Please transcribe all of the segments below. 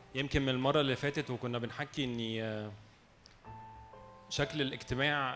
يمكن من المرة اللي فاتت وكنا بنحكي إني شكل الاجتماع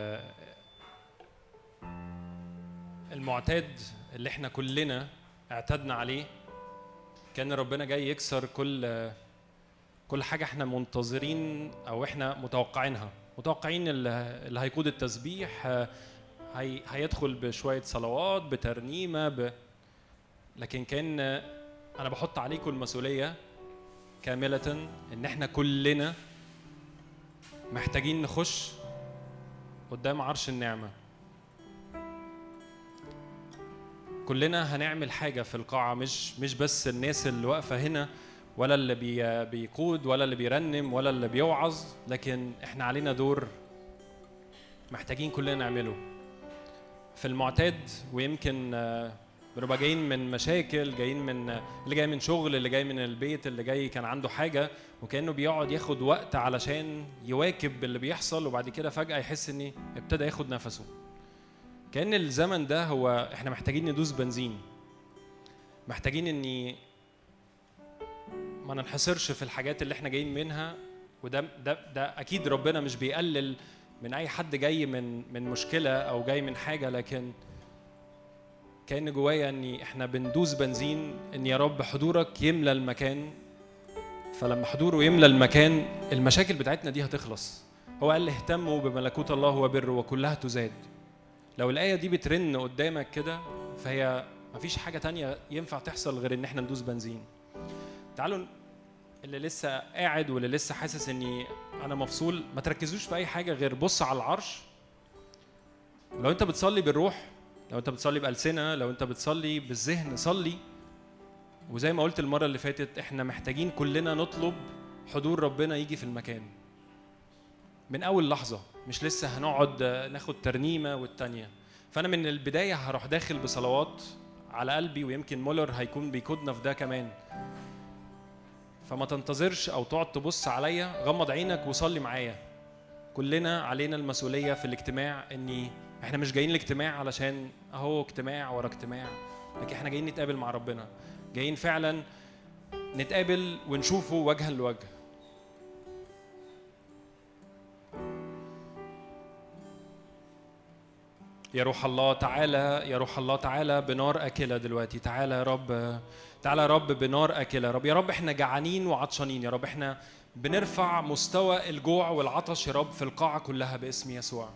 المعتاد اللي احنا كلنا اعتدنا عليه، كان ربنا جاي يكسر كل حاجة احنا منتظرين أو احنا متوقعين اللي هيقود التسبيح هيدخل بشوية صلوات بترنيمة لكن كان أنا بحط عليكم المسؤولية كاملة إن احنا كلنا محتاجين نخش قدام عرش النعمة. كلنا هنعمل حاجة في القاعة، مش بس الناس اللي واقفة هنا ولا اللي بيقود ولا اللي بيرنم ولا اللي بيوعظ، لكن احنا علينا دور محتاجين كلنا نعمله في المعتاد. ويمكن بنبقى جايين من مشاكل، جايين من اللي جاي من شغل، اللي جاي من البيت، اللي جاي كان عنده حاجة وكأنه بيقعد ياخد وقت علشان يواكب اللي بيحصل، وبعد كده فجأة يحس إني ابتدى ياخد نفسه. كأن الزمن ده هو احنا محتاجين ندوس بنزين، محتاجين إني ما ننحصرش في الحاجات اللي احنا جايين منها. وده أكيد ربنا مش بيقلل من أي حد جاي من مشكلة أو جاي من حاجة، لكن كأن جوايا إني إحنا بندوس بنزين إن يا رب حضورك يملى المكان، فلما حضوره يملى المكان المشاكل بتاعتنا دي هتخلص. هو قال اهتموا بملكوت الله وبره وكلها تزاد. لو الآية دي بترن قدامك كده فهي مفيش حاجة تانية ينفع تحصل غير إن إحنا ندوس بنزين. تعالوا اللي لسه قاعد واللي لسه حاسس إني أنا مفصول، ما تركزوش في أي حاجة غير بص على العرش. لو أنت بتصلي بالروح، لو أنت بتصلي بألسنة، لو أنت بتصلي بالذهن، صلي. وزي ما قلت المرة اللي فاتت احنا محتاجين كلنا نطلب حضور ربنا يجي في المكان من أول لحظة، مش لسه هنقعد ناخد ترنيمة والتانية. فأنا من البداية هروح داخل بصلوات على قلبي، ويمكن مولر هيكون بيكودنا في ده كمان. فما تنتظرش أو تقعد تبص عليا، غمض عينك وصلي معايا. كلنا علينا المسؤولية في الاجتماع، إني احنا مش جايين الاجتماع علشان اهو اجتماع ورا اجتماع، لكن احنا جايين نتقابل مع ربنا، جايين فعلا نتقابل ونشوفه وجها لوجه. يا روح الله تعالى، يا روح الله تعالى بنار أكلة دلوقتي. تعالى يا رب، تعالى يا رب بنار أكلة. رب يا رب احنا جعانين وعطشانين يا رب، احنا بنرفع مستوى الجوع والعطش يا رب في القاعة كلها باسم يسوع.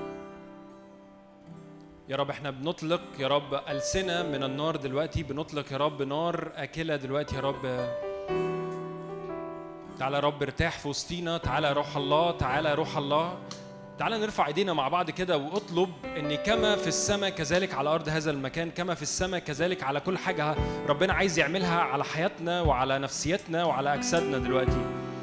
يا رب احنا بنطلق يا رب ألسنة من النار دلوقتي، بنطلق يا رب نار أكلة دلوقتي يا رب. تعالى يا رب ارتاح في وسطينا، تعالى يا روح الله، تعالى يا روح الله. تعالى نرفع ايدينا مع بعض كده واطلب ان كما في السماء كذلك على ارض هذا المكان، كما في السماء كذلك على كل حاجة ربنا عايز يعملها على حياتنا وعلى نفسيتنا وعلى أجسادنا دلوقتي.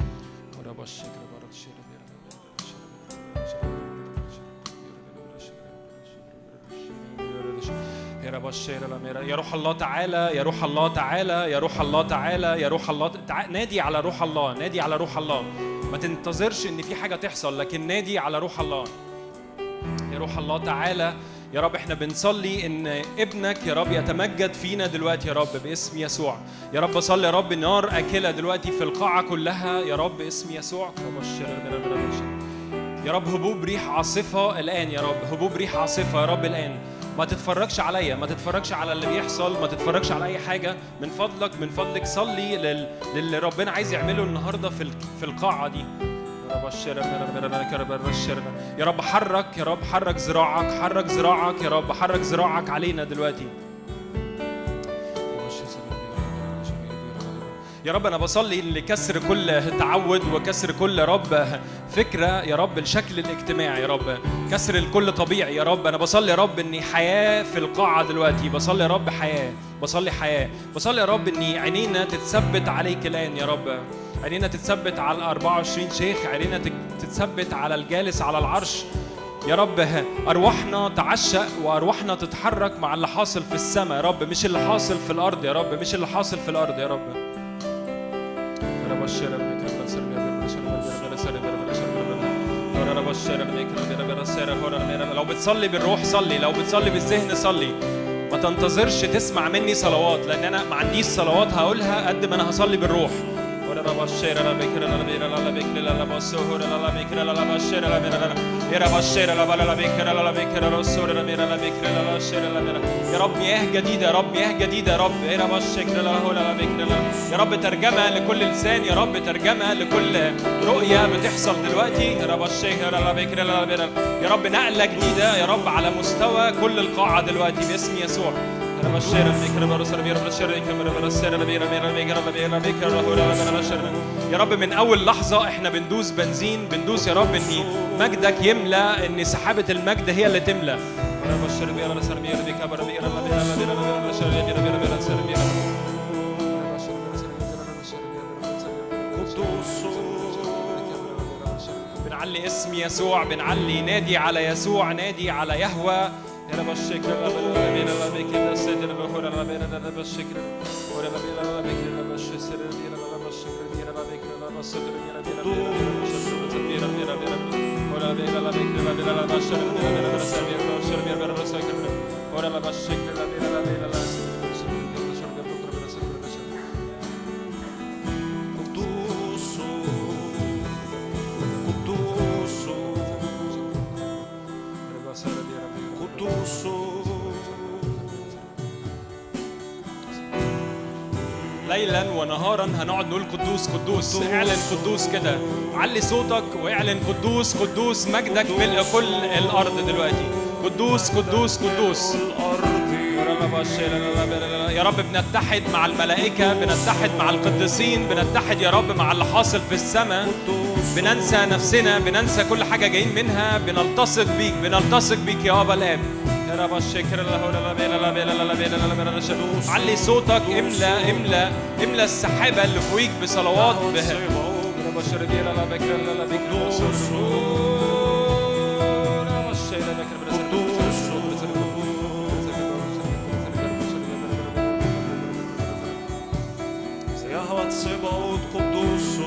يا روح الله تعالى، يا روح الله تعالى، يا روح الله تعالى، يا روح الله نادي على روح الله، نادي على روح الله. ما تنتظرش ان في حاجة تحصل، لكن نادي على روح الله. يا روح الله تعالى يا رب احنا بنصلي ان ابنك يا رب يتمجد فينا دلوقتي يا رب باسم يسوع. يا رب صلي يا رب نار أكلة دلوقتي في القاعة كلها يا رب باسم يسوع. يا رب هبوب ريح عاصفة الآن، يا رب هبوب ريح عاصفة يا رب الآن. ما تتفرجش عليا، ما تتفرجش على اللي بيحصل، ما تتفرجش على أي حاجة. من فضلك من فضلك صلي للي ربنا عايز يعمله النهاردة في القاعة دي. يا رب حرك، يا رب حرك ذراعك، حرك ذراعك يا رب، حرك ذراعك علينا دلوقتي يا رب. أنا بصلي لكسر كل تعود وكسر كل رب فكرة يا رب الشكل الاجتماعي يا رب، كسر الكل طبيعي يا رب. أنا بصلي يا رب إني حياة في القاعة دلوقتي، بصلي يا رب حياة، بصلي حياة، بصلي يا رب إني عينينا تتثبت عليك الآن يا رب، عينينا تتثبت على 24 شيخ، عينينا تتثبت على الجالس على العرش يا رب. أرواحنا تعشق وأرواحنا تتحرك مع اللي حاصل في السماء يا رب، مش اللي حاصل في الأرض يا رب، مش اللي حاصل في الأرض يا رب. لو بتصلي بالروح صلي، لو بتصلي بالذهن صلي. ما تنتظرش تسمع مني صلوات، لأن أنا ما عنديش صلوات هقولها قد ما أنا هصلي بالروح. يا رب مياه جديدة، يا رب مياه جديدة، يا رب يا رب ترجمة لكل لسان، يا رب ترجمة لكل رؤية بتحصل دلوقتي، يا رب نقلة جديدة يا رب على مستوى كل القاعة دلوقتي باسم يسوع. يا رب من أول لحظة إحنا بندوس بنزين، بندوس يا رب إن مجدك يملى، إن سحابة المجد هي اللي تملى. بنعلي اسم يسوع، بنعلي نادي على يسوع، نادي على يهوه. يا رب الشكر ليلا ونهارا هنقعد نقول قدوس قدوس. اعلن قدوس كده، علي صوتك واعلن قدوس قدوس. مجدك ملء كل الارض دلوقتي. قدوس قدوس قدوس. يا رب بنتحد مع الملائكة، بنتحد مع القديسين، بنتحد يا رب مع اللي حاصل في السماء. بننسى نفسنا، بننسى كل حاجة جايين منها، بنلتصق بيك، بنلتصق بيك يا أبا الآب. يا رب الشكر علي صوتك، املى املى املى السحابة اللي فوقيك بصلوات يهوه صباوت قدوس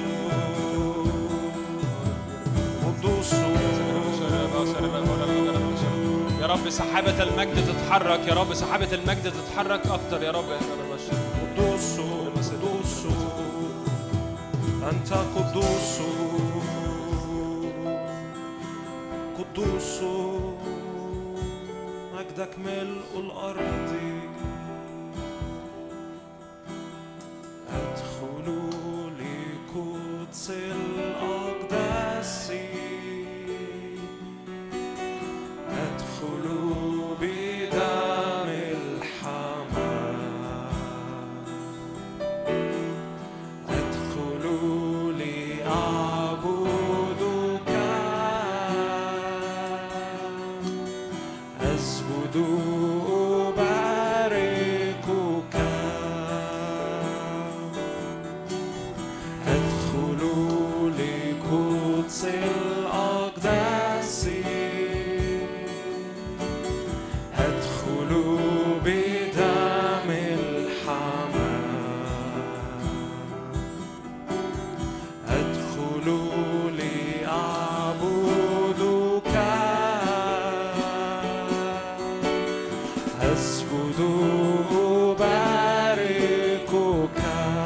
قدوس. يا رب سحابة المجد تتحرك، يا رب سحابة المجد تتحرك أكتر يا رب. قدوس قدوس أنت قدوس قدوس، مجدك ملء الأرض. أدخلوا لقدس الأقداس، أدخلوا بدم الحمام، أدخلوا لأعبدك، أسجد أباركك، أدخلوا لقدس الأقداس، أدخلوا بدم الحمام، أدخلوا لأعبدك، أسجد أباركك،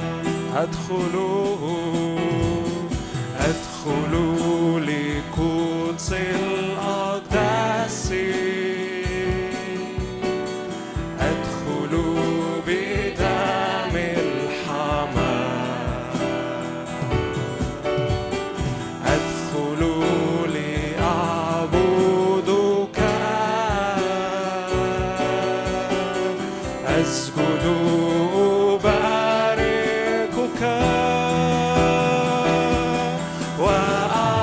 أدخلوا لقدس الأقداس، أدخلوا بدم الحمام، أدخلوا لأعبدك، أسجد أباركك وأعبدك.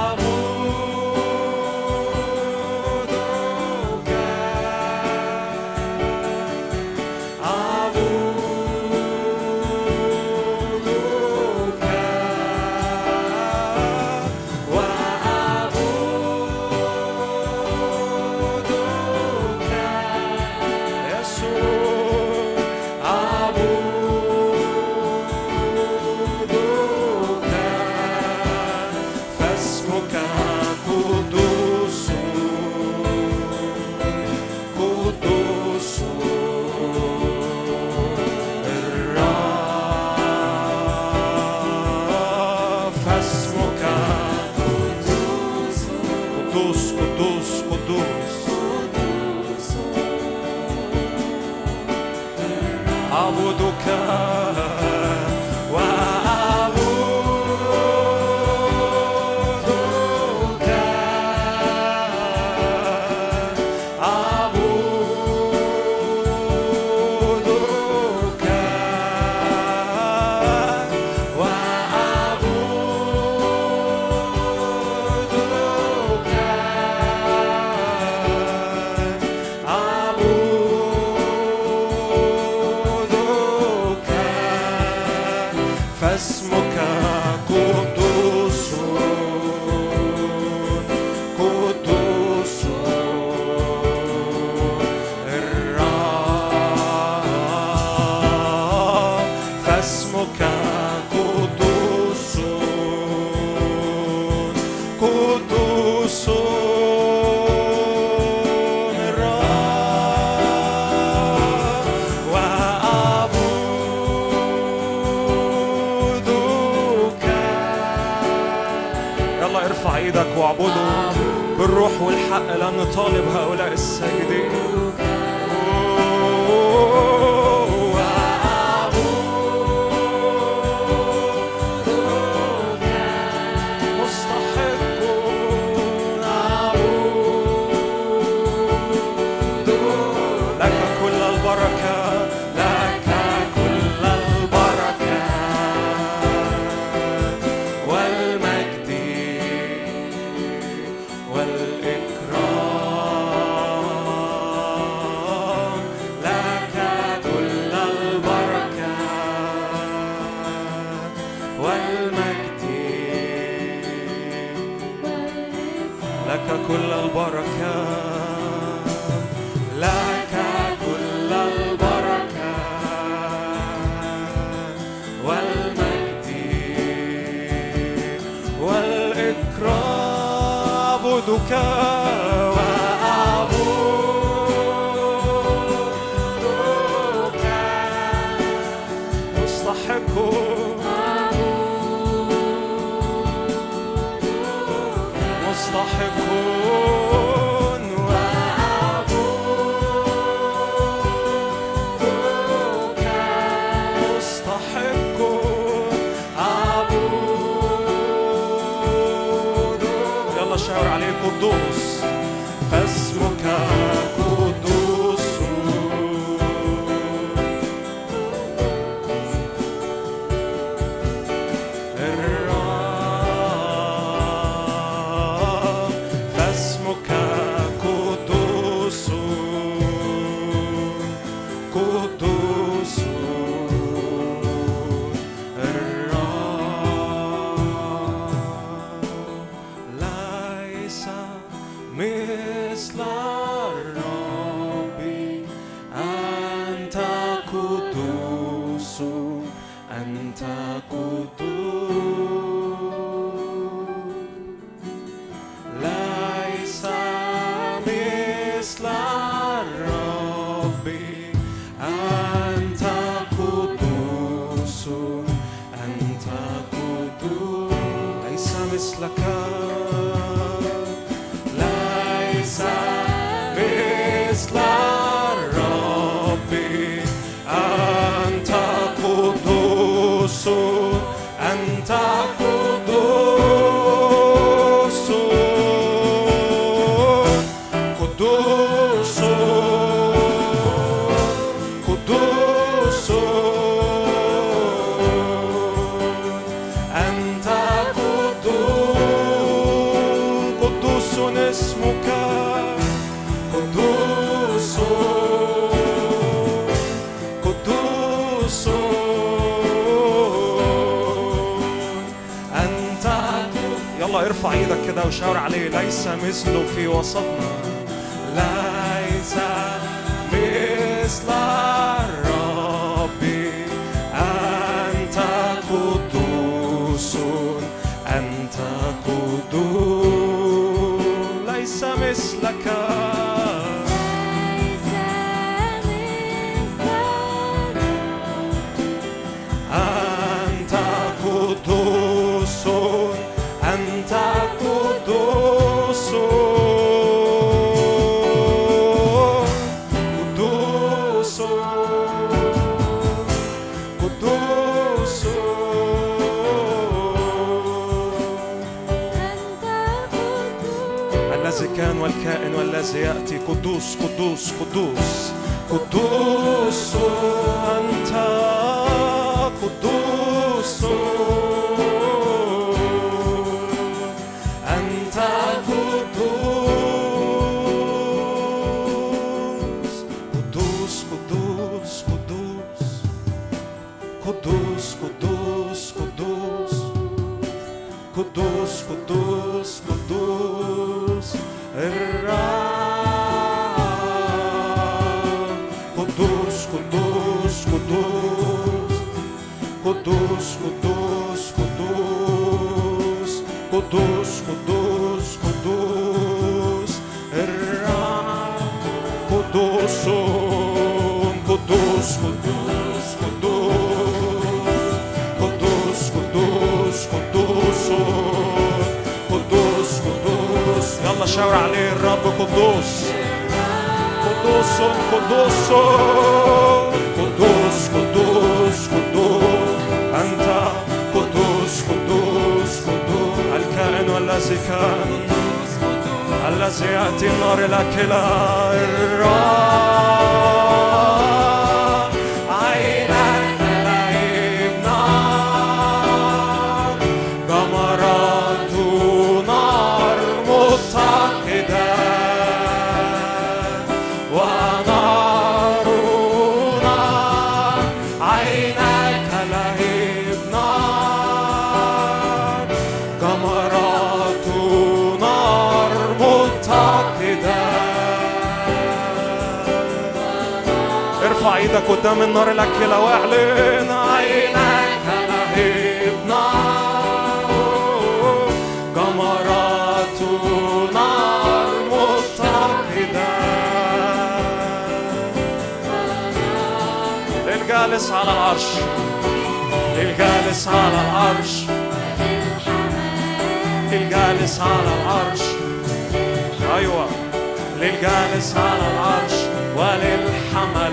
فاسمك قدوس قدوس الرب فاسمك قدوس قدوس ايدك واعبده بالروح والحق لأن نطالب هؤلاء الساجدين. كل البركة لك كل البركة والمجد والإكرام أعبدك وأعبدك مستحق مستحقون وأعبدك مستحقون أعبدك. يلا شاور عليه قدوس فاسمك قدوس ارفع ايدك كده وشاور عليه ليس مثله في وسطنا ليس مثل الرب أنت قدوس أنت قدوس ليس مثلك أنت قدوس أنت قدوس قدوس قدوس الذي كان والكائن والذي يأتي قدوس قدوس قدوس قدوس أنت قدوس أنت قدوس قدوس قدوس قدوس قدوس قدوس قدوس قدوس قدوس الرب قدوس قدوس قدوس قدوس قدوس قدوس قدوس قدوس قدوس الرب قدوس قدوس قدوس قدوس قدوس قدوس قدوس قدوس يلا شاور عليه الرب قدوس قدوس قدوس قدوس قدوس قدوس أنت قدوس قدوس قدوس الكائن والذي كان الذي يأتي النار الأكلة الرب عينك لهيب نار جمرات نار متقدة ونارنا عينك لهيب نار جمرات نار متقدة ارفع ايدك قدام النار الأكلة واعلن عينك لهيب نار جمرات نار متقدة للجالس على العرش للجالس على العرش للجالس على العرش أيوة للجالس على العرش وللحمل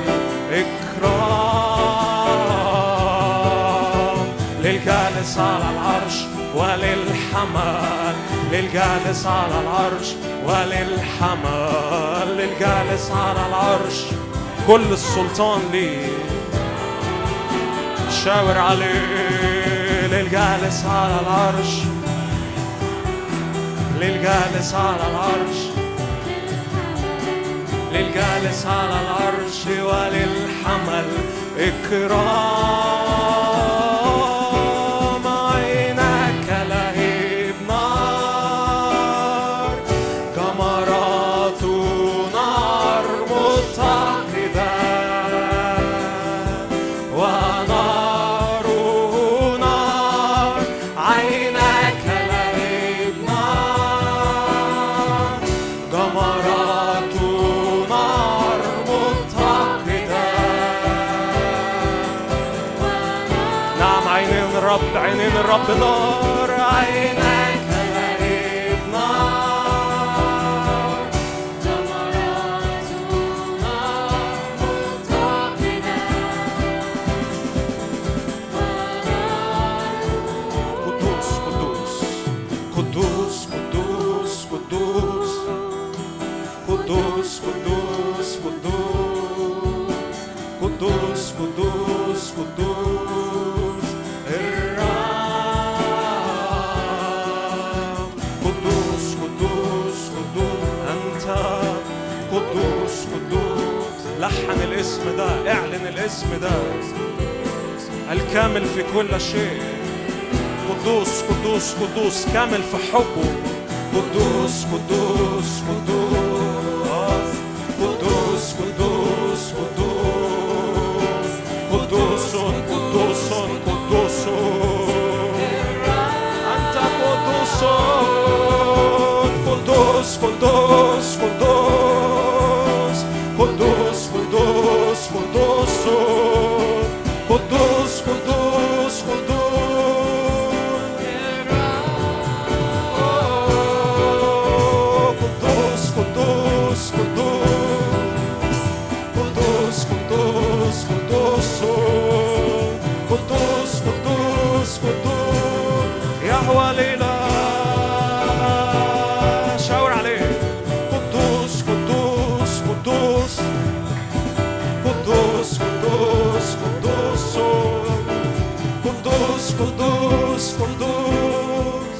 إكرام للجالس على العرش وللحمل للجالس على العرش وللحمل للجالس على العرش كل السلطان ليه شاور عليه للجالس على العرش للجالس على العرش للجالس على العرش وللحمل إكرام عينك لهيب نار جمرات نار متقدة ونار نار عينك لهيب نار جمرات نار متقدة نعم عينين الرب نار عينك لهيب نار جمرات نار متقدة قدوس قدوس قدوس قدوس قدوس قدوس قدوس قدوس قدوس قدوس الرب قدوس قدوس قدوس أنت قدوس قدوس لحن الاسم ده اعلن الاسم ده الكامل في كل شيء قدوس قدوس قدوس كامل في حبه قدوس قدوس قدوس قدوس قدوس قدوس قدوس قدوس قدوس أنت قدوس قدوس قدوس قدوس قدوس قدوس قدوس قدوس قدوس يهوى ليلى شاور عليه قدوس قدوس قدوس قدوس قدوس قدوس قدوس قدوس قدوس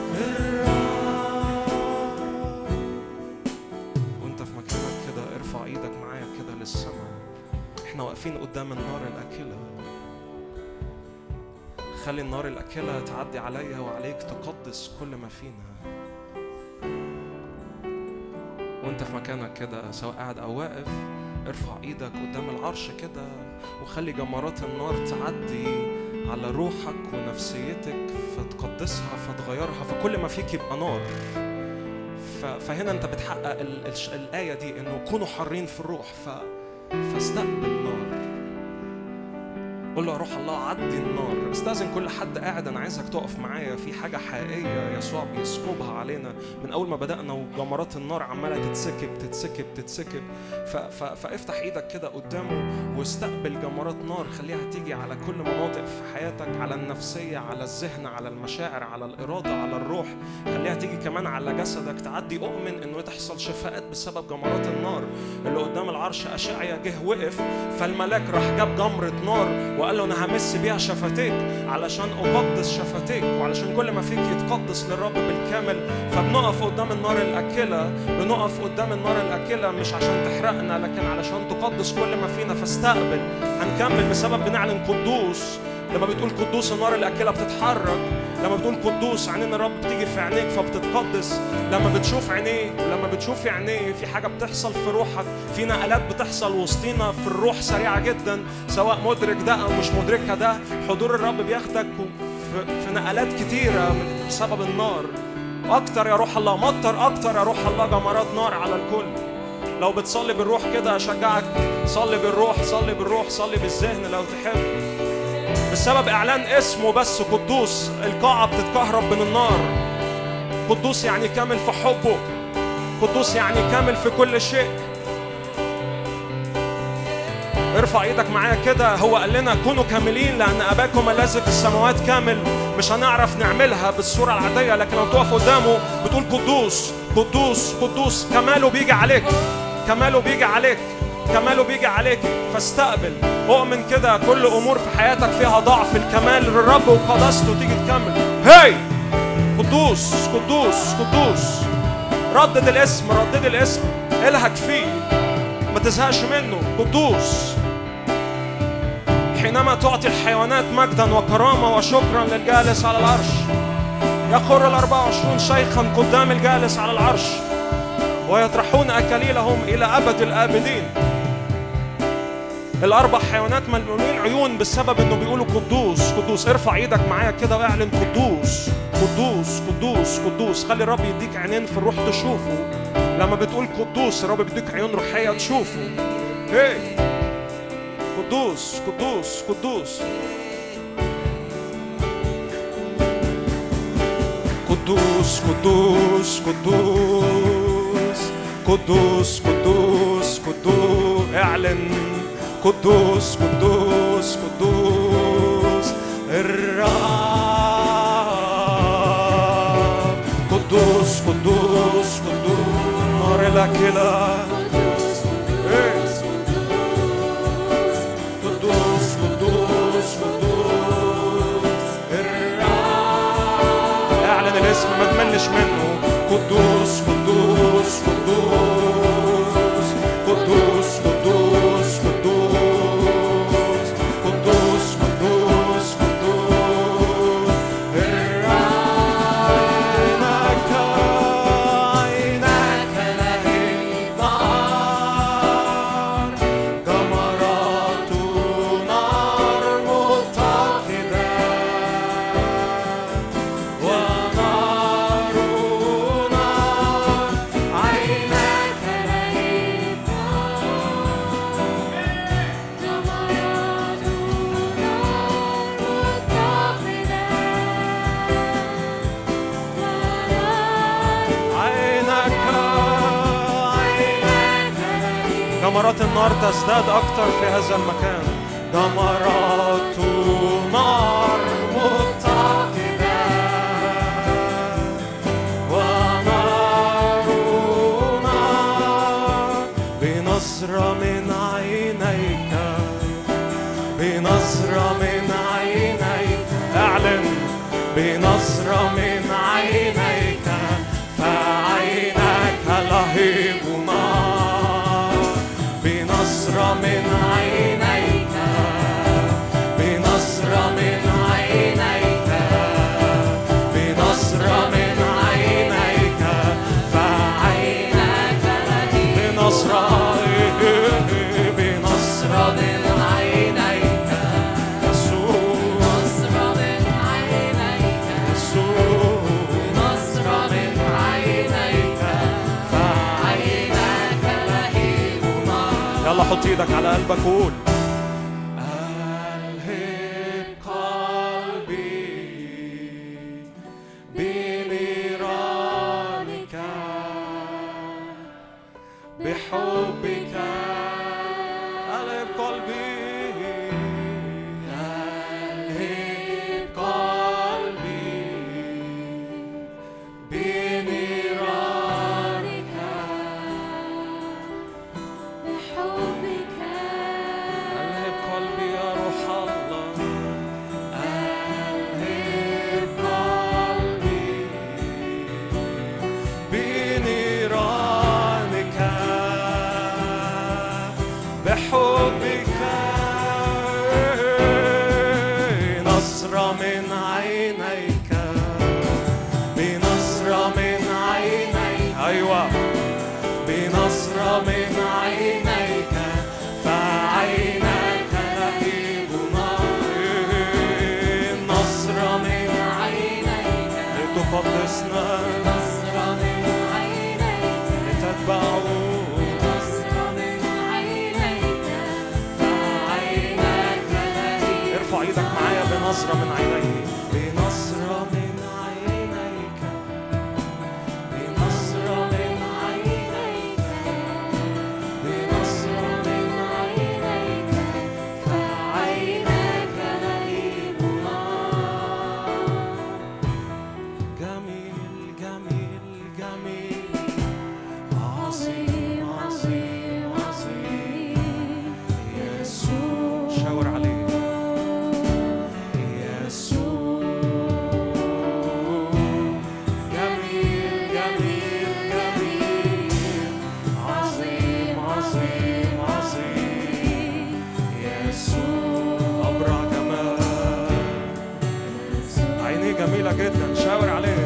وانت في مكانك كده ارفع ايدك معايا كده للسماء. احنا واقفين قدام النار الأكلة. خلي النار الأكلة تعدي عليا وعليك تقدس كل ما فينا. وانت في مكانك كده سواء قاعد أو واقف، ارفع ايدك قدام العرش كده وخلي جمرات النار تعدي على روحك ونفسيتك فتقدسها فتغيرها، فكل ما فيك يبقى نار. فهنا انت بتحقق الآية دي انه كونوا حارين في الروح، فاستقبل نار. قول له يا روح الله عدي النار. استاذن كل حد قاعد، انا عايزك تقف معايا في حاجه حقيقيه يسوع بيسكبها علينا من اول ما بدانا، وجمرات النار عماله تتسكب تتسكب تتسكب. فافتح ايدك كده قدامه واستقبل جمرات نار، خليها تيجي على كل مناطق في حياتك، على النفسيه، على الذهن، على المشاعر، على الاراده، على الروح. خليها تيجي كمان على جسدك تعدي. اؤمن انه تحصل شفاءات بسبب جمرات النار اللي قدام العرش. اشعيا جه وقف، فالملاك راح جاب جمره نار وقال له أنا همس بيها شفتيك علشان أقدس شفتيك، وعلشان كل ما فيك يتقدس للرب بالكامل. فبنقف قدام النار الأكلة، بنقف قدام النار الأكلة مش عشان تحرقنا لكن علشان تقدس كل ما فينا. فاستقبل. هنكمل بسبب بنعلن قدوس. لما بتقول قدوس النار الأكلة بتتحرك. لما بتقول قدوس عينين الرب بتيجي في عينيك فبتتقدس. لما بتشوف عينيه ولما بتشوفي عينيه في حاجة بتحصل في روحك، في نقلات بتحصل وسطينا في الروح سريعة جدا، سواء مدرك ده أو مش مدركها ده. حضور الرب بياخدك في نقلات كتيرة بسبب النار. أكتر يا روح الله، مطر أكتر يا روح الله جمرات نار على الكل. لو بتصلي بالروح كده أشجعك، صلي بالروح، صلي بالروح، صلي بالذهن لو تحب. بسبب إعلان اسمه بس قدوس القاعة بتتكهرب من النار. قدوس يعني كامل في حبه، قدوس يعني كامل في كل شيء. ارفع ايدك معايا كده. هو قال لنا كونوا كاملين لأن أباكم الذي في السماوات كامل. مش هنعرف نعملها بالصورة العادية، لكن لو تقف قدامه بتقول قدوس قدوس قدوس. كماله بيجي عليك، كماله بيجي عليك، كماله بيجي عليك. فاستقبل. أؤمن كده كل أمور في حياتك فيها ضعف، الكمال للرب وقدسته تيجي تكمل. هاي قدوس قدوس قدوس. ردد الاسم، ردد الاسم، إلهك فيه ما تزهقش منه. قدوس. حينما تعطي الحيوانات مجدا وكرامة وشكرا للجالس على العرش، يخر 24 شيخا قدام الجالس على العرش ويطرحون أكاليلهم إلى أبد الآبدين. الأربع حيوانات ملمومين عيون بسبب إنه بيقولوا قدوس قدوس. ارفع ايدك معايا كده واعلن قدوس قدوس قدوس قدوس. خلي الرب يديك عينين في الروح تشوفه. لما بتقول قدوس الرب بيديك عيون روحية تشوفه. هي قدوس قدوس قدوس قدوس قدوس قدوس قدوس قدوس قدوس. اعلن قدوس قدوس قدوس الرب. قدوس قدوس قدوس نار الأكلة. قدوس قدوس قدوس الرب. اعلن الاسم ما تملش منه. قدوس قدوس قدوس قدوس قدوس قدوس قدوس قدوس قدوس الرب. عينك لهيب نار، جمرات نار متقدة، ونار نار. عينك لهيب جمرات النار تزداد أكتر في هذا المكان. جمرات نار متقدة، ونار نار. بنظرة من عينيك، بنظرة من عينيك. اعلن بنظرة من عينيك، فعينك لهيب نار. بنظرة من عينيك، بنظرة من عينيك. حط ايدك على قلبك وقول بحبك ألهب قلبي ألهب قلبي بنيرانك بحبك ألهب قلبي يا روح الله ألهب قلبي بنيرانك بحبك نظرة من عينيك بنظرة من عينيك أيوة بنظرة من عينيك فعينك لهيب نار نظرة من عينيك لتقدسنا نظرة من عينيك لتتبعه ايدك معايا بنظرة من عينيك بنظرة من عينيك بنظرة من عينيك بنظرة من عينيك فعينك لهيب نار جميل جميل جميل عظيم عظيم عظيم يسوع شاور عليه جميلة جدا شاور عليه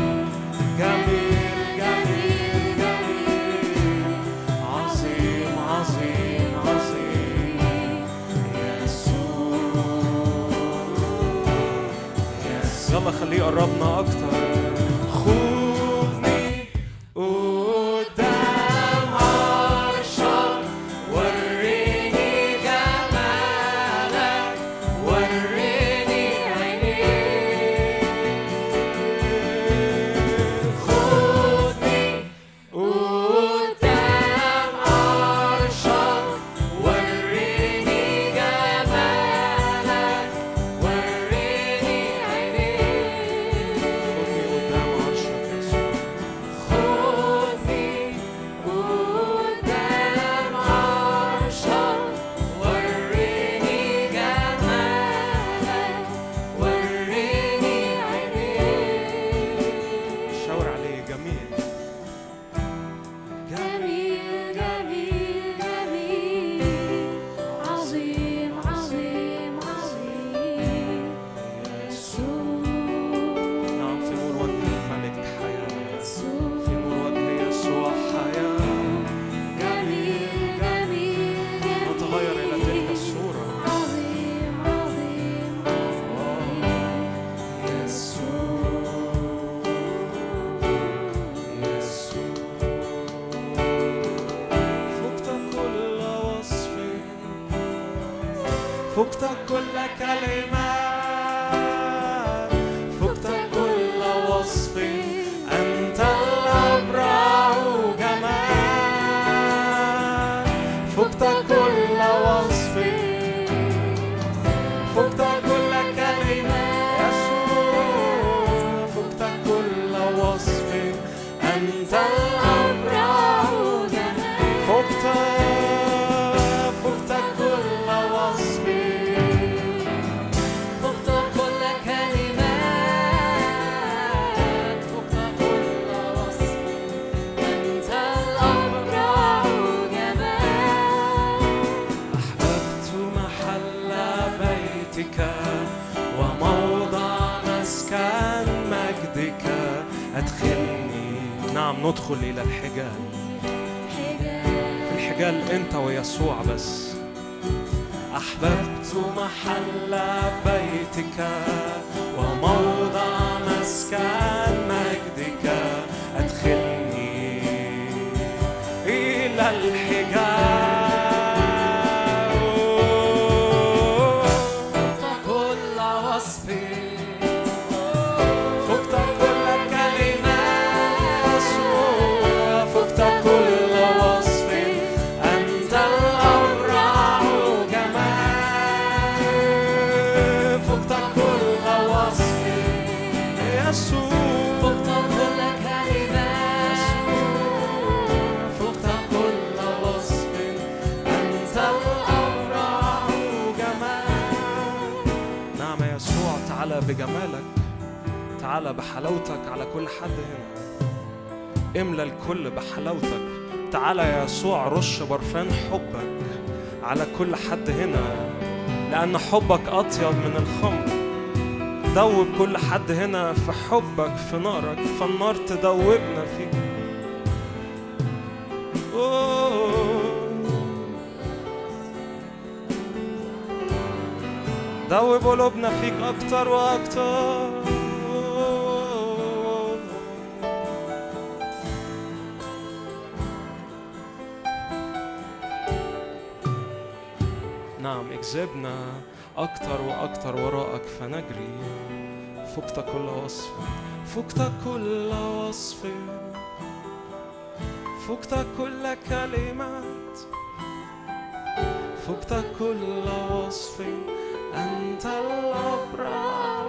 جميل جميل جميل عظيم عظيم عظيم يسوع يلا خليه يقربنا أكتر خذني قدام عرشك وريني جمالك وريني عينيك قدام عرشك وريني جمالك وريني عينيك خدني قدام عرشك يسوع خدني قدام عرشك وريني جمالك وريني عينيك شاور عليه جميل جميل جميل جميل عظيم عظيم عظيم يسوع نعم في نور وجه الملك حياة في نور وجه يسوع حياة جميل جميل نتغير إلى تلك الصورة عظيم عظيم عظيم يسوع يسوع فقت كل وصف فقت كل كلمات فقت كل وصف أنت الأبرع جمال فقت كل وصف فقت كل كلمة يسوع فقت كل وصف أنت الأبرع جمال فقت كل وصف فقت كل كلمات فقت كل وصف أنت الأبرع جمال أحببت محل بيتك وموضع مسكن مجدك أدخلني نعم ندخل إلى الحجال في الحجال أنت ويسوع بس أحببت محل بيتك وموضع مسكن مجدك أدخلني إلى الحجال يسوع فقت كل كلمة، فقت كل وصف، أنت الأبرع جمال. نعم يا يسوع، تعالى بجمالك، تعالى بحلاوتك على كل حد هنا، املى الكل بحلاوتك. تعالى يا يسوع رش برفان حبك على كل حد هنا، لأن حبك أطيب من الخمر. دوب كل حد هنا في حبك، في نارك، فالنار تدوبنا فيك. دوب قلوبنا فيك أكتر وأكتر. نعم، اجذبنا أكتر وأكتر وراءك فنجري. فقت كل وصف، فقت كل وصف، فقت كل كلمات، فقت كل وصف، أنت الأبرع.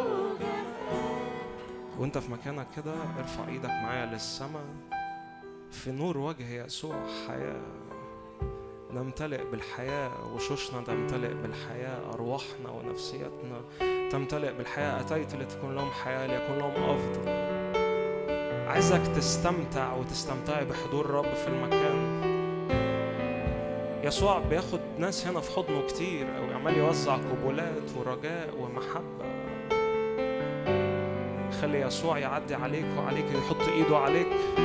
وأنت في مكانك كده ارفع إيدك معايا للسماء. في نور وجه يسوع حياة، نمتلئ بالحياة، وشوشنا تمتلئ بالحياة، أرواحنا ونفسيتنا تمتلئ بالحياة. أتيت لتكون لهم حياة ليكون لهم أفضل. عايزك تستمتع وتستمتعي بحضور الرب في المكان. يسوع بياخد ناس هنا في حضنه كتير، أو عمال يوزع قبولات ورجاء ومحبة. خلي يسوع يعدي عليك وعليك، يحط إيده عليك.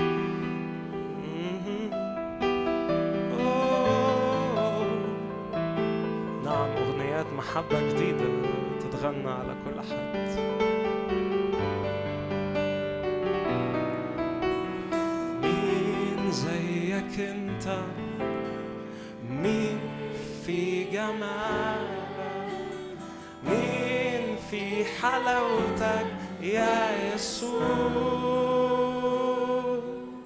نعم، أغنيات محبة جديدة تتغنى على كل حد. مين زيك انت، مين في جمالك، مين في حلاوتك يا يسوع.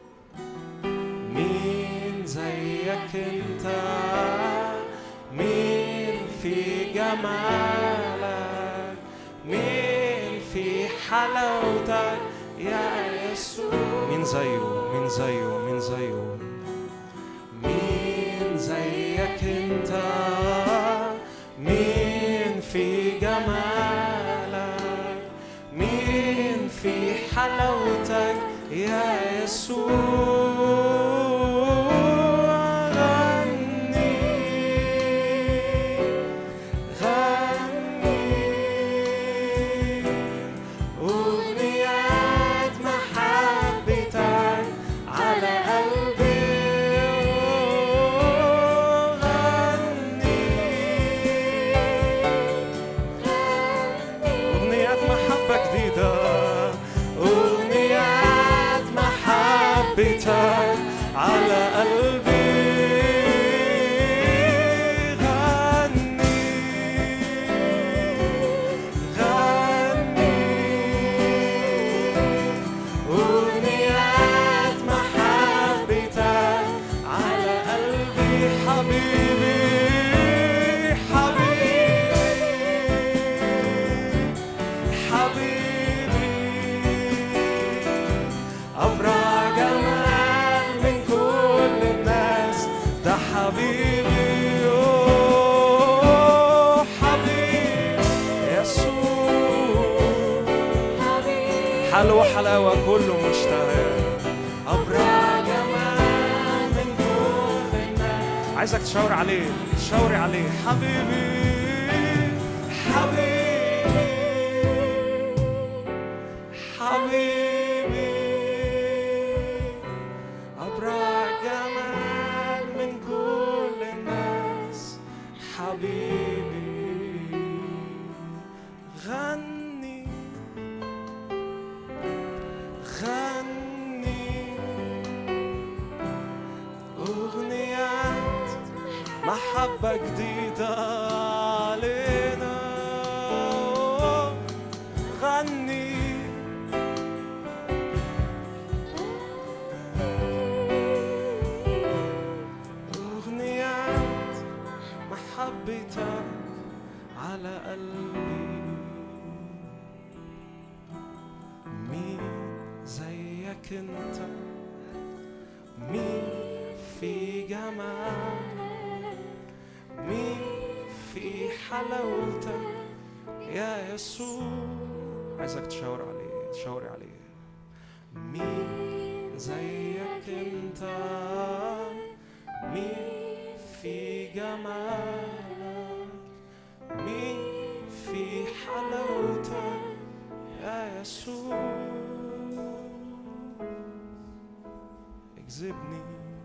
مين زيك انت، مين في جمالك، مين في حلاوتك يا يسوع. مين زيه، مين زيه، مين زيه. مين زيك انت، مين في جمالك، مين في حلاوتك يا يسوع. على قلبي غني، غني أغنيات محبتك على قلبي. حبيبي حبيبي حبيبي، أبرع جمال من كل الناس، ده حبيبي. أوه حبيبي يسوع، حلو حلاوة كله مشتهى. أبرع جمال من كل الناس. عايزك تشاور عليه، تشاوري عليه. حبيبي حبيبي حبيبي، أبرع جمال من كل الناس. حبيبي غني، غني أغنيات محبة جديدة علينا. غني أغنيات محبتك على قلبي. زيك انت؟ مين في جمالك؟ مين في حلاوتك يا يسوع؟ عايزك تشاور عليه، تشاوري عليه. مين زيك انت؟ مين في جمالك؟ مين في حلاوتك يا يسوع؟ اجذبني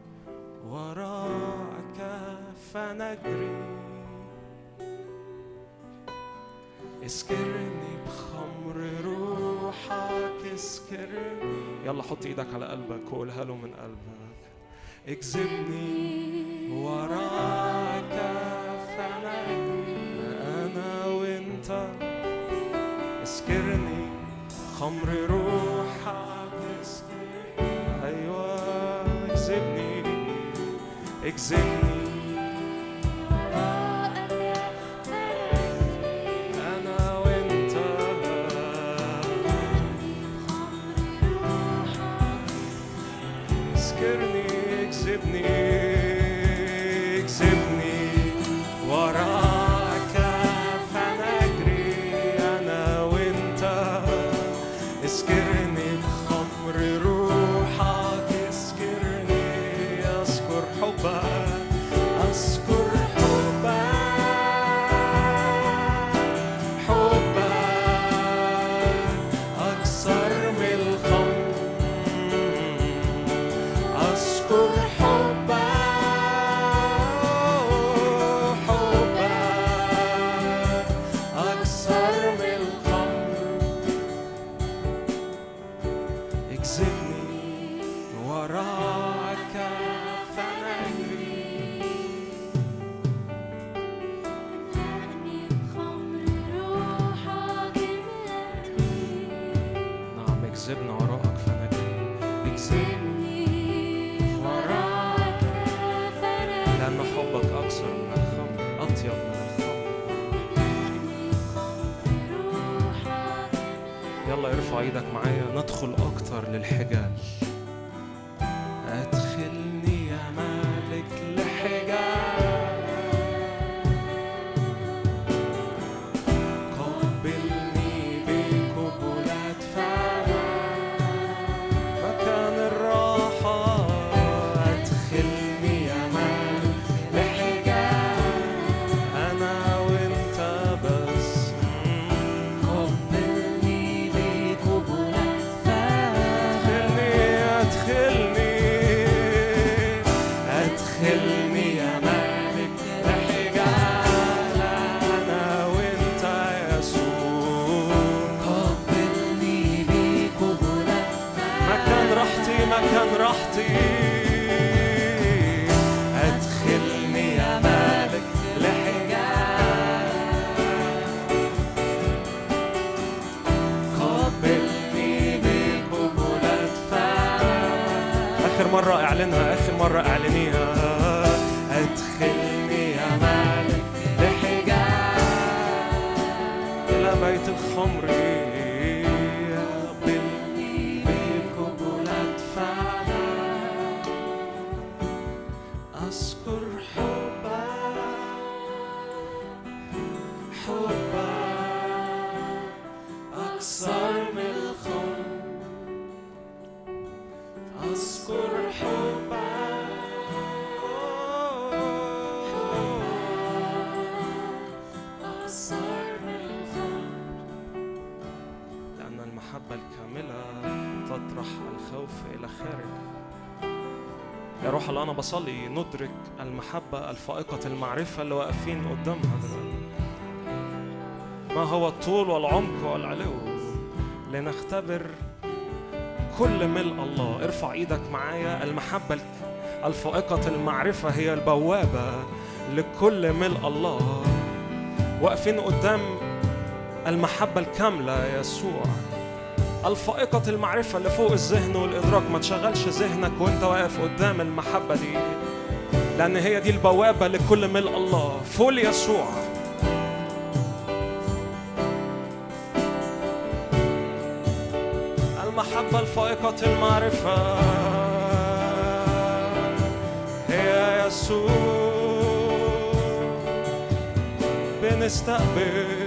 وراءك فنجري، اسكرني بخمر روحك، اسكرني. يلا حط ايدك على قلبك وقولها له من قلبك. اجذبني وراءك فنجري، انا وانت، اسكرني خمر روحك، اسكرني. ايوه اجذبني، اجذبني انا وانت، اسكرني، اجذبني، اجذبني وراك فنجري انا وانت، اسكرني بخمر روحك، اسكرني، اذكر حبك، اذكر حبك، حبك اكثر من الخمر، اذكر حبك، حبك اكثر من الخمر. اجذبني وراك فنجري، نعم اجذبنا وراءك فنجري، اجذبني وراك فنجري، لأن حبك أكثر من الخمر، أطيب من الخمر. يلا ارفع ايدك معايا، ندخل أكتر للحجال. أدخلني يا مالك لحجال، قبلني بقبلات فمك، مكان الراحة. أدخلني يا مالك لحجال، أنا وأنت بس، قبلني بقبلات فمك، أدخلني، أدخلني يا مالك لحجال، أنا وأنت يسوع، قبلني بقبلات فمك، مكان راحتي، مكان راحتي. أدخلني يا مالك لحجال، قبلني بقبلات فمك. آخر مرة اعلنها، آخر مرة اعلنيها. أدخلني يا مالك لحجال إلى بيت الخمر، قبلني بقبلات فمك، أذكر حبك، حبك أكثر من الخمر، أذكر حبك، أكثر من الخمر، لأن المحبة الكاملة تطرح الخوف إلى خارج. يا روح الله، أنا بصلي ندرك المحبة الفائقة المعرفة اللي واقفين قدامها دلوقتي، ما هو الطول والعمق والعلو، لنختبر كل ملء الله. ارفع ايدك معايا. المحبة الفائقة المعرفة هي البوابة لكل ملء الله. واقفين قدام المحبة الكاملة يسوع، الفائقة المعرفة اللي فوق الذهن والإدراك. ما تشغلش ذهنك وانت واقف قدام المحبة دي، لأن هي دي البوابة لكل ملء الله. فول يسوع. المحبة الفائقة المعرفة هي يسوع. بنستقبل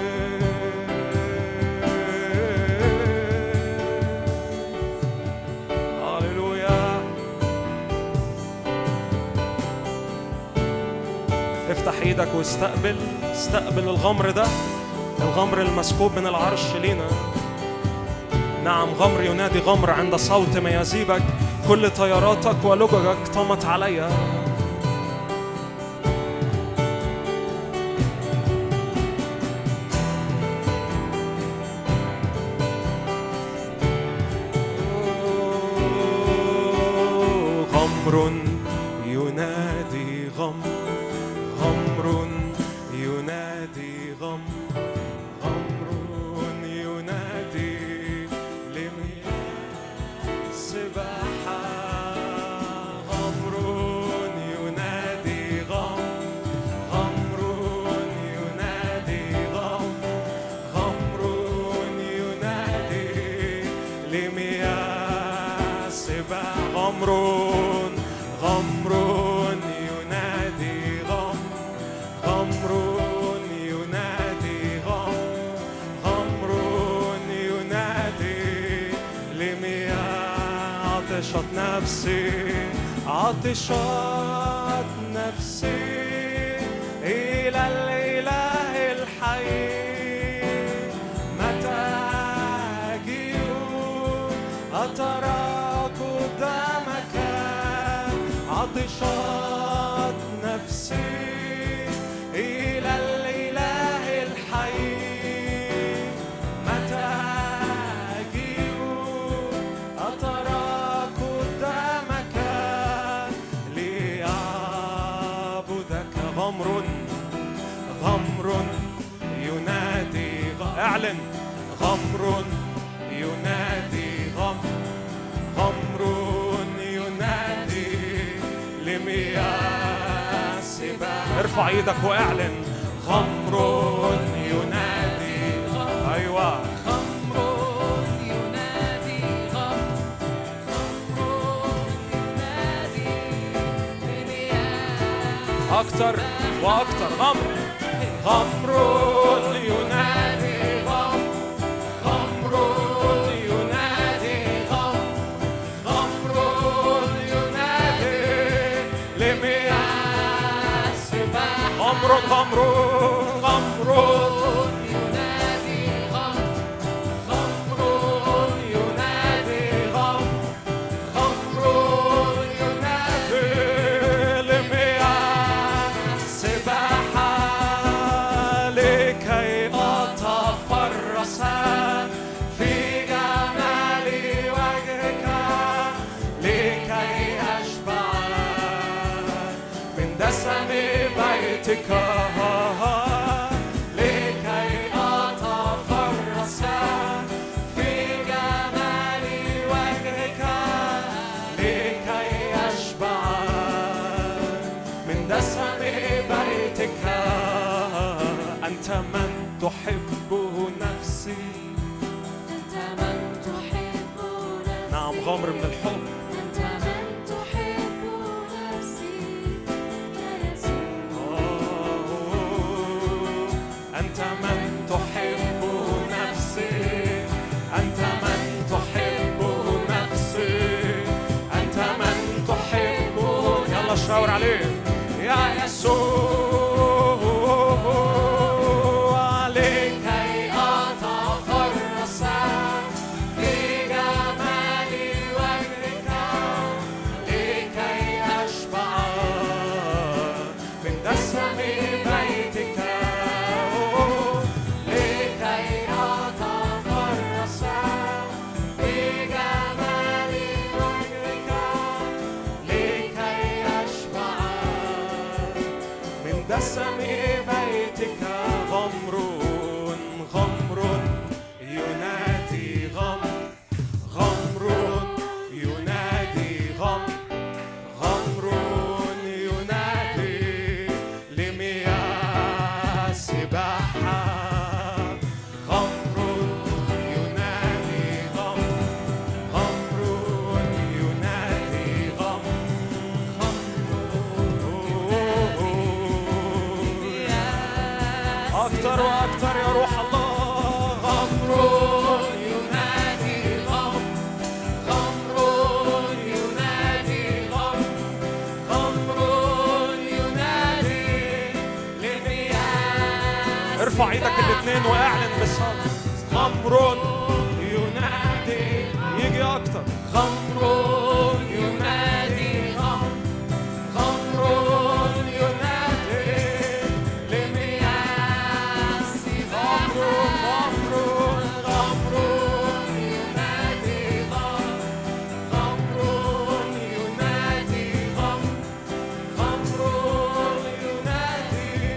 افتح ايدك واستقبل الغمر ده، الغمر المسكوب من العرش لينا. نعم، غمر ينادي غمر عند صوت ميازيبك، كل طياراتك ولججك طمت عليا. غمر ينادي غمر، غمر ينادي غمر، غمر ينادي لمياه السباحة. غمر ينادي غمر، غمر ينادي غمر، غمر ينادي لمياه السباحة. غمر غمر ينادي غمر، غمر ينادي غمر، غمر ينادي لمياه. عطشت نفسي، عطشت نفسي إلى الإله الحي. متى أجيء أترى قدامك؟ عطشت نفسي إلى الإله الحي. متى أجيء أترى قدامك لأعبدك. غمر غمر ينادي اعلن، غمر ينادي غمر، غمر ينادي لمياه السباحة. ارفع ايدك واعلن، غمر ينادي غمر. ايوه، غمر ينادي غمر، غمر ينادي لمياه. اكتر واكتر. غمر غمر ينادي غمر، غمر ينادي غمر، غمر ينادي لمياه السباحة. غمر غمر غمر ينادي غمر، غمر ينادي غمر، غمر ينادي لمياه السباحة. لكي أتفرس في جمال وجهك، لكي أشبع من دسم بيتك. لكي أتفرس في جمال وجهك، لكي أشبع من دسم بيتك. أنت من تحبه نفسي، أنت من تحب نفسي. نعم، غمر من الحب. أنت من تحب نفسي يا يسوع. أنت من تحب نفسي، أنت من تحب نفسي، أنت من تحب. يلا شاور عليه يا يسوع. لكي أتفرس في جمال وجهك، لكي أشبع من دسم بيتك. لكي أتفرس في جمال وجهك، لكي أشبع من اتنين واعلن بصوت. خمر ينادي، يجي اكتر. خمر ينادي، خمر ينادي لمياه السباحة. خمر ينادي، خمر ينادي، خمر ينادي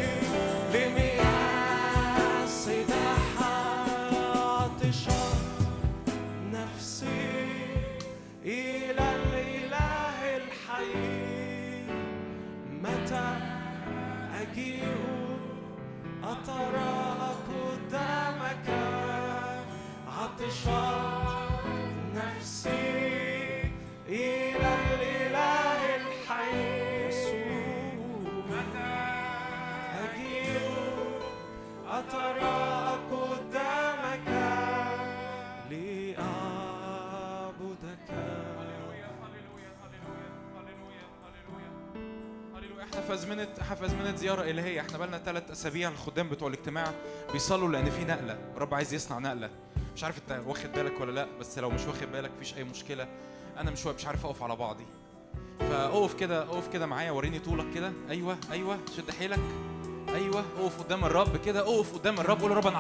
لمياه السباحة. عطشت نفسي إلى الإله الحي، متى أجيء أتراءى قدامك. عطشت نفسي إلى الإله الحي يسوع، متى أجيء أتراءى قدامك لأعبدك. احنا في ازمنه زياره الهيه. احنا بقالنا 3 اسابيع الخدام بتوع الاجتماع بيصلوا لان في نقله، الرب عايز يصنع نقله. مش عارف انت واخد بالك ولا لا، بس لو مش واخد بالك مفيش اي مشكله. انا مش عارف اقف على بعضي، فاقف كده معايا، وريني طولك كده. ايوه شد حيلك. ايوه اقف قدام الرب كده، اقف قدام الرب، قول يا رب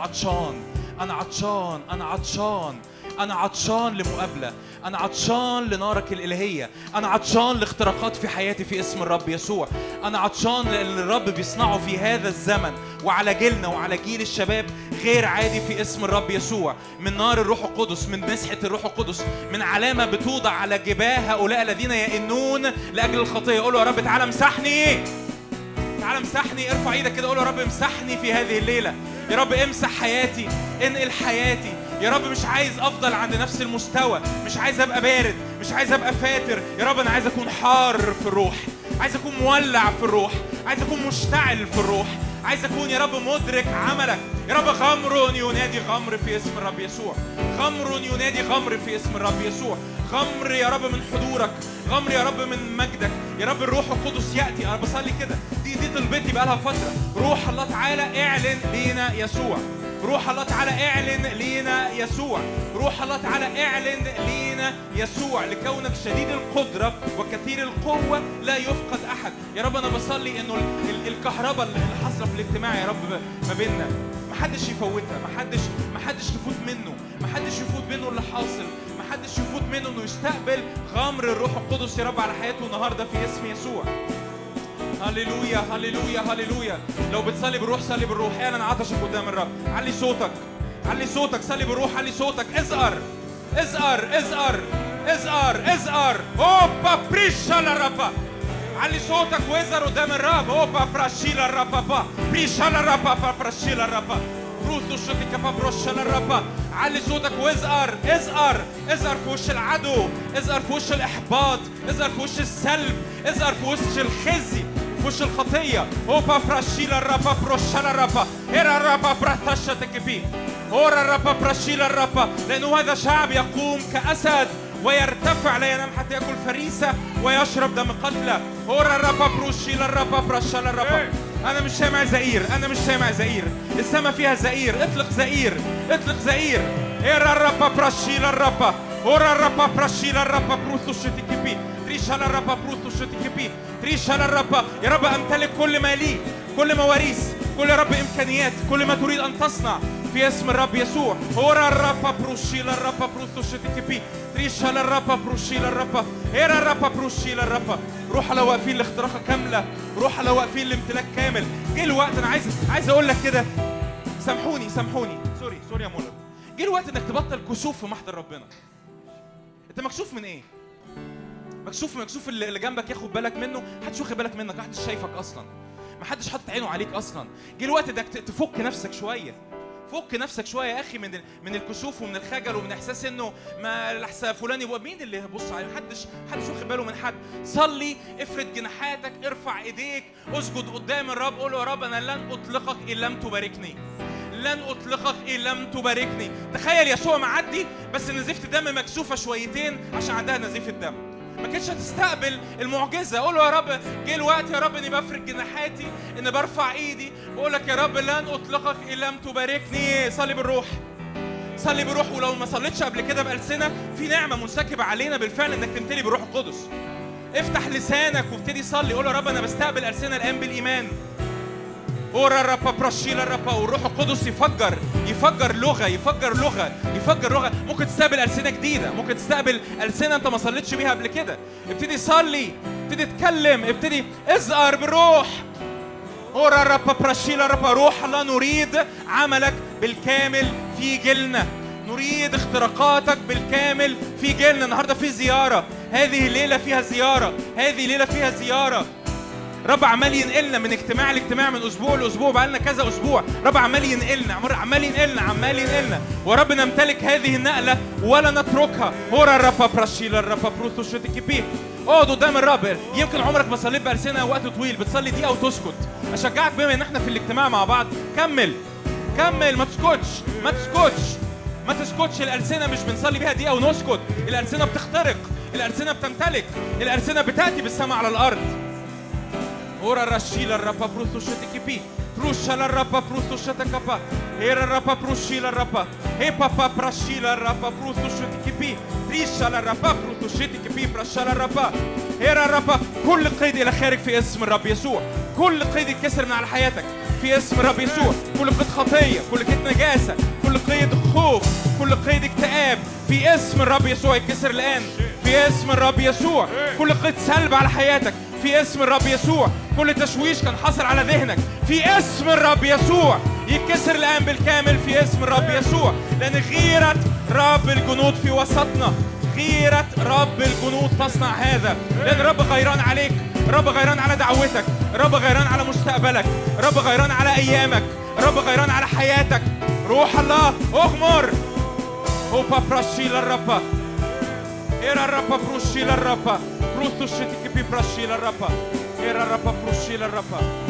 انا عطشان لمقابله، انا عطشان لنارك الالهيه، انا عطشان لاختراقات في حياتي في اسم الرب يسوع. انا عطشان لان الرب بيصنعه في هذا الزمن وعلى جيلنا وعلى جيل الشباب غير عادي في اسم الرب يسوع. من نار الروح القدس، من مسحه الروح القدس، من علامه بتوضع على جباه هؤلاء الذين يئنون لاجل الخطيه. قولوا يا رب تعالى امسحني، تعالى امسحني. ارفع ايدك كده، قول يا رب امسحني في هذه الليله. يا رب امسح حياتي، انقل حياتي. يا رب مش عايز افضل عند نفس المستوى، مش عايز ابقى بارد، مش عايز ابقى فاتر. يا رب انا عايز اكون حار في الروح، عايز اكون مولع في الروح، عايز اكون مشتعل في الروح، عايز اكون يا رب مدرك عملك. يا رب غمر ينادي غمر في اسم الرب يسوع، غمر ينادي غمر في اسم الرب يسوع. غمر يا رب من حضورك، غمر يا رب من مجدك. يا رب الروح القدس يأتي. أنا بصلي كده، دي طلبتي بقالها فترة. روح الله تعالى اعلن لينا يسوع، روح الله تعالى اعلن لينا يسوع، روح الله تعالى اعلن لينا يسوع. لكونك شديد القدرة وكثير القوة لا يفقد أحد. يا رب أنا بصلي إنه الكهرباء اللي حاصلة في الاجتماع يا رب ما بيننا محدش يفوتها، محدش يفوت منه، محدش يفوت منه اللي حاصل، محدش يفوت منه إنه يستقبل غمر الروح القدس يا رب على حياته النهاردة في اسم يسوع. هللويا هللويا هللويا. لو بتصلي بالروح صلي بالروح، اعلن عطشك قدام الرب. علي صوتك، علي صوتك، صلي بالروح، علي صوتك. ازقر ازقر ازقر ازقر ازقر. اوبا بريشا للرب. علي صوتك وازقر قدام الرب. اوبا براشيلا الرب، بريشا للرب، براشيلا الرب، روثو شتك ببرش للرب. علي صوتك وازقر، ازقر ازقر في وش العدو، ازقر في وش الاحباط، ازقر في وش السلب، ازقر في وش الخزي، وش الخطية. اوبا براشيلا الرب، بروشالا الرب، هيرا الرب براتشتك بي، هورا الرب براشيلا الرب. لأنه هذا شعب يقوم كأسد ويرتفع، لا ينام حتى يأكل فريسة ويشرب دم قتلى. هورا الرب بروشيلا الرب، براشالا الرب. أنا مش سامع زئير، أنا مش سامع زئير. السماء فيها زئير، اطلق زئير، اطلق زئير. هيرا الرب براشيلا الرب، هورا الرب براشيلا الرب، بروثوشتك بي، تريشالا الرب، بروثوشتك بي، تريشالا الرب. يا رب أمتلك كل ما لي، كل مواريث، كل يا رب إمكانيات، كل ما تريد أن تصنع في اسم الرب يسوع. هورا الرب بروشيلا الرب، بروثوشتك بي، تريشالا الرب، بروشيلا الرب، هيرا الرب بروشيلا الرب. روح على واقفين لاختراقة كاملة، روح على واقفين لامتلاك كامل. جه الوقت، أنا عايز أقول لك كده، سامحوني سوري يا مولر. جه الوقت إنك تبطل كسوف في محضر ربنا. أنت مكسوف من إيه؟ مكسوف اللي جنبك ياخد بالك منه. محدش واخد بالك منك، محدش شايفك اصلا، محدش حاطط عينه عليك اصلا. جه الوقت انك تفك نفسك شويه، فك نفسك شويه يا اخي من الكسوف ومن الخجل ومن احساس انه ما لحسن فلان يبقى مين اللي هيبص عليه. محدش واخد باله من حد. صلي، افرد جناحاتك، ارفع ايديك، اسجد قدام الرب، قول له يا رب انا لن اطلقك ان لم تباركني، لن اطلقك ان لم تباركني. تخيل يسوع معدي بس نزيفة دم مكسوفه شويتين عشان عندها نزيفة دم. ما كنتش هتستقبل المعجزة. قول له يا رب جه الوقت يا رب اني بفرد جناحاتي، اني برفع ايدي بقول لك يا رب لن اطلقك ان لم تباركني. صلي بالروح، صلي بالروح. ولو ما صليتش قبل كده بألسنة، في نعمة منسكبة علينا بالفعل انك تمتلي بالروح القدس. افتح لسانك وابتدي صلي، قول يا رب انا بستقبل ألسنة الآن بالإيمان. اورا رابا براشيلا رابا، والروح القدس يفجر لغة. ممكن تستقبل ألسنة جديدة، ممكن تستقبل ألسنة انت ما صليتش بيها قبل كده. ابتدي صلي، ابتدي اتكلم، ابتدي ازقر بالروح. اورا رابا براشيلا رابا. روح الله نريد عملك بالكامل في جيلنا، نريد اختراقاتك بالكامل في جيلنا. النهارده في زيارة، هذه الليلة فيها زيارة، هذه الليلة فيها زيارة. رب عمال ينقلنا من اجتماع لاجتماع، من اسبوع لاسبوع، بقالنا كذا اسبوع. رب عمال ينقلنا، عمال ينقلنا، ورب نمتلك هذه النقله ولا نتركها. هورا الرب براشيلا الرب بروثو شتكبي. اقعد قدام الرب. يمكن عمرك ما صليت بألسنة وقت طويل، بتصلي دقيقه وتسكت. اشجعك بما ان احنا في الاجتماع مع بعض، كمل، ما تسكتش. الألسنة مش بنصلي بيها دقيقه ونسكت، الألسنة بتخترق، الألسنة بتمتلك، الألسنة بتاتي بالسماء على الارض. ورا راشيلا الرابا بروثو شتكبي. بروشالا الرابا بروثو شتكبا. هيرا الرابا بروشيلا الرابا. هي بابا براشيلا الرابا بروثو شتكبي. بريشالا الرابا بروثو شتكبي. براشالا الرابا. هيرا الرابا. كل قيد إلى خارج في اسم الرب يسوع. كل قيد يتكسر من على حياتك في اسم الرب يسوع. كل قيد خطية، كل قيد نجاسة، كل قيد خوف، كل قيد اكتئاب في اسم الرب يسوع يتكسر الآن في اسم الرب يسوع. كل قيد سلب على حياتك في اسم الرب يسوع. كل تشويش كان حاصل على ذهنك في اسم الرب يسوع يتكسر الآن بالكامل في اسم الرب يسوع. لأن غيرة رب الجنود في وسطنا، غيرة رب الجنود تصنع هذا. لأن رب غيران عليك، رب غيران على دعوتك، رب غيران على مستقبلك، رب غيران على أيامك، رب غيران على حياتك. روح الله اغمر. هوبا براشيلا الرب. إيرا الرب بروشيلا الرب. بروثو شتكبي براشيلا الرب. إيرا الرب بروشيلا الرب.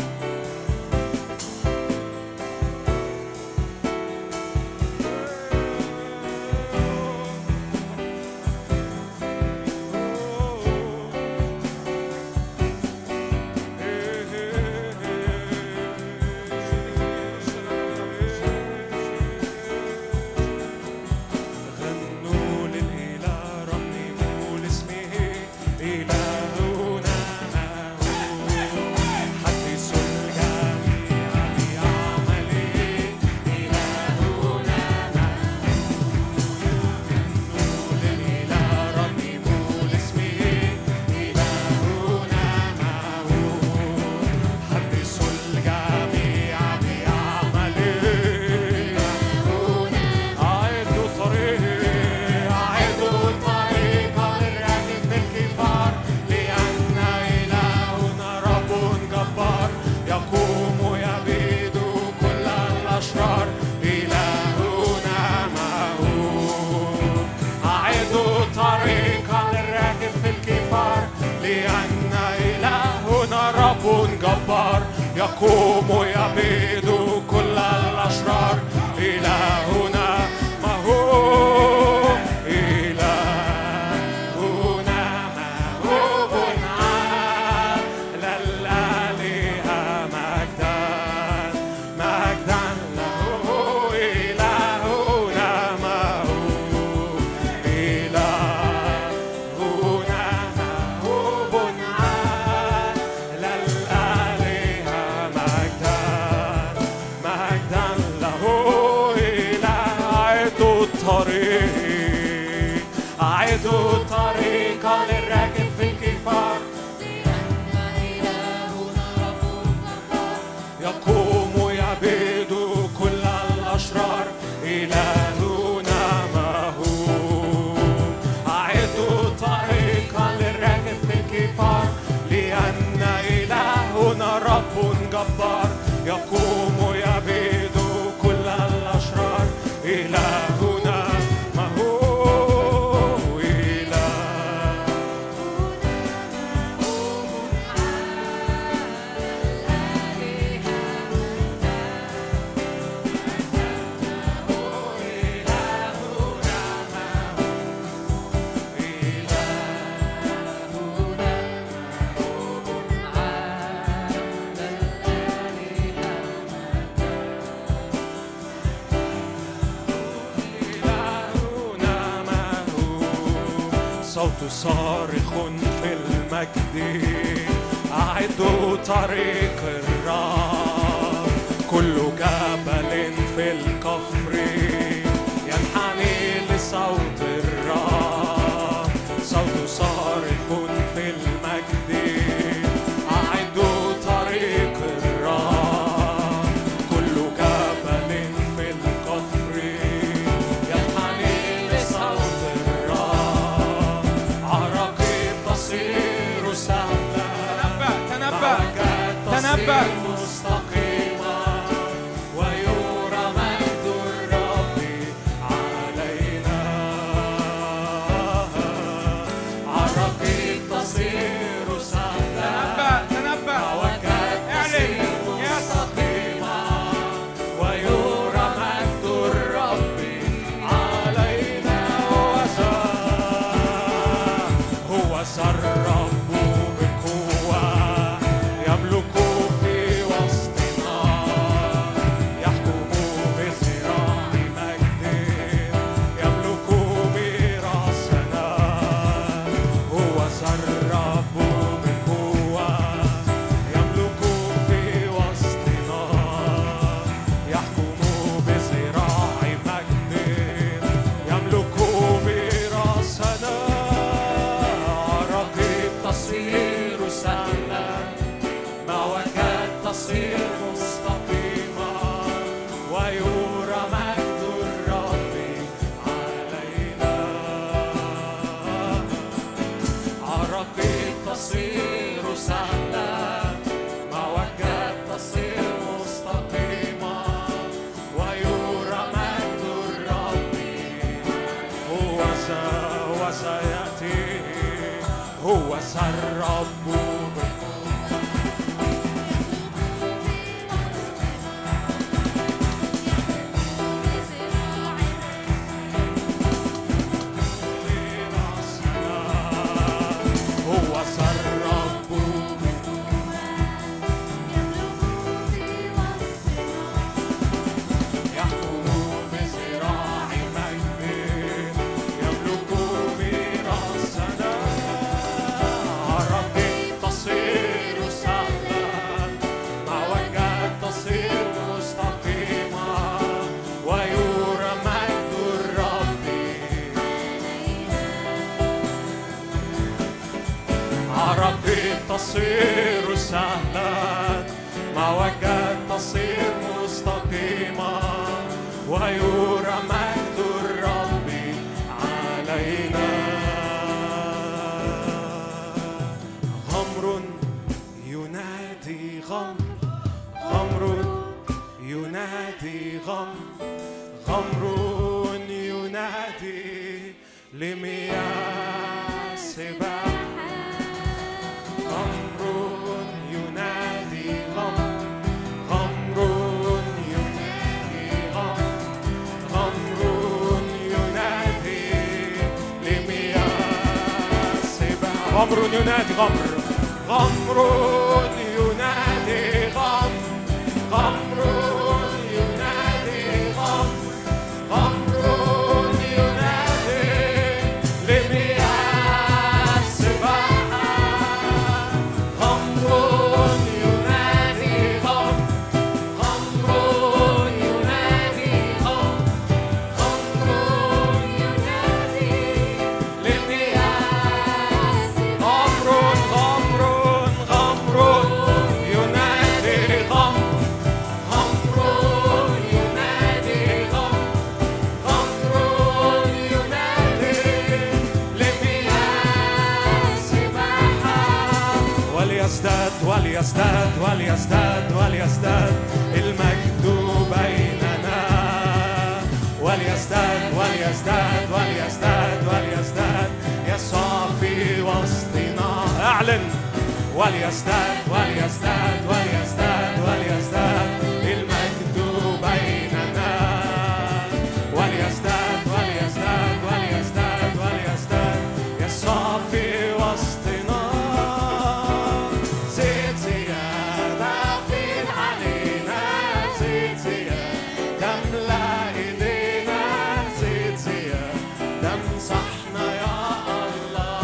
جبار يقوم يبيد كل الأشرار. إلهنا ما هو، إلهنا موهوب على الآلهة مجدا مجدا له. إلهنا ما هو، إلهنا موهوب على الآلهة مجدا مجدا له. أعدوا الطريق للراكب في الكفار، يقوم يبيد كل الأشرار. إلهنا ما هو، أعدوا الطريق للراكب في الكفار، لأن إلهنا رب جبار يقوم يبيد كل الأشرار. إلهنا ما هو، إلهنا صوت صارخ في المجد أعدوا طريق الرب كل جبل في الكفر ينحني لصوت الرب صوت صارخ في المجد أعدوا طريق الرب كل جبل في الكفر ينحني لصوت الرب عراقيب تصير سهلة تنبأ مستقيمة ويرى مجد الرب علينا عراقيب تصير سهلة تصير مستقيمة ويرى مجد الرب علينا هو الرب بقوة يملك في وسطنا يحكم بذراع مجد يملك ميراثنا هو الرب بقوة يملك في وسطنا يحكم بذراع مجد يملك ميراثنا عراقيب تصير سهلة معوجات تصير مستقيمة ويرى مجد الرب علينا عراقيب تصير سهلة معوجات تصير مستقيمة ويرى مجد الرب هو سيأتي هو الرب هو الرب يحكم بذراع مجد يملك ميراثنا عراقيب تصير سهلة معوجات تصير مستقيمة ويرى مجد الرب عراقيب تصير سهلة معوجات تصير مستقيمة ويرى مجد الرب علينا غمر ينادي غمر ينادي غمر ينادي لمياه سباحة غمر ينادي غمر ينادي غمر ينادي لمياه سباحة غمر ينادي غمر ينادي غمر ينادي غمر ينادي لمياه سباحة غمر ينادي غمر ينادي غمر ينادي لمياه غمر ينادي وليزداد المجد بيننا وليزداد يسوع في وسطنا اعلن وليزداد المجد بيننا وليزداد يسوع في وسطنا زيد زيادة فين علينا زيد زيادة تملأ ايدينا زيد زيادة تمسحنا يا الله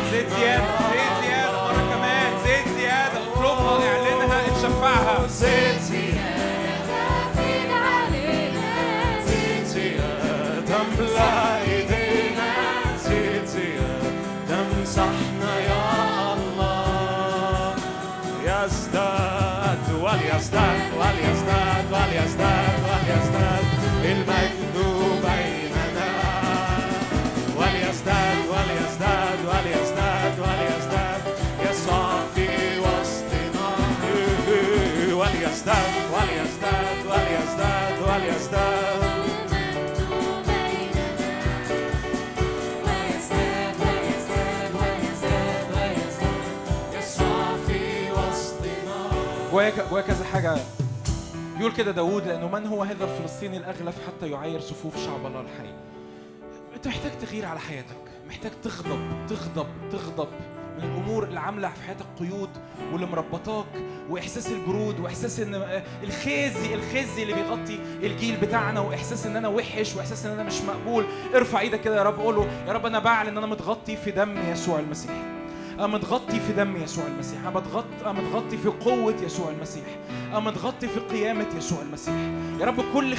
زيت زيادة، زيت زيادة مرة كمان، زيت زيادة. اطلبها، اعلنها، اتشفعها. زيت زيادة فينا علينا، زيت زيادة املأ ايدينا، زيت زيادة امسحنا يا الله. يزداد وليزداد وليزداد وليزداد وليزداد المجد بيننا، وليزداد وليزداد وليزداد وليزداد يسوع في وسطنا، وليزداد وليزداد وليزداد وليزداد جوايا كذا حاجة. بيقول كده داود: لأنه من هو هذا الفلسطيني الأغلف حتى يعاير صفوف شعب الله الحي. أنت محتاج تغير على حياتك، محتاج تغضب من الأمور اللي عاملة في حياتك قيود واللي مربطاك، وإحساس البرود، وإحساس إن الخزي اللي بيغطي الجيل بتاعنا، وإحساس إن أنا وحش، وإحساس إن أنا مش مقبول. ارفع إيدك كده يا رب، قول له: يا رب أنا بعلن إن أنا متغطي في دم يسوع المسيح، أنا متغطي في دم يسوع المسيح، أنا متغطي في قوة يسوع المسيح، أنا متغطي في قيامة يسوع المسيح. يا رب كل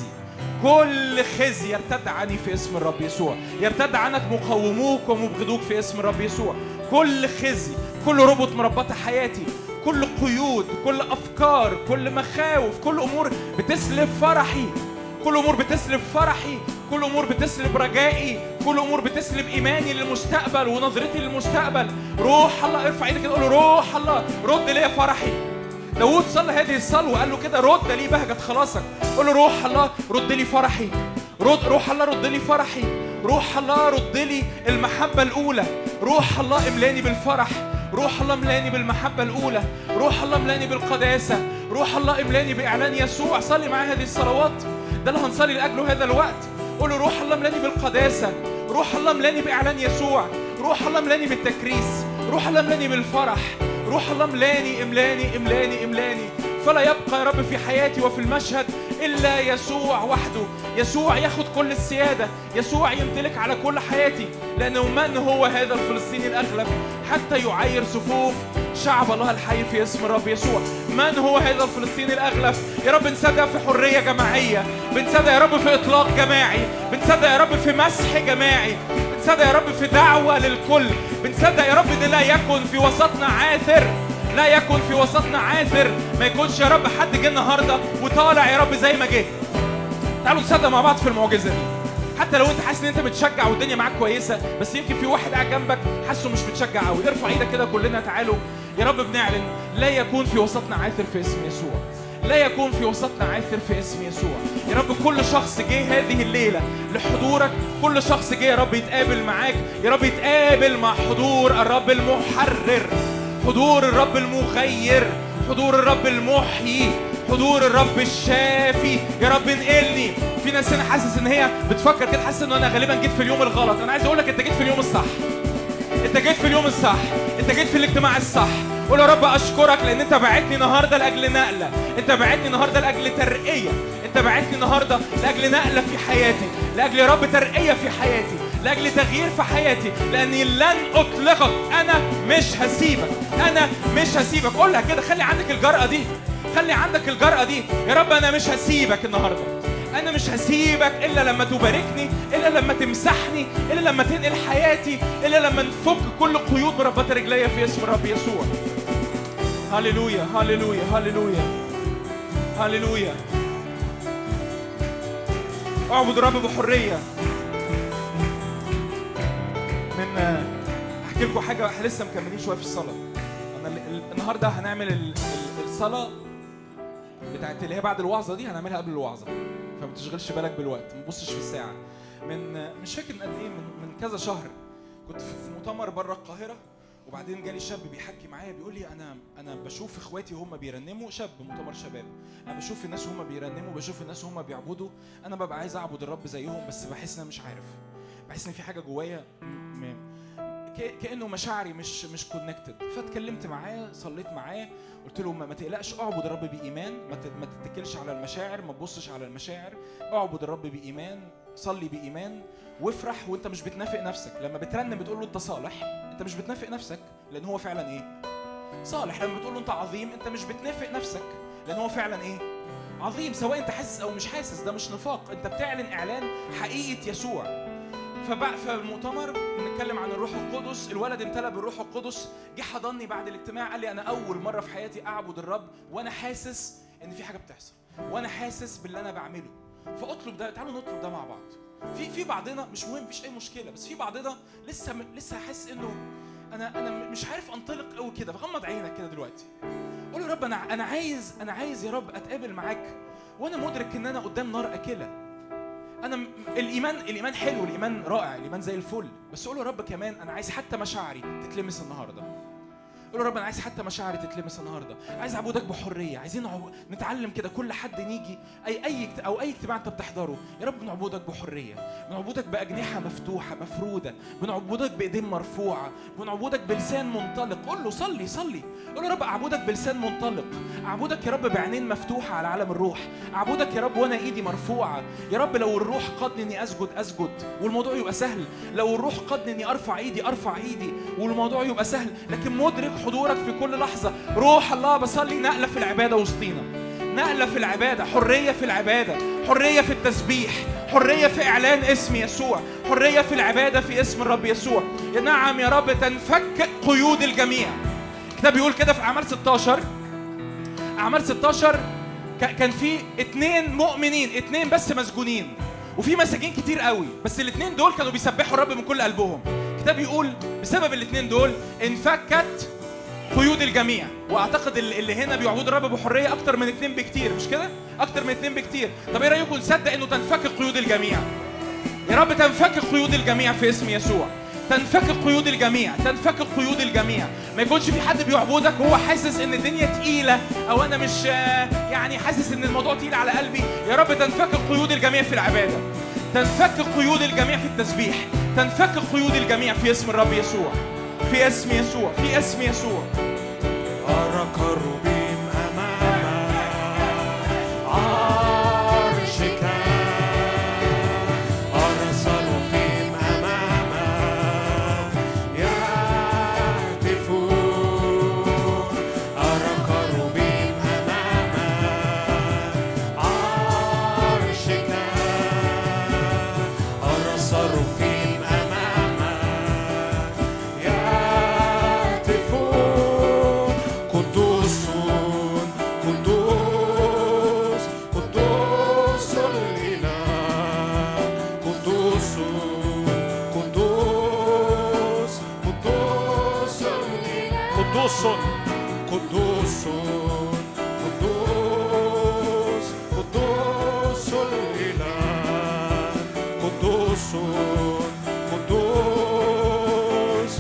خزي يرتد عني في اسم الرب يسوع، يرتد عنك مقاوموك ومبغضوك في اسم الرب يسوع. كل خزي، كل ربط مربطة حياتي، كل قيود، كل أفكار، كل مخاوف، كل أمور بتسلب فرحي، كل أمور بتسلب فرحي، كل أمور بتسلب رجائي، كل أمور بتسلب إيماني للمستقبل ونظرتي للمستقبل. روح الله، ارفع ايدك كده، قول له: روح الله رد لي فرحي. داود صلى هذه الصلوة، قال له كده: رد لي بهجة خلاصك. قول له: روح الله رد لي فرحي، روح الله رد لي فرحي، روح الله رد لي المحبة الأولى، روح الله املاني بالفرح، روح الله املاني بالمحبة الأولى، روح الله املاني بالقداسة، روح الله املاني بإعلان يسوع. صلي معايا هذه الصلوات، ده اللي هنصلي لأجله هذا الوقت. قول له: روح الله املاني بالقداسة، روح الله املاني بإعلان يسوع، روح الله املاني بالتكريس، روح الله املاني بالفرح، روح الله املاني املاني املاني املاني. فلا يبقى يا رب في حياتي وفي المشهد إلا يسوع وحده. يسوع ياخد كل السيادة، يسوع يمتلك على كل حياتي. لأنه من هو هذا الفلسطيني الأغلب حتى يعاير صفوف شعب الله الحي في اسم الرب يسوع؟ من هو هذا الفلسطيني الأغلب؟ يا رب نصدق في حرية جماعية، بنصدق يا رب في إطلاق جماعي، بنصدق يا رب في مسح جماعي، بنصدق يا رب في دعوة للكل، بنصدق يا رب إن لا يكن في وسطنا عاثر، لا يكن في وسطنا عاثر. ما يكونش يا رب حد جه النهارده وطالع يا رب زي ما جه. تعالوا نصدق مع بعض في المعجزة دي. حتى لو انت حاسس ان انت متشجع والدنيا معاك كويسة، بس يمكن في واحد قاعد جنبك حاسه مش متشجع قوي. ارفع ايدك كده كلنا، تعالوا يا رب بنعلن: لا يكون في وسطنا عاثر في اسم يسوع، لا يكون في وسطنا عاثر في اسم يسوع. يا رب كل شخص جه هذه الليلة لحضورك، كل شخص جه يا رب يتقابل معاك، يا رب يتقابل مع حضور الرب المحرر، حضور الرب المغير، حضور الرب المحيي، حضور الرب الشافي. يا رب انقلني. في ناس هنا حاسس ان هي بتفكر كده، حاسس ان انا غالبا جيت في اليوم الغلط. انا عايز اقول لك انت جيت في اليوم الصح، انت جيت في اليوم الصح، انت جيت في الاجتماع الصح. قول يا رب اشكرك لان انت بعتني النهارده لاجل نقله، انت بعتني النهارده لاجل ترقيه، انت بعتني النهارده لاجل نقله في حياتي، لاجل يا رب ترقيه في حياتي، لاجل تغيير في حياتي، لاني لن اطلقك. انا مش هسيبك، انا مش هسيبك. قولها كده، خلي عندك الجرأة دي، خلي عندك الجرأة دي. يا رب انا مش هسيبك النهارده، انا مش هسيبك الا لما تباركني، الا لما تمسحني، الا لما تنقل حياتي، الا لما نفك كل قيود مربطه رجليا في اسم الرب يسوع. هاليلويا هاليلويا هاليلويا هاليلويا. اعبد الرب بحريه. احكي لكم حاجه، احنا لسه مكملين شويه في الصلاه. انا النهارده هنعمل الصلاه بتاعت اللي هي بعد الوعظه دي، هنعملها قبل الوعظه، فما تشغلش بالك بالوقت، ما تبصش في الساعه. مش فاكر من قد ايه، من كذا شهر كنت في مؤتمر بره القاهره، وبعدين جالي شاب بيحكي معايا بيقول لي انا بشوف اخواتي هم بيرنموا، شاب مؤتمر شباب، انا بشوف الناس هم بيرنموا، بشوف الناس هم بيعبدوا، انا ببقى عايز اعبد الرب زيهم، بس بحس ان انا مش عارف، بحس ان في حاجه جوايا كانه مشاعري مش كونكتد. فاتكلمت معاه، صليت معاه، قلت له ما تقلقش، اعبد الرب بايمان، ما تتكلش على المشاعر، ما تبصش على المشاعر، اعبد الرب بايمان، صلي بايمان، وافرح وانت مش بتنافق نفسك. لما بترنم بتقول له انت صالح، انت مش بتنافق نفسك، لان هو فعلا ايه؟ صالح. لما بتقول له انت عظيم، انت مش بتنافق نفسك، لان هو فعلا ايه؟ عظيم. سواء انت حاسس او مش حاسس، ده مش نفاق، انت بتعلن اعلان حقيقة يسوع. في المؤتمر بنتكلم عن الروح القدس، الولد امتلأ بالروح القدس، جه حضني بعد الاجتماع قال لي انا اول مرة في حياتي اعبد الرب وانا حاسس ان في حاجة بتحصل، وانا حاسس باللي انا بعمله. فاطلب ده، تعالوا نطلب ده مع بعض. في بعضنا مش مهم، مفيش اي مشكلة، بس في بعضنا لسه حاسس انه انا مش عارف انطلق قوي كده. فغمض عينك كده دلوقتي، قول له يا رب انا عايز يا رب اتقابل معاك وانا مدرك ان انا قدام نار اكله. انا الايمان حلو، الايمان رائع، الايمان زي الفل، بس قول له يا رب كمان انا عايز حتى مشاعري تتلمس النهارده. قول له يا رب انا عايز حتى مشاعري تتلمس النهارده، عايز اعبدك بحريه. عايزين نتعلم كده كل حد نيجي اي اجتماع انت بتحضره، يا رب بنعبدك بحريه، بنعبدك باجنحه مفتوحه مفروده، بنعبدك بايدين مرفوعه، بنعبدك بلسان منطلق. قول له صلي قول له يا رب اعبدك بلسان منطلق، اعبدك يا رب بعينين مفتوحه على عالم الروح، اعبدك يا رب وانا ايدي مرفوعه. يا رب لو الروح قادني اني اسجد والموضوع يبقى سهل، لو الروح قادني اني ارفع ايدي والموضوع يبقى سهل، لكن مدرك حضورك في كل لحظة. روح الله بصلي نقلة في العبادة وسطينا، نقلة في العبادة، حرية في العبادة، حرية في التسبيح، حرية في إعلان اسم يسوع، حرية في العبادة في اسم الرب يسوع. نعم يا رب تنفك قيود الجميع. الكتاب بيقول كده في أعمال 16 كان في 2 مؤمنين، 2 بس مسجونين، وفي مساجين كتير قوي، بس ال2 دول كانوا بيسبحوا الرب من كل قلبهم. الكتاب بيقول بسبب ال2 دول انفكت قيود الجميع. واعتقد اللي هنا بيعبدوا الرب بحريه اكتر من 2 بكتير، مش كده؟ اكتر من 2 بكتير. طب ايه رايكم نصدق انه تنفك قيود الجميع؟ يا رب تنفك قيود الجميع في اسم يسوع، تنفك قيود الجميع، تنفك قيود الجميع. ما يكونش في حد بيعبدك وهو حاسس ان الدنيا تقيله، او انا مش يعني حاسس ان الموضوع تقيل على قلبي. يا رب تنفك قيود الجميع في العباده، تنفك قيود الجميع في التسبيح، تنفك قيود الجميع في اسم الرب يسوع، في اسم يسوع، في اسم يسوع. أرى كروبيم أمام عرشك، أرى صلوخيم أمام يهتفون، أرى كروبيم أمام عرشك، أرى صلوخيم أمام يهتفون. قدوس قدوس قدوس الإله، قدوس قدوس قدوس الإله، قدوس قدوس قدوس قدوس الإله، قدوس قدوس.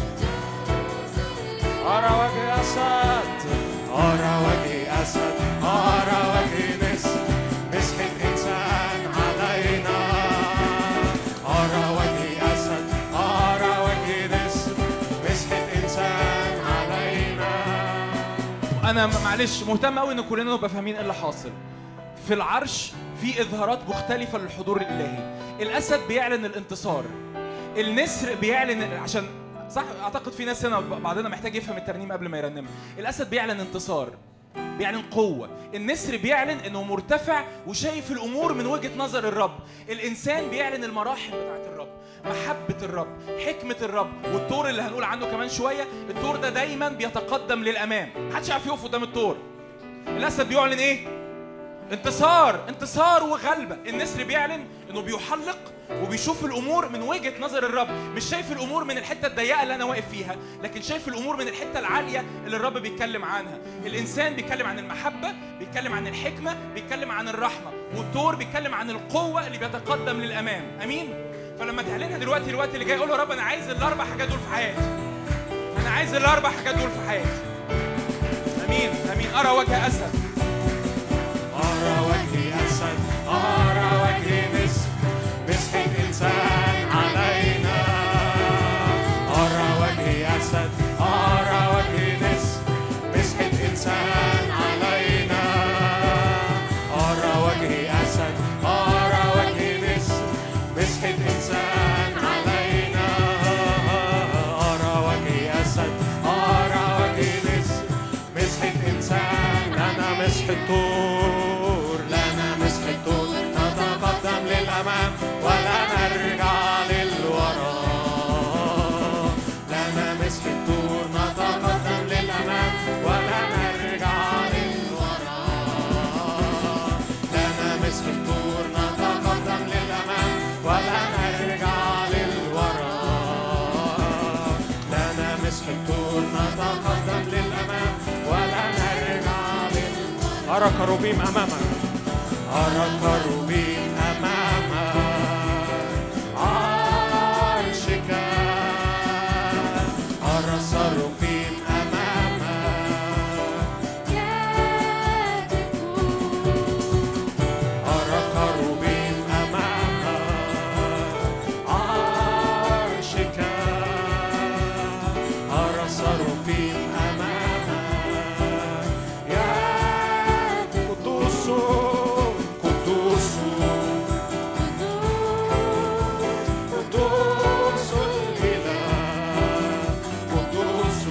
أرى وجه أسد، أرى وجه أسد، أرى وجه نسر، مسحة إنسان علينا. أرى وجه أسد، أرى وجه نسر، مسحة إنسان علينا. انا معلش مهتم قوي ان كلنا نبقى فاهمين ايه اللي حاصل في العرش. في اظهارات مختلفه للحضور الالهي. الاسد بيعلن الانتصار، النسر بيعلن، عشان صح اعتقد في ناس هنا بعضنا محتاج يفهم الترنيم قبل ما يرنم. الاسد بيعلن انتصار، بيعلن قوه. النسر بيعلن انه مرتفع وشايف الامور من وجهه نظر الرب. الانسان بيعلن المراحل بتاعت الرب، محبه الرب، حكمه الرب. والطور اللي هنقول عنه كمان شويه، الطور ده دايما بيتقدم للامام، محدش يعرف يقف قدام الطور. الاسد بيعلن ايه؟ انتصار وغلبه. النسر بيعلن انه بيحلق وبيشوف الامور من وجهه نظر الرب، مش شايف الامور من الحته الضيقه اللي انا واقف فيها، لكن شايف الامور من الحته العاليه اللي الرب بيتكلم عنها. الانسان بيتكلم عن المحبه، بيتكلم عن الحكمه، بيتكلم عن الرحمه، والطور بيتكلم عن القوه اللي بيتقدم للامام. امين. فلما تعلنها دلوقتي الوقت اللي جاي، قول له يا رب انا عايز ال4 حاجات دول في حياتي، انا عايز ال4 حاجات دول في حياتي. امين امين. ارى وجه اسد، أرى وجه أسد، أرى وجه نسر، مسحة إنسان علينا. أرى وجه أسد، أرى وجه نسر، مسحة إنسان علينا. أرى وجه أسد، أرى وجه نسر، مسحة إنسان علينا. أرى وجه نتقدم للأمام ولا نرجع أرى كروبيم أمامك، أرى كروبيم أمامك عرشك، أرى سرافيم أمامك أرى كروبيم أمامك عرشك، أرى سرافيم أمامك يا قدوس قدوس قدوس الإله، قدوس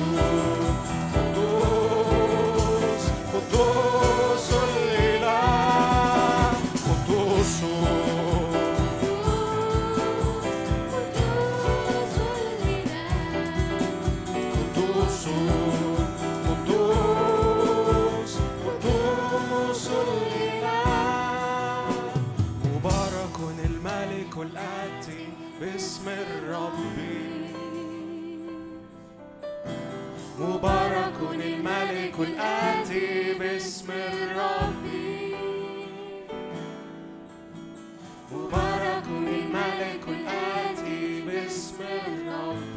قدوس قدوس الإله، قدوس قدوس قدوس قدوس الإله. مبارك الملك الآتي باسم الرب، مبارك الملك الآتي باسم الرب، مبارك الملك الآتي باسم الرب،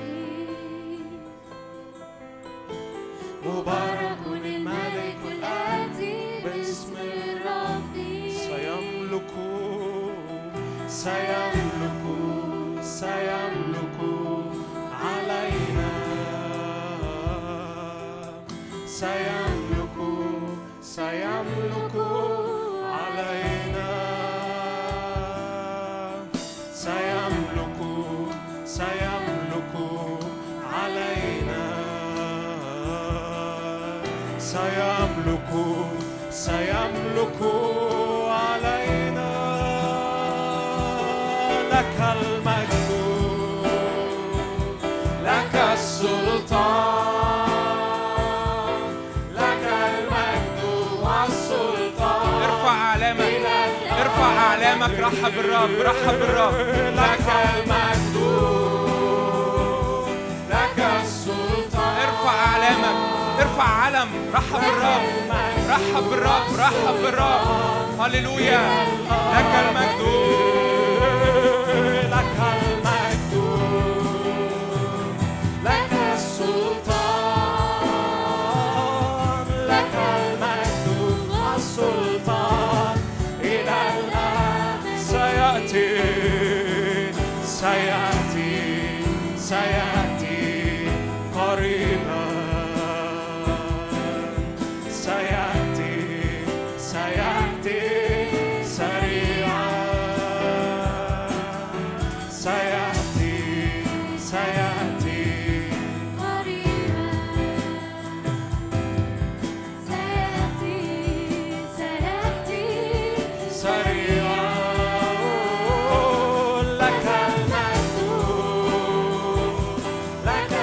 مبارك الملك الآتي باسم الرب. سيملك سيملك سيملك علينا، سيملك سيملك علينا، سيملك سيملك علينا، سيملك سيملك علينا. لك المجد لك السلطان، لك المجد والسلطان. ارفع أعلامك، ارفع أعلامك، رحب الرب، رحب الرب. لك المجد لك السلطان. ارفع أعلامك، ارفع علم، رحب الرب، رحب الرب، رحب الرب. هللويا. لك المجد لك المجد لك السلطان، لك المجد والسلطان إلى الآن. سيأتي سيأتي سيأتي قريبا، سيأتي سيأتي سريعا، سيأتي سيأتي قريبا، سيأتي سيأتي سريعا. لك المجد لك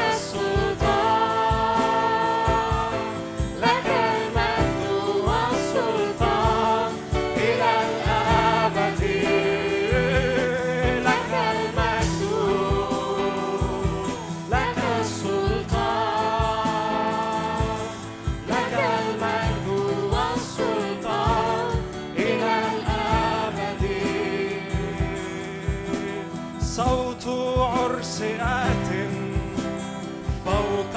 السلطان، لك المجد والسلطان إلى الأبد. لك المجد لك السلطان، لك المجد والسلطان إلى الأبد. صوت عرس آت فوق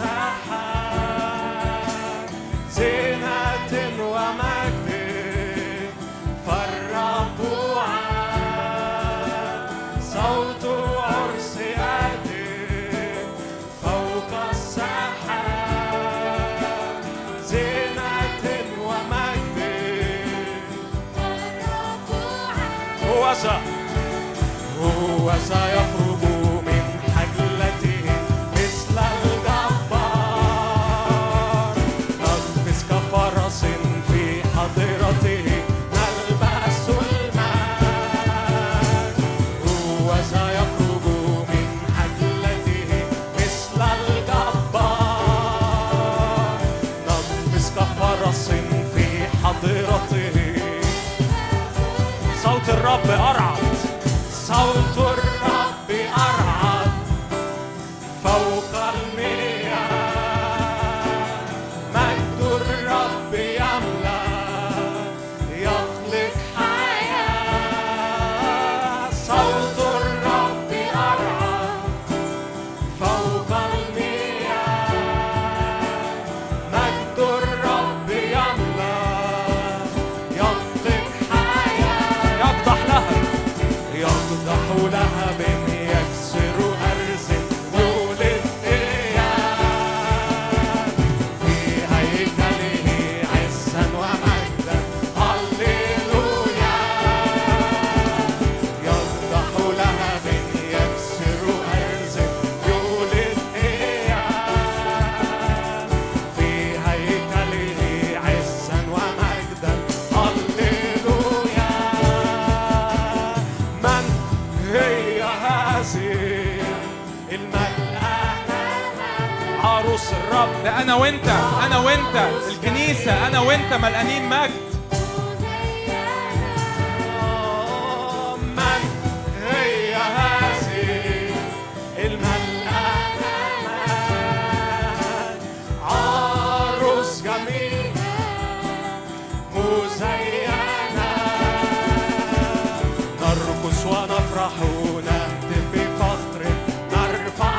السحاب، زينة ومجد فالرب عاد. صوت عرس آت فوق السحاب، زينة ومجد فالرب عاد. هو سيخرج من حجلته مثل الجبار، نغمس كفرس في حضرته نلبس المجد. هو سيخرج من حجلته مثل الجبار، نغمس كفرس في حضرته. صوت الرب أرعد، صوت الرب أرعد فوق المياه، عروس الرب. ده أنا وأنت، أنا وأنت الكنيسة، أنا وأنت ملقانين مجد. من هي هذه الملأة عروس جميلة مزينة، نرقص ونفرح ونهتف بفخر نرفع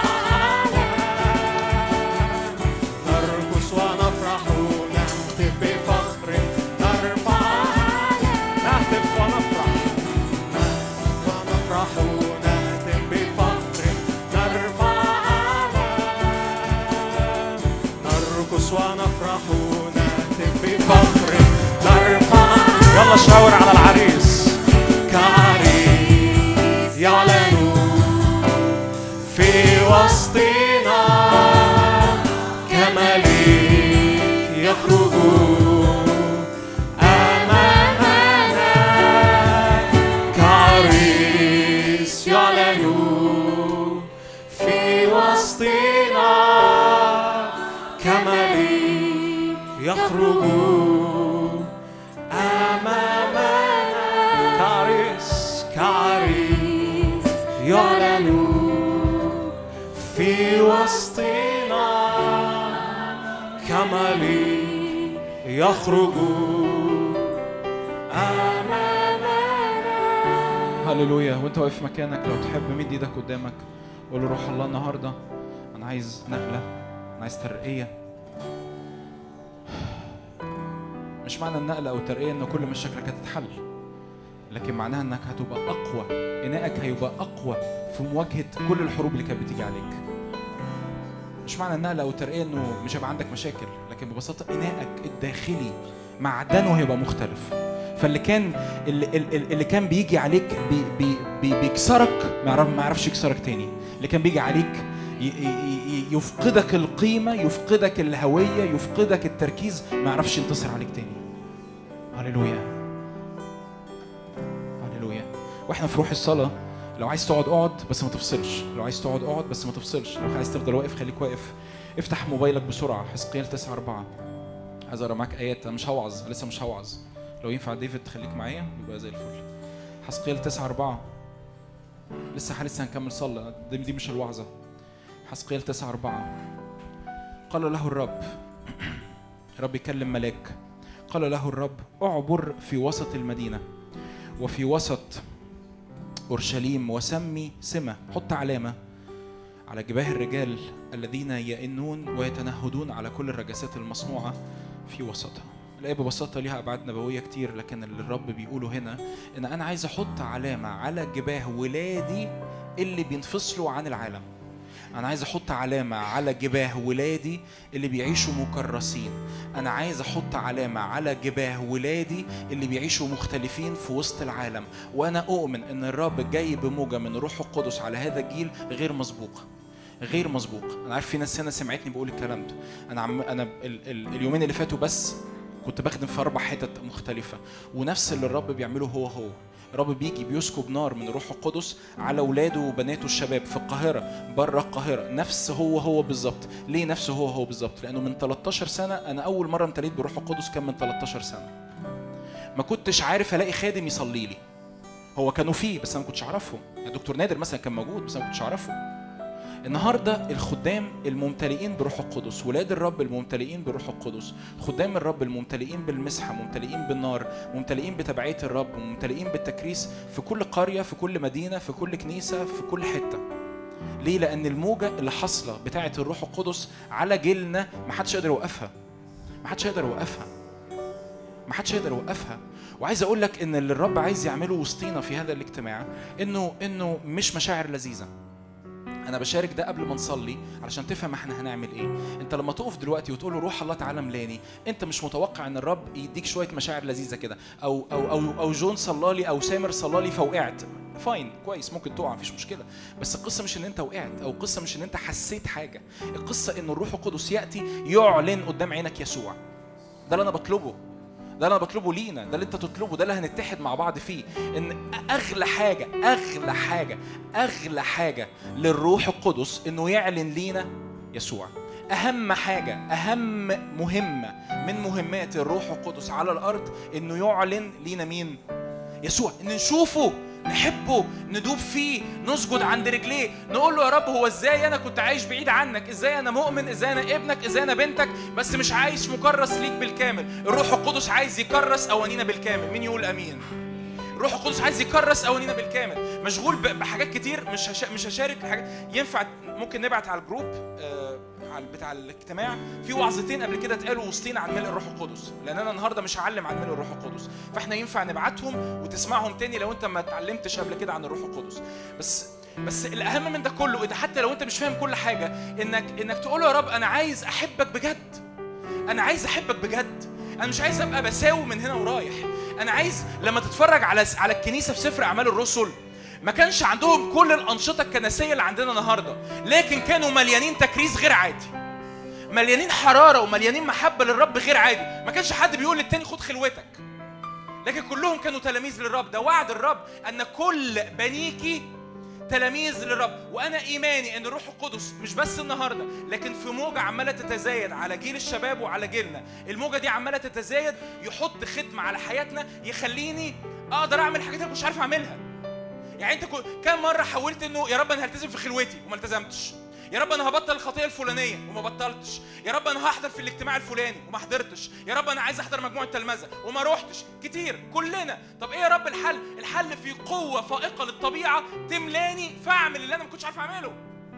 نرقص ونفرح ونهتف بفخر نرفع نهتف ونفرح ونفرح ونهتف بفخر نرفع نرقص ونفرح ونهتف بفخر نرفع. يلا شاور على العريس. كعريس يعلن في وسطنا، كملك يخرج أمامنا، كعريس يعلن في وسطنا، كملك يخرج أمامنا، كعريس كعريس يعلن في وسطنا، كملك يخرج أمامنا. هللويا. وانت واقف مكانك لو تحب مد ايدك قدامك قول له روح الله النهارده انا عايز نقله، انا عايز ترقيه. مش معنى النقله او الترقيه ان كل مشاكلك هتتحل، لكن معناها انك هتبقى اقوى، انائك هيبقى اقوى في مواجهه كل الحروب اللي كانت بتيجي عليك. مش معنى النقله او الترقيه انه مش هيبقى عندك مشاكل، لكن ببساطه انائك الداخلي معدنه هيبقى مختلف. فاللي كان اللي كان بيجي عليك بيكسرك ما يعرفش يكسرك تاني. اللي كان بيجي عليك يفقدك القيمة، يفقدك الهوية، يفقدك التركيز، ما يعرفش ينتصر عليك تاني. هللويا هللويا. واحنا في روح الصلاة لو عايز تقعد اقعد بس ما تفصلش، لو عايز تقعد اقعد بس ما تفصلش، لو عايز تفضل واقف خليك واقف. افتح موبايلك بسرعة حزقيال 9:4. عايز اقرا معاك ايات. انا مش هوعظ، لسه مش هوعظ. لو ينفع ديفيد تخليك معايا يبقى زي الفل. حزقيال 9:4. لسه هنكمل صلاة، دي مش الوعظة. حزقيال 9:4. قال له الرب، رب يكلم ملاك، قال له الرب اعبر في وسط المدينة وفي وسط أورشليم وسمي سمة، حط علامة على جباه الرجال الذين يئنون ويتنهدون على كل الرجسات المصنوعة في وسطها. الآية ببساطة ليها أبعاد نبوية كتير، لكن اللي الرب بيقوله هنا إن أنا عايز أحط علامة على جباه ولادي اللي بينفصلوا عن العالم. أنا عايز أحط علامة على جباه ولادي اللي بيعيشوا مكرسين. أنا عايز أحط علامة على جباه ولادي اللي بيعيشوا مختلفين في وسط العالم. وأنا أؤمن إن الرب جاي بموجة من روح القدس على هذا الجيل غير مسبوق، غير مسبوق. أنا عارف في ناس هنا سمعتني بقول الكلام ده. أنا اليومين اللي فاتوا بس كنت بخدم في 4 حتت مختلفة، ونفس اللي الرب بيعمله هو الرب بيجي بيسكب نار من روح القدس على أولاده وبناته الشباب في القاهرة بره القاهرة. نفس هو بالظبط. ليه نفس هو بالظبط؟ لأنه من 13 سنة أنا أول مرة امتليت بروح القدس كان من 13 سنة. ما كنتش عارف ألاقي خادم يصلي لي. هو كانوا فيه بس أنا ما كنتش أعرفهم. الدكتور نادر مثلا كان موجود بس أنا ما كنتش أعرفه. النهاردة الخدام الممتلئين بروح القدس، ولاد الرب الممتلئين بروح القدس، خدام الرب الممتلئين بالمسحة، ممتلئين بالنار، ممتلئين بتبعية الرب، ممتلئين بالتكريس في كل قرية، في كل مدينة، في كل كنيسة، في كل حتة. ليه؟ لأن الموجة اللي حصلة بتاعة الروح القدس على جيلنا محدش يقدر يوقفها، محدش يقدر يوقفها، محدش يقدر يوقفها. وعايز أقول لك إن اللي الرب عايز يعمله وسطينا في هذا الاجتماع إنه مش مشاعر لذيذة. أنا بشارك ده قبل ما نصلي علشان تفهم إحنا هنعمل إيه. أنت لما تقف دلوقتي وتقول له روح الله تعالى ملاني، أنت مش متوقع إن الرب يديك شوية مشاعر لذيذة كده، أو جون صلالي أو سامر صلالي فوقعت. فاين، كويس، ممكن تقع مفيش مشكلة، بس القصة مش إن أنت وقعت، أو القصة مش إن أنت حسيت حاجة. القصة إن الروح القدس يأتي يعلن قدام عينك يسوع. ده اللي أنا بطلبه، ده اللي أنا بطلبه لينا، ده اللي أنت تطلبه، ده اللي هنتحد مع بعض فيه. إن أغلى حاجة للروح القدس إنه يعلن لينا يسوع. أهم حاجة، أهم مهمة من مهمات الروح القدس على الأرض إنه يعلن لينا مين؟ يسوع. إن نشوفه، نحبه، ندوب فيه، نسجد عند رجليه، نقول له يا رب هو إزاي أنا كنت عايش بعيد عنك، إزاي أنا مؤمن، إزاي أنا ابنك، إزاي أنا بنتك، بس مش عايش مكرس ليك بالكامل. الروح القدس عايز يكرس أوانينا بالكامل. مين يقول أمين؟ الروح القدس عايز يكرس أوانينا بالكامل. مشغول بحاجات كتير، مش هشارك حاجة. ينفع ممكن نبعت على الجروب بتاع الاجتماع في وعظتين قبل كده اتقالوا وسطين عن ملء الروح القدس، لان انا النهارده مش هعلم عن ملء الروح القدس، فاحنا ينفع نبعتهم وتسمعهم تاني لو انت ما اتعلمتش قبل كده عن الروح القدس. بس الاهم من ده كله، اذا حتى لو انت مش فاهم كل حاجه، انك تقول يا رب انا عايز احبك بجد، انا عايز احبك بجد، انا مش عايز ابقى بساوي من هنا ورايح. انا عايز لما تتفرج على الكنيسه في سفر اعمال الرسل، ما كانش عندهم كل الأنشطة الكنسية اللي عندنا النهاردة، لكن كانوا مليانين تكريس غير عادي، مليانين حرارة ومليانين محبة للرب غير عادي. ما كانش حد بيقول للتاني خد خلوتك، لكن كلهم كانوا تلاميذ للرب. ده وعد الرب أن كل بنيكي تلاميذ للرب. وأنا إيماني أن الروح القدس مش بس النهاردة، لكن في موجة عمالة تتزايد على جيل الشباب وعلى جيلنا. الموجة دي عمالة تتزايد، يحط ختم على حياتنا يخليني أقدر أعمل حاجات أنا مش عارف أعملها. يعني انت كم مره حاولت انه يا رب انا هلتزم في خلوتي وما التزمتش، يا رب انا هبطل الخطيه الفلانيه وما بطلتش، يا رب انا هحضر في الاجتماع الفلاني وما حضرتش، يا رب انا عايز احضر مجموعه تلمذه وما روحتش. كتير كلنا. طب ايه يا رب الحل؟ الحل في قوه فائقه للطبيعه تملاني فاعمل اللي انا ما كنتش عارف اعمله.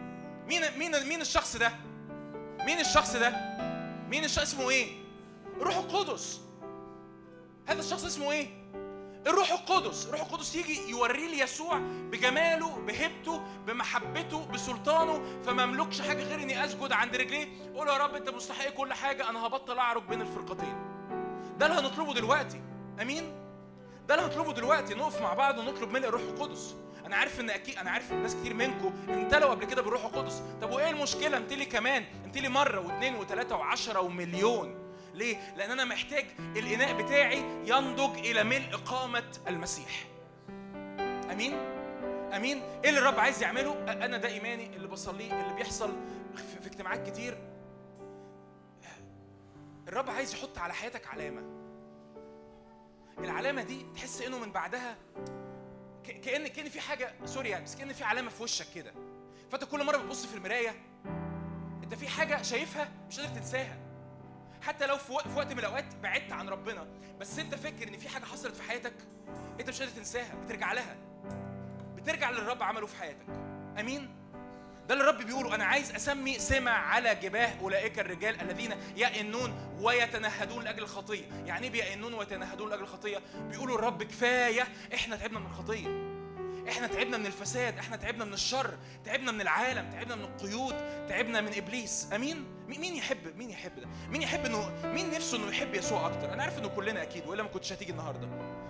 مين الشخص ده؟ مين الشخص ده؟ مين الشخص؟ اسمه ايه؟ الروح القدس. هذا الشخص اسمه ايه؟ الروح القدس. الروح القدس يجي يوري لي يسوع بجماله، بهبته، بمحبته، بسلطانه، فما املكش حاجه غير اني اسجد عند رجليه. قول يا رب انت مستحق كل حاجه، انا هبطل اعرج بين الفرقتين. ده اللي هنطلبه دلوقتي. امين. ده اللي هنطلبه دلوقتي، نقف مع بعض ونطلب ملء الروح القدس. انا عارف ان اكيد، انا عارف ناس كتير منكم امتلوا قبل كده بالروح القدس. طب وايه المشكله؟ امتلي كمان، امتلي مره واثنين وثلاثه وعشرة ومليون. ليه؟ لأن أنا محتاج الإناء بتاعي ينضج إلى ملء قامة المسيح. أمين؟ أمين؟ إيه اللي الرب عايز يعمله؟ أنا ده إيماني اللي بصليه، اللي بيحصل في اجتماعات كتير. الرب عايز يحط على حياتك علامة. العلامة دي تحس إنه من بعدها كأن في حاجة، سوري يعني، بس كأن في علامة في وشك كده. فأنت كل مرة بتبص في المراية أنت في حاجة شايفها مش قادر تنساها. حتى لو في وقت من الأوقات بعدت عن ربنا، بس أنت فاكر إن في حاجة حصلت في حياتك أنت مش قادر تنساها، بترجع لها، بترجع للرب عمله في حياتك. أمين؟ ده اللي الرب بيقوله. أنا عايز أسمي سمع على جباه أولئك الرجال الذين يئنون ويتنهدون لأجل الخطية. يعني إيه بيئنون ويتنهدون لأجل الخطية؟ بيقولوا الرب كفاية، إحنا تعبنا من الخطية، إحنا تعبنا من الفساد، إحنا تعبنا من الشر، تعبنا من العالم، تعبنا من القيود، تعبنا من إبليس. أمين؟ مين يحب ده؟ مين يحب مين نفسه إنه يحب يسوع أكتر؟ أنا عارف إنه كلنا أكيد، وإلا ما كنتش هتيجي النهاردة.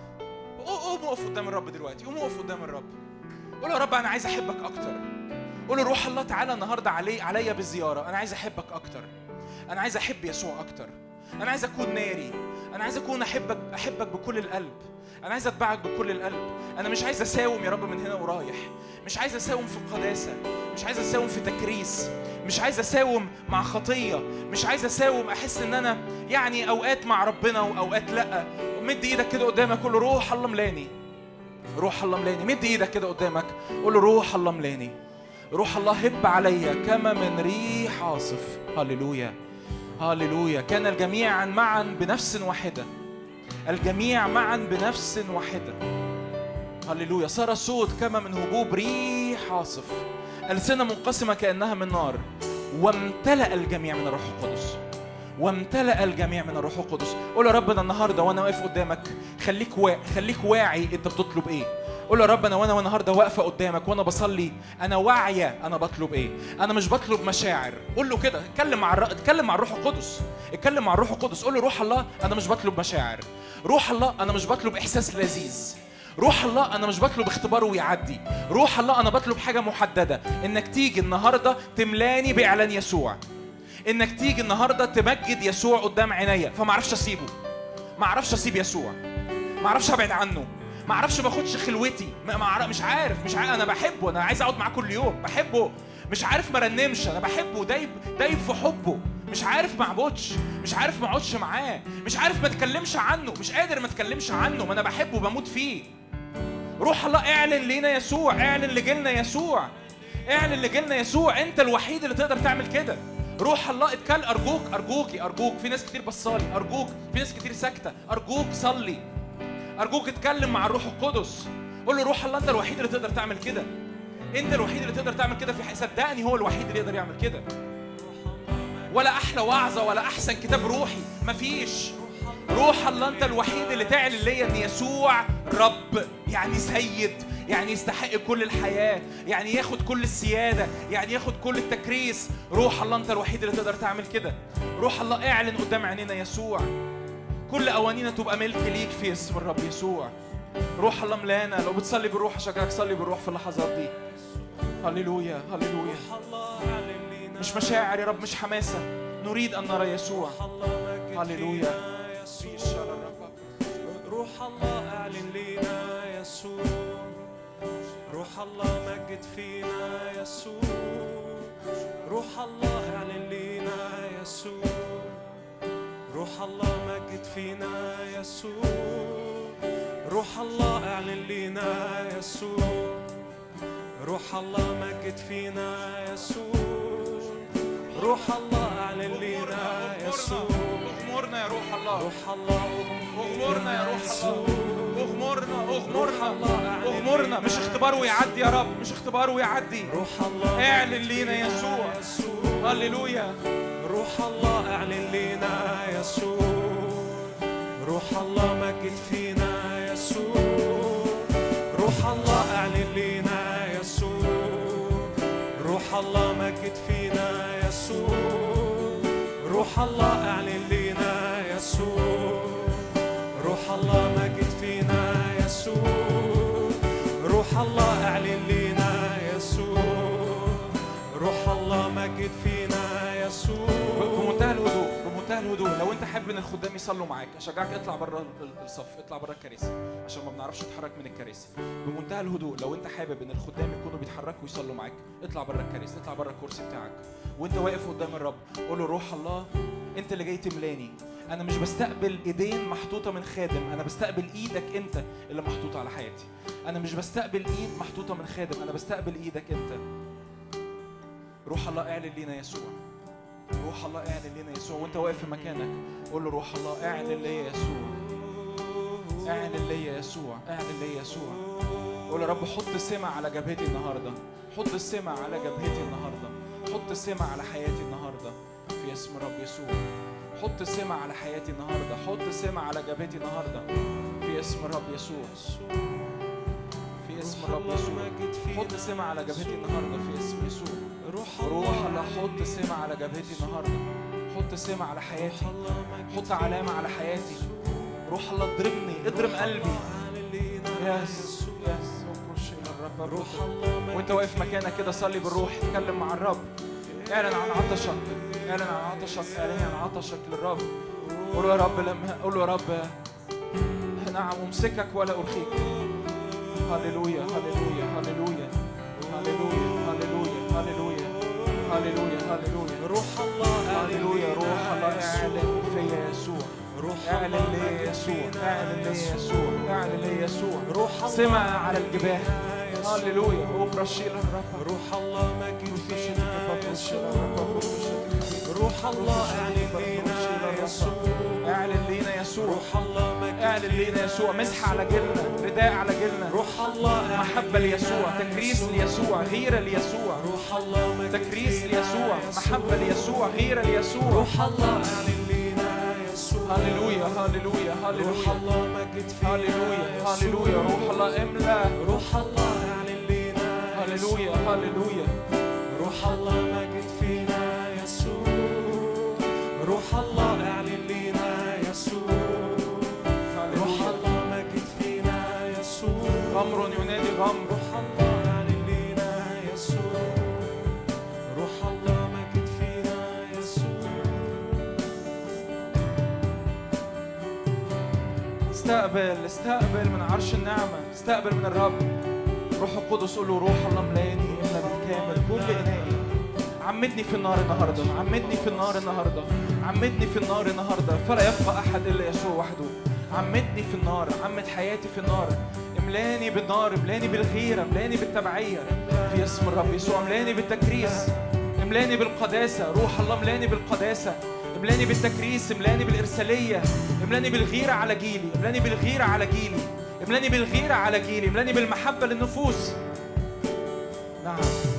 قوم اقف قدام الرب دلوقتي، قوم اقف قدام الرب. قول يا رب أنا عايز أحبك أكتر. قول له روح الله تعالى النهاردة عليا بالزيارة. أنا عايز أحبك أكتر، أنا عايز أحب يسوع أكتر، أنا عايز أكون ناري، أنا عايز أكون أحبك بكل القلب، أنا عايز أتبعك بكل القلب. أنا مش عايز أساوم يا رب من هنا ورايح، مش عايز أساوم في القداسة، مش عايز أساوم في تكريس، مش عايز أساوم مع خطية، مش عايز أساوم أحس إن أنا يعني أوقات مع ربنا وأوقات لأ. مد إيدك كده قدامك، قول له روح الله ملاني، روح الله ملاني. مد إيدك كده قدامك، قول له روح الله ملاني، روح الله هب عليا كما من ريح عاصف. هللويا هللويا. كان الجميع معا بنفس واحدة، الجميع معا بنفس واحدة. هللويا. صار صوت كما من هبوب ريح عاصف، ألسنة منقسمة كأنها من نار، وامتلأ الجميع من الروح القدس، وامتلأ الجميع من الروح القدس. قول يا رب أنا النهاردة وأنا واقف قدامك خليك واعي أنت بتطلب إيه. قول يا رب أنا وأنا النهاردة واقفة قدامك وأنا بصلي أنا واعية أنا بطلب إيه. أنا مش بطلب مشاعر. قول له كده، اتكلم مع الروح القدس، اتكلم مع الروح القدس. قول له روح الله أنا مش بطلب مشاعر، روح الله أنا مش بطلب إحساس لذيذ، روح الله أنا مش بطلب اختبار ويعدي، روح الله أنا بطلب حاجة محددة، إنك تيجي النهاردة تملاني بإعلان يسوع، إنك تيجي النهاردة تمجد يسوع قدام عينيا. فما أعرفش أسيبه، ما أعرفش أسيب يسوع، ما أعرفش أبعد عنه، ما أعرفش ما أخدش خلوتي، مش عارف أنا بحبه، أنا عايز أقعد معاه كل يوم، بحبه مش عارف ما رنمش، انا بحبه، دايب في حبه، مش عارف ما اعبدش، مش عارف ما اقعدش معاه، مش عارف ما اتكلمش عنه، مش قادر ما اتكلمش عنه، ما انا بحبه بموت فيه. روح الله اعلن لينا يسوع، اعلن لجيلنا يسوع، اعلن لجيلنا يسوع. انت الوحيد اللي تقدر تعمل كده. روح الله اتكلم. ارجوك في ناس كتير بصالي، ارجوك في ناس كتير ساكته، ارجوك صلي، ارجوك اتكلم مع الروح القدس، قول له روح الله انت الوحيد اللي تقدر تعمل كده، انت الوحيد اللي تقدر تعمل كده في صدقني هو الوحيد اللي يقدر يعمل كده. ولا احلى وعظه ولا احسن كتاب روحي مفيش. روح الله انت الوحيد اللي تعلن ليا ان يسوع رب، يعني سيد، يعني يستحق كل الحياه، يعني ياخد كل السياده، يعني ياخد كل التكريس. روح الله انت الوحيد اللي تقدر تعمل كده. روح الله اعلن قدام عينينا يسوع، كل قوانينا تبقى ملك ليك في اسم الرب يسوع. روح الله ملانا. لو بتصلي بالروح اشجعك صلي بالروح في اللحظات دي. هللويا هللويا. مش مشاعر يا رب، مش حماسه، نريد ان نرى يسوع. هللويا. روح الله اعلن لينا يسوع، روح الله مجد فينا يسوع، روح الله اعلن لينا يسوع، روح الله مجد فينا يسوع، روح الله اعلن لينا يسوع، روح الله مجد فينا يسوع، روح الله اعلن لينا يسوع. اغمرنا يا روح الله، روح الله اغمرنا يا روح الله، اغمرنا. مش اختبار ويعدي يا رب، مش اختبار ويعدي. روح الله اعلن لينا يسوع. هللويا. روح الله اعلن لينا يسوع، روح الله مجد فينا يسوع، روح الله اعلن لينا يسوع، روح الله مجد فينا يسوع، روح الله اعلن لينا يسوع، روح الله مجد فينا يسوع، روح الله اعلن لينا يسوع، روح الله مجد فينا يسوع. بمنتهى الهدوء لو انت حابب ان الخدام يصلوا معاك اشجعك اطلع بره الصف، اطلع بره الكراسي عشان ما بنعرفش نتحرك من الكراسي. بمنتهى الهدوء لو انت حابب ان الخدام يكونوا بيتحركوا ويصلوا معاك اطلع بره الكراسي، اطلع بره الكرسي بتاعك وانت واقف قدام الرب قول له روح الله انت اللي جاي تملاني. انا مش بستقبل ايدين محطوطه من خادم، انا بستقبل ايدك انت اللي محطوطه على حياتي. انا مش بستقبل ايد محطوطه من خادم، انا بستقبل ايدك انت. روح الله اعلن لينا يسوع، روح الله اعلن لينا يسوع. وانت واقف في مكانك قول له روح الله اعلن ليا يسوع، اعلن ليا يسوع، اعلن ليا يسوع. قول يا رب حط سمع على جبهتي النهارده، حط السمع على جبهتي النهارده، حط السمع على حياتي النهارده في اسم الرب يسوع. حط السمع على حياتي النهارده، حط السمع على جبهتي النهارده في اسم الرب يسوع، في اسم الرب يسوع. حط سمع على جبهتي النهارده في اسم يسوع. روح الله حط سمع على جبهتي النهارده، حط سمع على حياتي، حط علامة على حياتي. روح الله اضربني، اضرب قلبي. يس الرب. وانت واقف مكانك كده صلي بالروح، اتكلم مع الرب، اعلن عن عطشك، اعلن عن عطشك، اعلن عن عطشك للرب. قول يا رب قول يا رب نعم امسكك ولا ارخيك. هللويا هللويا هللويا هللويا هللويا هللويا هللويا هللويا. روح الله هللويا. روح الله اعلن فيا يسوع، اعلن لي يسوع، اعلن لي يسوع، اعلن لي يسوع. سمع على الجباه. هللويا. وبرشيل الرب. روح الله مجد فينا يسوع، روح الله اعلن لينا يسوع، اعلن لينا يسوع، روح الله مجد اعلن لينا يسوع. مسح على جيلنا، رداء على جيلنا، روح الله محبة ليسوع، تكريس ليسوع، غيرة ليسوع، روح الله مجد تكريس ليسوع، محبة ليسوع، غيرة ليسوع. روح الله اعلن لينا يسوع. هللويا هللويا روح هللويا الله مجد فينا هللويا هللويا. روح الله املا، روح الله اعلن لينا هللويا هللويا. روح الله مجد فينا يسوع، روح الله اعلن لينا يسوع، روح الله مجد فينا يسوع. غمر ينادي غمر. روح الله اعلن لينا يسوع، روح الله مجد فينا يسوع. استقبل من عرش النعمة، استقبل من الرب. روح القدس قول له روح الله ملاني املا بالكامل كل إنائي. عمدني في النار النهارده، عمدني في النار النهارده، عمدني في النار النهارده، فلا يبقى احد الا يسوع وحده. عمدني في النار، عمد حياتي في النار، املاني بالنار، املاني بالغيره، املاني بالتبعيه في اسم الرب يسوع، املاني بالتكريس، املاني بالقداسه، روح الله املاني بالقداسه، املاني بالتكريس، املاني بالارساليه، املاني بالغيره على جيلي، املاني بالغيره على جيلي، املاني بالغيره على جيلي، املاني بالمحبه للنفوس. نعم.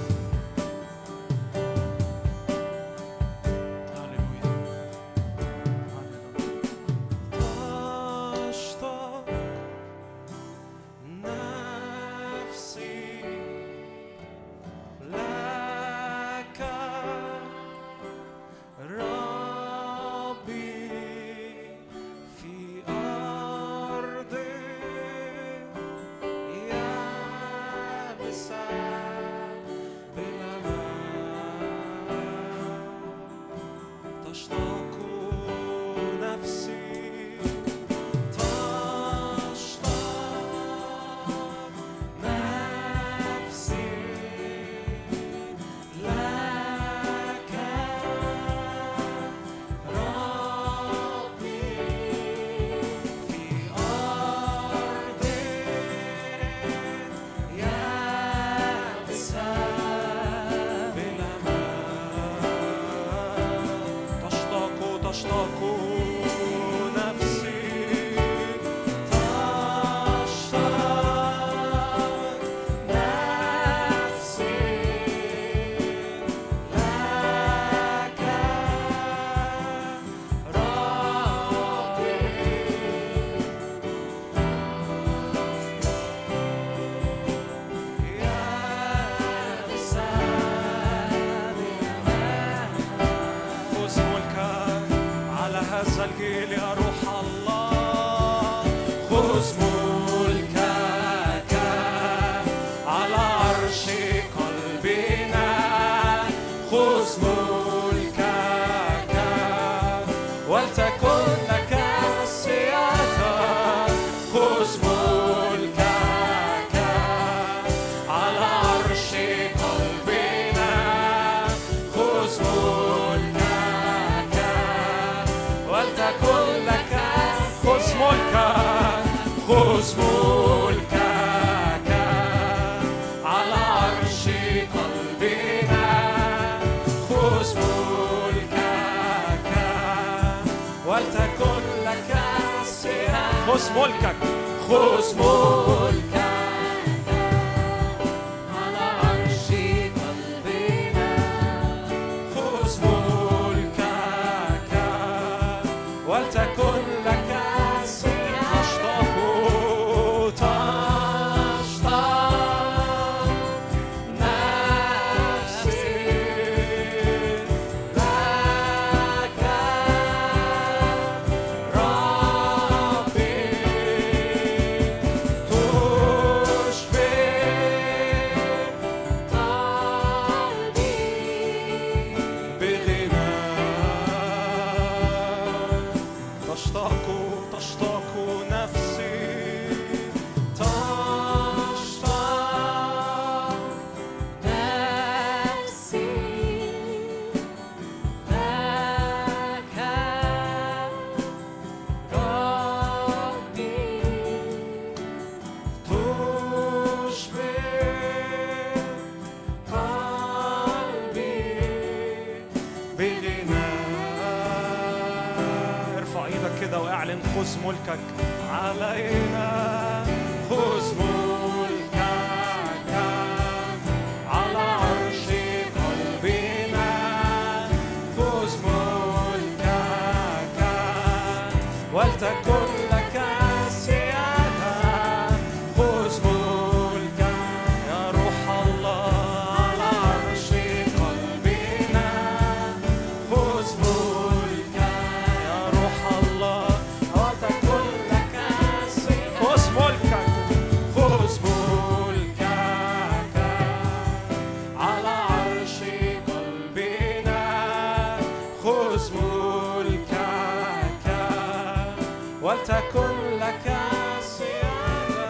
خذ ملكك، خذ ملكك على عرش قلبنا، خذ ملكك ولتكن لك تشتاق نفسي لك ربي، خذ ملكك علينا، خذ ملكك على عرش قلبنا، خذ ملكك ولتكن لك سيادة، خذ ملكك يا روح الله على عرش قلبنا، خذ ملكك يا روح الله ولتكن لك سيادة.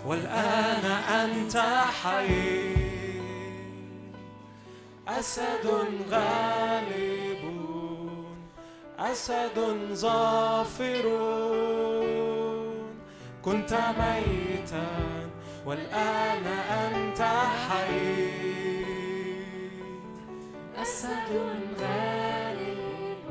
والآن أنت حي. أسد غالب، أسد ظافر، كنت ميتا والآن أنت حي. أسد غالب،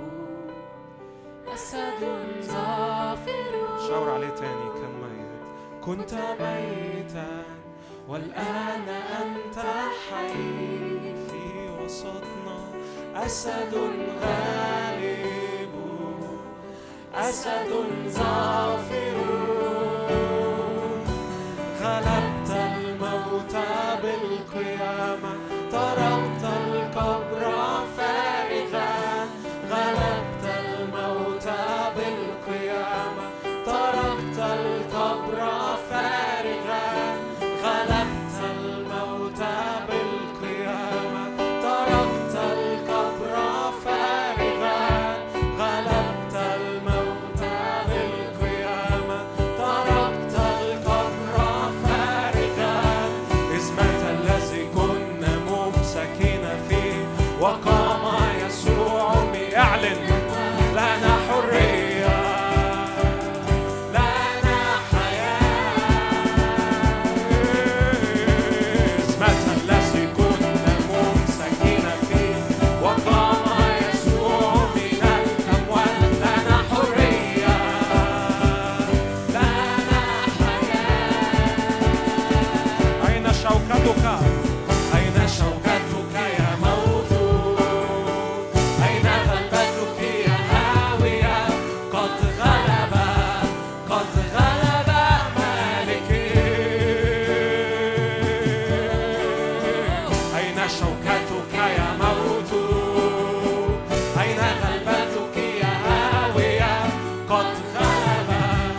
أسد ظافر. شاور عليه تاني. كان ميت، كنت ميتا والآن أنت حي في وسطنا. أسد غالب، أسد ظافر، غلبت الموت بالقيامة، تركت القبر فارغا. غلبت الموت بالقيامة، تركت القبر فارغا. غلبت الموت بالقيامة، تركت القبر فارغا. غلبت الموت بالقيامة، تركت القبر فارغا. إذ مات الذي كنا ممسكين فيه وقام يسوع يعلن لنا حرية، لنا حياة. إذ مات الذي كنا ممسكين فيه وقام يسوع من الأموات، لنا حرية، لنا حياة. أين شوكتك؟ أين شوكتك يا موت؟ أين غلبتك يا هاوية؟ قد غلب، قد غلب مالكي. أين شوكتك يا موت؟ أين غلبتك يا هاوية؟ قد غلب.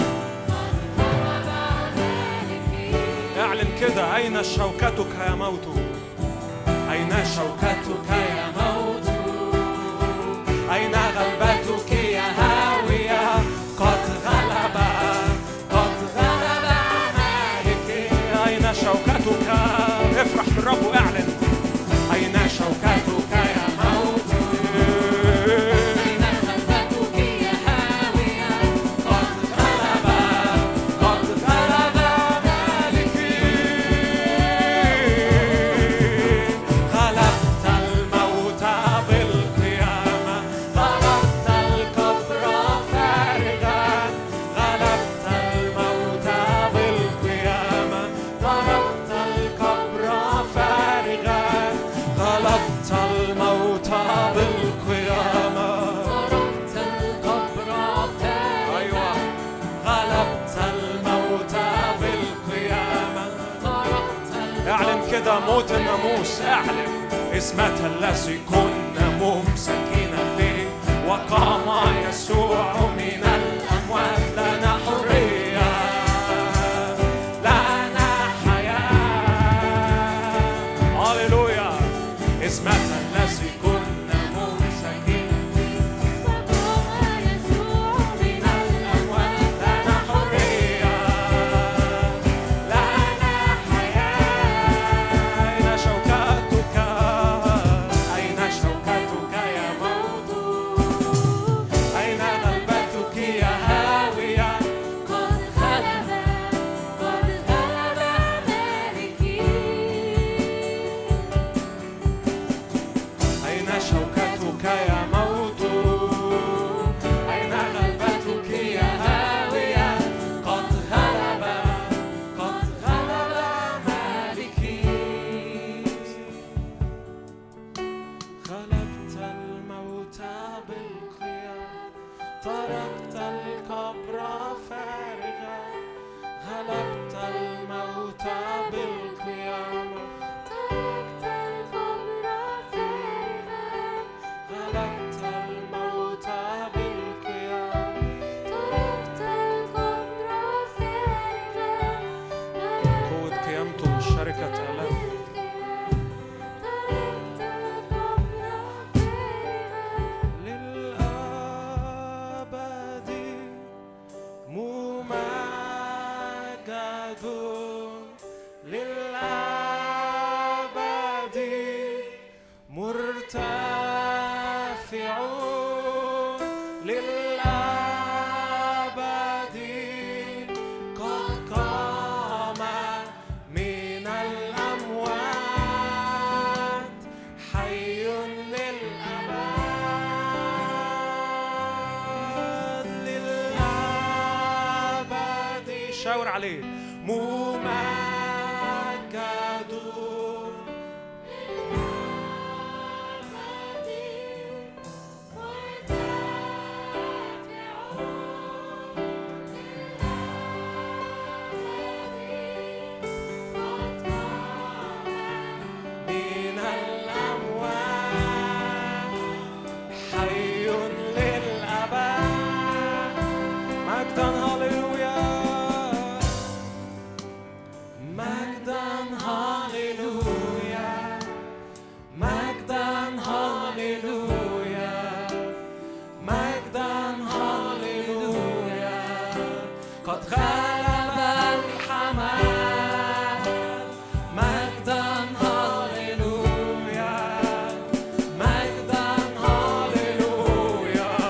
اعلن كده. أين شوكتك يا موت؟ أين شوكتك يا موت؟ أين غلبتك يا هاوية؟ قد غلب، قد غلب مالكي. أين شوكتك؟ افرح بالرب واعلن. أين شوكتك يا موت؟ أين غلبتك يا هاوية؟ قد غلب، قد غلب مالكي. غلبت الموت بالقيامة، تركت القبر فارغا. غلبت الموت بالقيامة، تركت القبر فارغا. غلبت الموت بالقيامة، تركت القبر فارغا. أيوة. غلبت الموت بالقيامة. تركت اعلن كده. موت الناموس اعلن. إذ مات الذي كنا ممسكين فيه وقام يسوع من الأموات، لنا حرية، لنا حياة. هللويا. إذ مات الذي كنا ممسكين وقام يسوع من الأموات، لنا حرية، لنا حياة. أين شوكتك؟ أين شوكتك يا موت؟ أين غلبتك يا هاوية؟ قد غلب، قد غلب مالكي. أين شوكتك يا موت؟ أين غلبتك يا هاوية؟ قد غلب، قد غلب مالكي. غلبت الموت بالقيامة، تركت القبر فارغا. غلبت الموت بالقيامة، تركت القبر فارغا. غلبت الموت بالقيامة. تركت القبر فارغا. قوة قيامته مش شركة آلام. تركت القبر فارغا. للأبد مرتفعون للأبد قد قام من الأموات حي للأبد للأبد شاور عليه ممجدون من الأموات حي للأبد مجدا هاليلويا مجدا هاليلويا مجدا هاليلويا مجدا هاليلويا قد غلب الحمام مجدا هاليلويا مجدا هاليلويا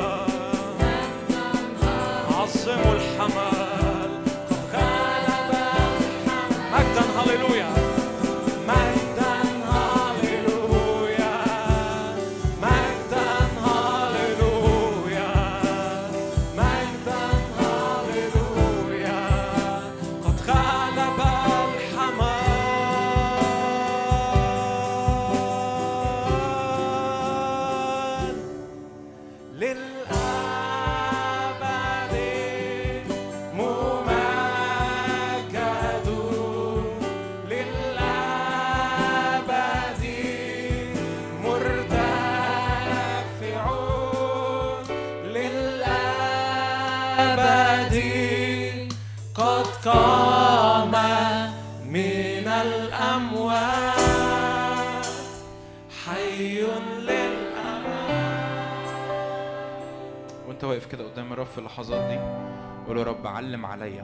عظموا الحمام قد غلب الحمام مجدا هاليلويا مجدا هاليلويا مجدا هاليلويا مجدا هاليلويا قد غلب الحمام للأبد ممجدون للأبد مرتفعون للأبد قد قام من الأموات حي للأبد. وانت واقف كده قدام الرب في اللحظات دي قول يا رب علم عليا،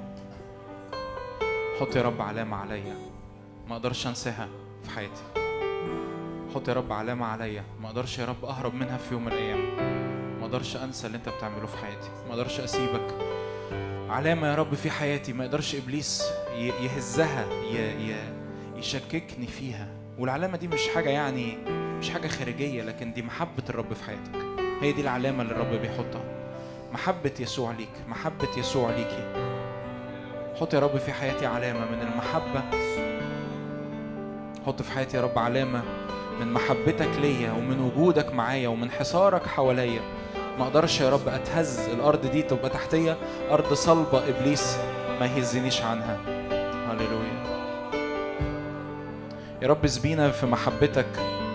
حط يا رب علامة عليا ما اقدرش انساها في حياتي. حط يا رب علامة عليا ما اقدرش يا رب اهرب منها في يوم من الايام. ما اقدرش انسى اللي انت بتعمله في حياتي، ما اقدرش اسيبك. علامة يا رب في حياتي ما يقدرش ابليس يهزها يشككني فيها. والعلامة دي مش حاجة يعني مش حاجة خارجية، لكن دي محبة الرب في حياتك. هي دي العلامة اللي الرب بيحطها، محبة يسوع ليك، محبة يسوع ليكي. حط يا رب في حياتي علامة من المحبة. حط في حياتي يا رب علامة من محبتك ليا ومن وجودك معايا ومن حصارك حواليا. ما اقدرش يا رب اتهز، الارض دي تبقى تحتيا ارض صلبة ابليس ما يهزنيش عنها. هللويا يا رب اسبينا في محبتك.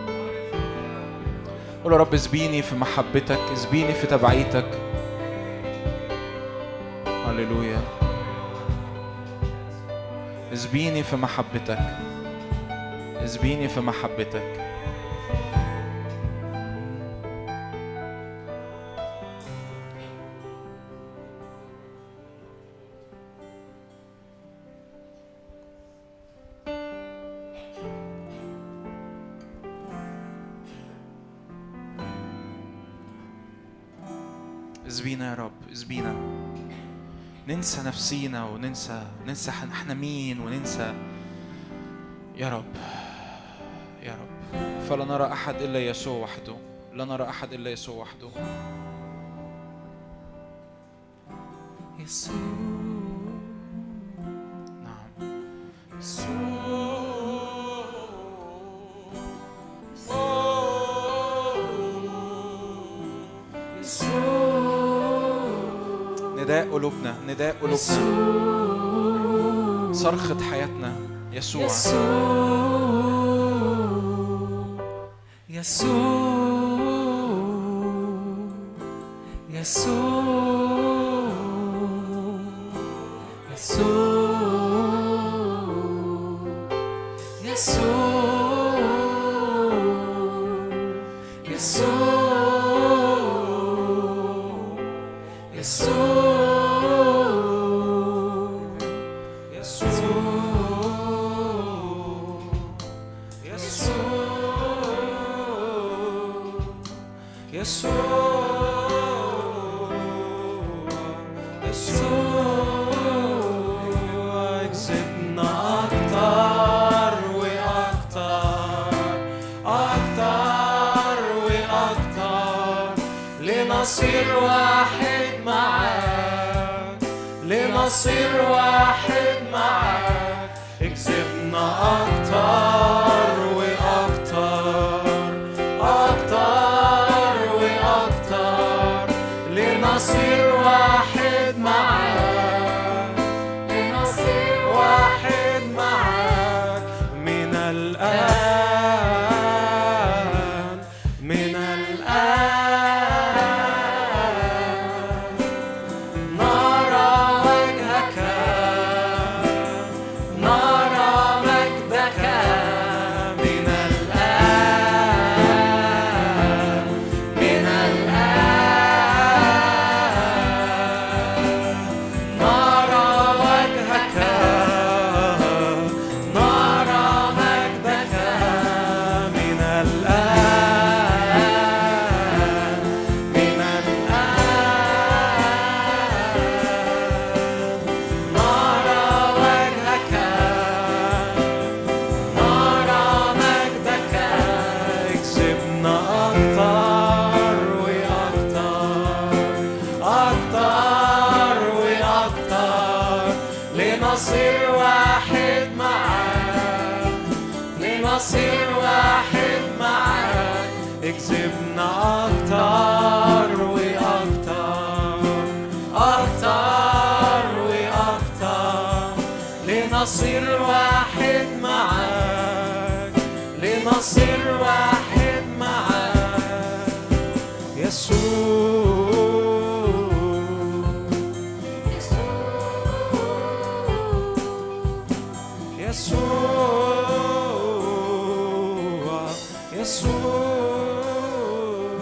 قول يا رب اسبيني في محبتك، اسبيني في تبعيتك. هللويا اسبيني في محبتك، اسبيني في محبتك. اسبينا يا رب، اسبينا ننسى نفسينا وننسى احنا مين، وننسى يا رب يا رب. فلا نرى أحد إلا يسوع وحده، لا نرى أحد إلا يسوع وحده. يسوع نعم نداء قلوبنا، نداء قلوبنا، صرخة حياتنا يسوع. يسوع يسوع اكسبنا أكتر وأكتر أكتر وأكتر لنصير واحد معاك لنصير واحد معاك اكسبنا أكتر وأكتر أكتر وأكتر لنصير واحد معاك لنصير واحد معاك من الآن من الآن نرى وجهك نرى مجدك من الآن من الآن نرى وجهك نرى مجدك من الآن من الآن نرى وجهك نرى مجدك اكسبنا أكتر وأكتر أكتر وأكتر لنصير واحد معاك لنصير واحد معاك اكسبنا أكتر وأكتر أكتر وأكتر لنصير واحد معاك لنصير واحد معاك يسوع يسوع يسوع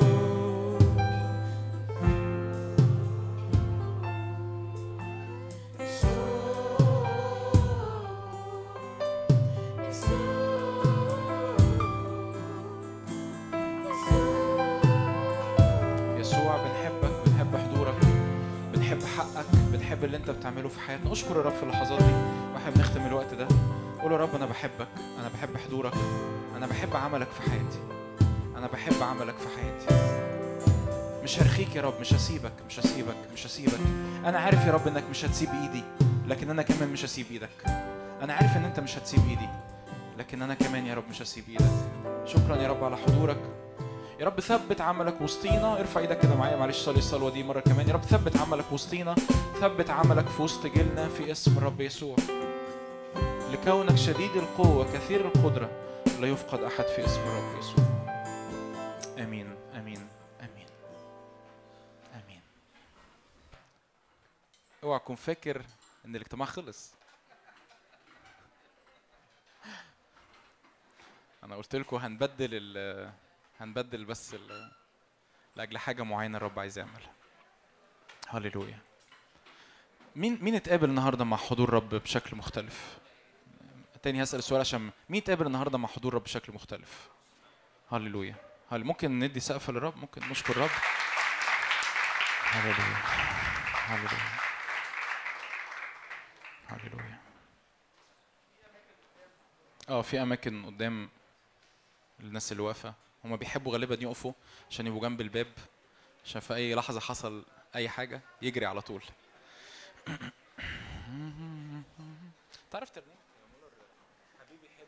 يسوع بنحبك، بنحب حضورك، بنحب حقك، بنحب اللي انت بتعمله في حياتنا. اشكر يا رب في اللحظات دي واحنا بنختم الوقت ده. قول يا رب انا بحبك، انا بحب حضورك، انا بحب عملك في حياتي، انا بحب عملك في حياتي. مش هرخيك يا رب، مش هسيبك مش هسيبك مش هسيبك. انا عارف يا رب انك مش هتسيب ايدي، لكن انا كمان مش هسيب ايدك. انا عارف ان انت مش هتسيب ايدي، لكن انا كمان يا رب مش هسيب ايدك. شكرا يا رب على حضورك. يا رب ثبت عملك وسطينا. ارفع ايدك كده معايا، معلش صلي الصلوه دي مره كمان. يا رب ثبت عملك وسطينا، ثبت عملك في وسط جيلنا في اسم الرب يسوع. لكونك شديد القوه كثير القدره لا يفقد احد في اسم الرب يسوع. امين امين امين امين. اوعى تكون فاكر ان الاجتماع خلص. انا قلت لكم هنبدل بس لاجل حاجه معينه الرب عايز يعملها. هللويا. مين اتقابل النهارده مع حضور رب بشكل مختلف؟ تاني هسأل السؤال عشان مين اتقابل النهارده مع حضور رب بشكل مختلف؟ هللويا. هل ممكن ندي سقفه للرب؟ ممكن نشكر الرب؟ هللويا هللويا هللويا. في اماكن قدام الناس اللي واقفه، هما بيحبوا غالبا يقفوا عشان يبقوا جنب الباب، عشان في اي لحظه حصل اي حاجه يجري على طول. تعرف ترنيمه حبيبي حلو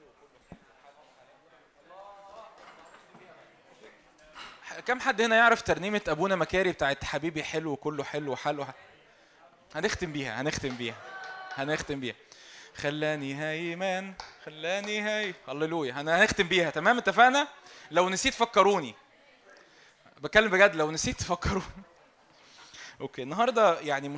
وكله؟ كم حد هنا يعرف ترنيمه ابونا مكاري بتاعت حبيبي حلو وكله حلو وحلو؟ هنختم بيها. خلاني هايمان خلاني هاي. هللويا. هنختم بيها. تمام اتفقنا؟ لو نسيت فكروني، بتكلم بجد، لو نسيت فكروني. اوكي. النهارده يعني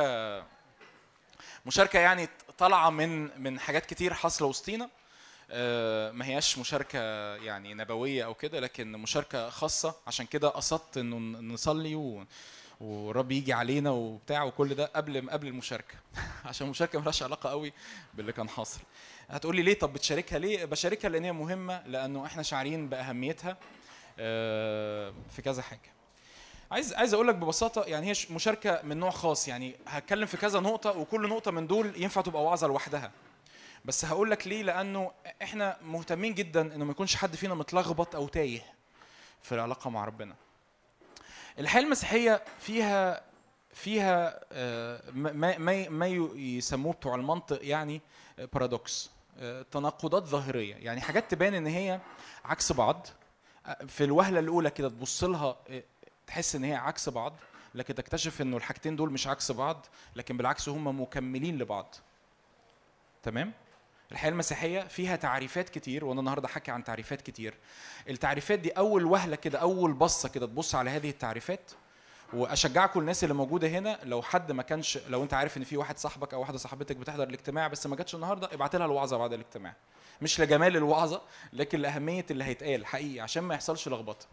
مشاركه يعني طالعه من حاجات كتير حاصله وسطينا. ما هياش مشاركه يعني نبويه او كده، لكن مشاركه خاصه. عشان كده قصدت انه نصلي ورب يجي علينا وبتاع وكل ده قبل المشاركه. عشان المشاركه ملهاش علاقه قوي باللي كان حاصل. هتقولي ليه؟ طب بتشاركها ليه؟ بشاركها لان هي مهمه، لانه احنا شاعرين باهميتها. في كذا حاجه. عايز اقول لك ببساطه، يعني هي مشاركه من نوع خاص، يعني هتكلم في كذا نقطه وكل نقطه من دول ينفع تبقى وعظه لوحدها. بس هقول لك ليه، لانه احنا مهتمين جدا انه ما يكونش حد فينا متلخبط او تايه في العلاقه مع ربنا. الحياه المسيحيه فيها ما يسموه بتوع المنطق يعني بارادوكس، تناقضات ظاهريه، يعني حاجات تبان ان هي عكس بعض في الوهله الاولى كده، تبص لها تحس ان هي عكس بعض، لكن تكتشف انه الحاجتين دول مش عكس بعض، لكن بالعكس هم مكملين لبعض. تمام؟ الحياه المسيحيه فيها تعريفات كتير، وانا النهارده حكي عن تعريفات كتير. التعريفات دي اول وهله كده، اول بصه كده تبص على هذه التعريفات. واشجعكم الناس اللي موجوده هنا، لو حد ما كانش، لو انت عارف ان في واحد صاحبك او واحده صاحبتك بتحضر الاجتماع بس ما جاتش النهارده، ابعت لها الوعظه بعد الاجتماع، مش لجمال الوعظه لكن لاهميه اللي هيتقال حقيقي، عشان ما يحصلش لخبطه.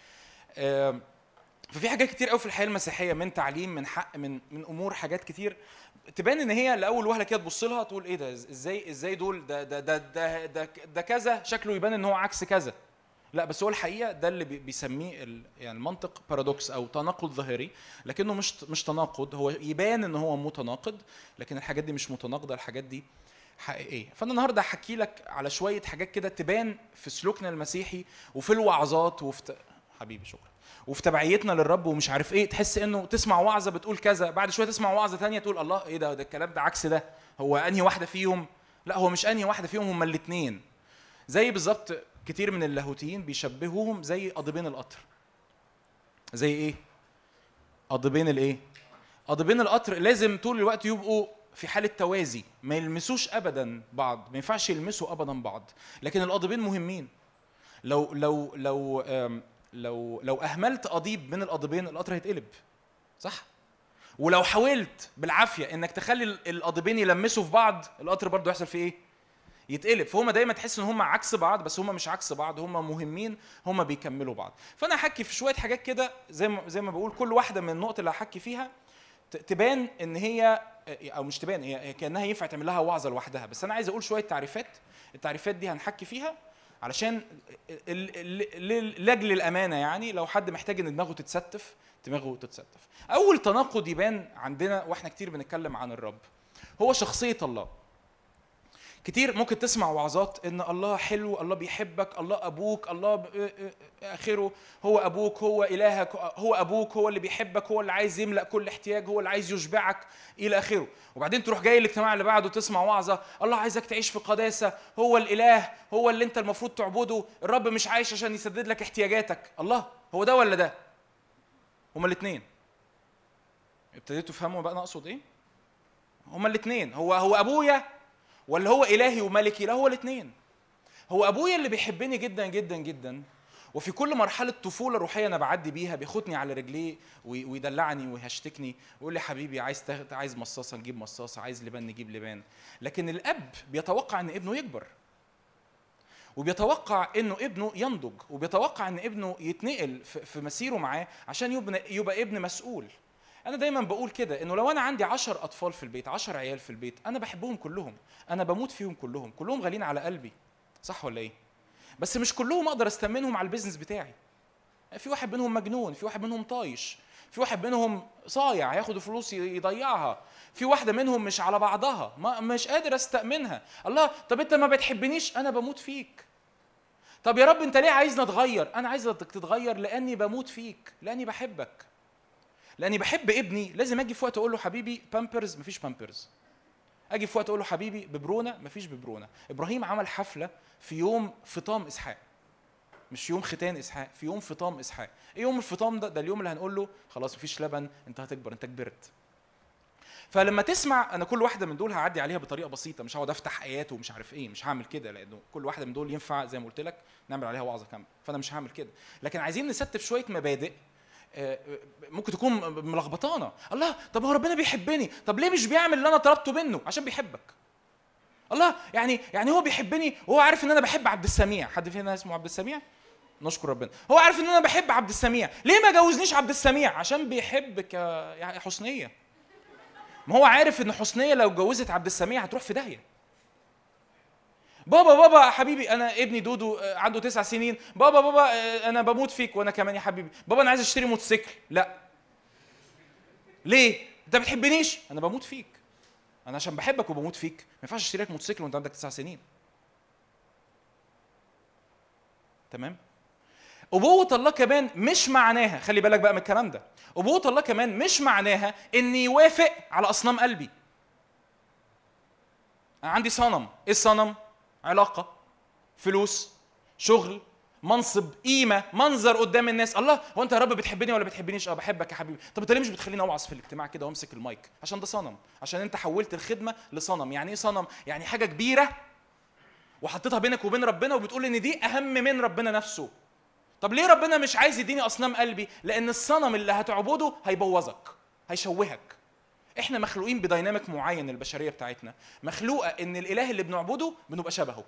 ففي حاجات كتير قوي في الحياه المسيحيه، من تعليم، من حق، من امور، حاجات كتير تبان ان هي لاول وهله كده تبص لها تقول ايه ده، ازاي دول ده كذا، شكله يبان ان هو عكس كذا. لا، بس هو الحقيقه ده اللي بيسميه يعني المنطق بارادوكس او تناقض ظاهري، لكنه مش تناقض، هو يبان ان هو متناقض، لكن الحاجات دي مش متناقضه، الحاجات دي حقيقيه. فانا النهارده هحكي لك على شويه حاجات كده تبان في سلوكنا المسيحي وفي الوعظات حبيبي شكرا، وفي تبعيتنا للرب ومش عارف ايه، تحس انه تسمع وعظه بتقول كذا، بعد شويه تسمع وعظه ثانيه تقول الله ايه ده الكلام ده عكس ده، هو انهي واحده فيهم؟ لا، هو مش انهي واحده فيهم، هما الاثنين. زي بالظبط كتير من اللاهوتيين بيشبهوهم زي قضيبين القطر. زي ايه؟ قضيبين الايه؟ قضيبين القطر لازم طول الوقت يبقوا في حاله توازي، ما يلمسوش ابدا بعض، ما ينفعش يلمسوا ابدا بعض، لكن القضيبين مهمين. لو اهملت قضيب من القضيبين القطر هيتقلب، صح؟ ولو حاولت بالعافيه انك تخلي القضيبين يلمسوا في بعض، القطر برضو يحصل فيه ايه؟ يتقلب. فهم دايما تحس ان هم عكس بعض، بس هم مش عكس بعض، هم مهمين، هم بيكملوا بعض. فانا هحكي في شويه حاجات كده، زي ما بقول، كل واحده من النقط اللي هحكي فيها تبان ان هي، او مش تبان، هي كانها ينفع تعمل لها وعظه لوحدها، بس انا عايز اقول شويه تعريفات. التعريفات دي هنحكي فيها علشان لاجل الامانه، يعني لو حد محتاج ان دماغه تتستف اول تناقض يبان عندنا واحنا كتير بنتكلم عن الرب هو شخصيه الله. كتير ممكن تسمع وعظات ان الله حلو، الله بيحبك، الله ابوك، الله اخره، هو ابوك، هو الهك، هو ابوك، هو اللي بيحبك، هو اللي عايز يملأ كل احتياج، هو اللي عايز يشبعك الى اخره. وبعدين تروح جاي الاجتماع اللي بعده تسمع وعظه الله عايزك تعيش في قداسه، هو الاله، هو اللي انت المفروض تعبده، الرب مش عايش عشان يسدد لك احتياجاتك. الله هو ده ولا ده؟ هما الاثنين. ابتديتوا تفهموا بقى انا اقصد ايه؟ هما الاثنين. هو ابويا ولا هو إلهي وملكي؟ لا، هو الاثنين. هو أبويا اللي بيحبني جدا جدا جدا، وفي كل مرحلة طفولة روحية أنا بعدي بيها بياخدني على رجليه ويدلعني ويهشتكني ويقول لي حبيبي عايز مصاصة نجيب مصاصة، عايز لبان نجيب لبان. لكن الأب بيتوقع أن ابنه يكبر، وبيتوقع أنه ابنه ينضج، وبيتوقع أن ابنه يتنقل في مسيره معاه عشان يبقى ابن مسؤول. أنا دايماً بقول كده، إنه لو أنا عندي 10 أطفال في البيت، 10 عيال في البيت، أنا بحبهم كلهم، أنا بموت فيهم كلهم غالين على قلبي، صح ولا إيه؟ بس مش كلهم أقدر أستمنهم على البيزنس بتاعي. في واحد منهم مجنون، في واحد منهم طايش، في واحد منهم صايع هياخد فلوس يضيعها، في واحدة منهم مش على بعضها، مش قادر أستأمنها. الله، طب أنت ما بتحبنيش؟ أنا بموت فيك. طب يا رب أنت ليه عايزني أتغير؟ أنا عايزك تتغير لأني بموت فيك، لأني بحبك، لاني بحب ابني. لازم اجي في وقت اقول له حبيبي بامبرز، مفيش بامبرز. اجي في وقت اقول له حبيبي ببرونه، مفيش ببرونه. ابراهيم عمل حفله في يوم فطام اسحاق، مش يوم ختان اسحاق، في يوم فطام اسحاق. ايه يوم الفطام ده اليوم اللي هنقول له خلاص مفيش لبن، انت هتكبر، انت كبرت. فلما تسمع، انا كل واحده من دول هعدي عليها بطريقه بسيطه، مش هقعد افتح ايات ومش عارف ايه، مش هعمل كده، لانه كل واحده من دول ينفع زي ما قلت لك نعمل عليها وعظه كامله، فانا مش هعمل كده. لكن عايزين نستف شويه مبادئ ممكن تكون ملخبطانه. الله، طب هو ربنا بيحبني، طب ليه مش بيعمل اللي انا طلبته منه؟ عشان بيحبك. الله، يعني هو بيحبني وهو عارف ان انا بحب عبد السميع. حد فينا اسمه عبد السميع؟ نشكر ربنا. هو عارف ان انا بحب عبد السميع، ليه ما جوزنيش عبد السميع؟ عشان بيحبك يا حسنيه. ما هو عارف ان حسنيه لو جوزت عبد السميع هتروح في داهيه. بابا حبيبي، انا ابني دودو عنده 9 سنين، بابا انا بموت فيك، وانا كمان يا حبيبي، بابا انا عايز اشتري موتوسيكل. لا. ليه؟ انت ما بتحبنيش؟ انا بموت فيك. انا عشان بحبك وبموت فيك ما ينفعش اشتري لك موتوسيكل وانت عندك 9 سنين. تمام؟ أبوة الله كمان مش معناها، خلي بالك بقى من الكلام ده، أبوة الله كمان مش معناها إني يوافق على أصنام قلبي. أنا عندي صنم، إيه الصنم؟ علاقة، فلوس، شغل، منصب، قيمة، منظر قدام الناس. الله، هو أنت يا رب بتحبني ولا بتحبنيش؟ بحبك يا حبيبي. طب أنت ليه مش بتخليني أوعظ في الاجتماع كده وأمسك المايك؟ عشان ده صنم، عشان أنت حولت الخدمة لصنم. يعني إيه صنم؟ يعني حاجة كبيرة وحطيتها بينك وبين ربنا وبتقول إن دي أهم من ربنا نفسه. طب ليه ربنا مش عايز يديني أصنام قلبي؟ لأن الصنم اللي هتعبده هيبوظك، هيشوهك. احنا مخلوقين بديناميك معين، البشرية بتاعتنا مخلوقة ان الاله اللي بنعبده بنبقى شبهه.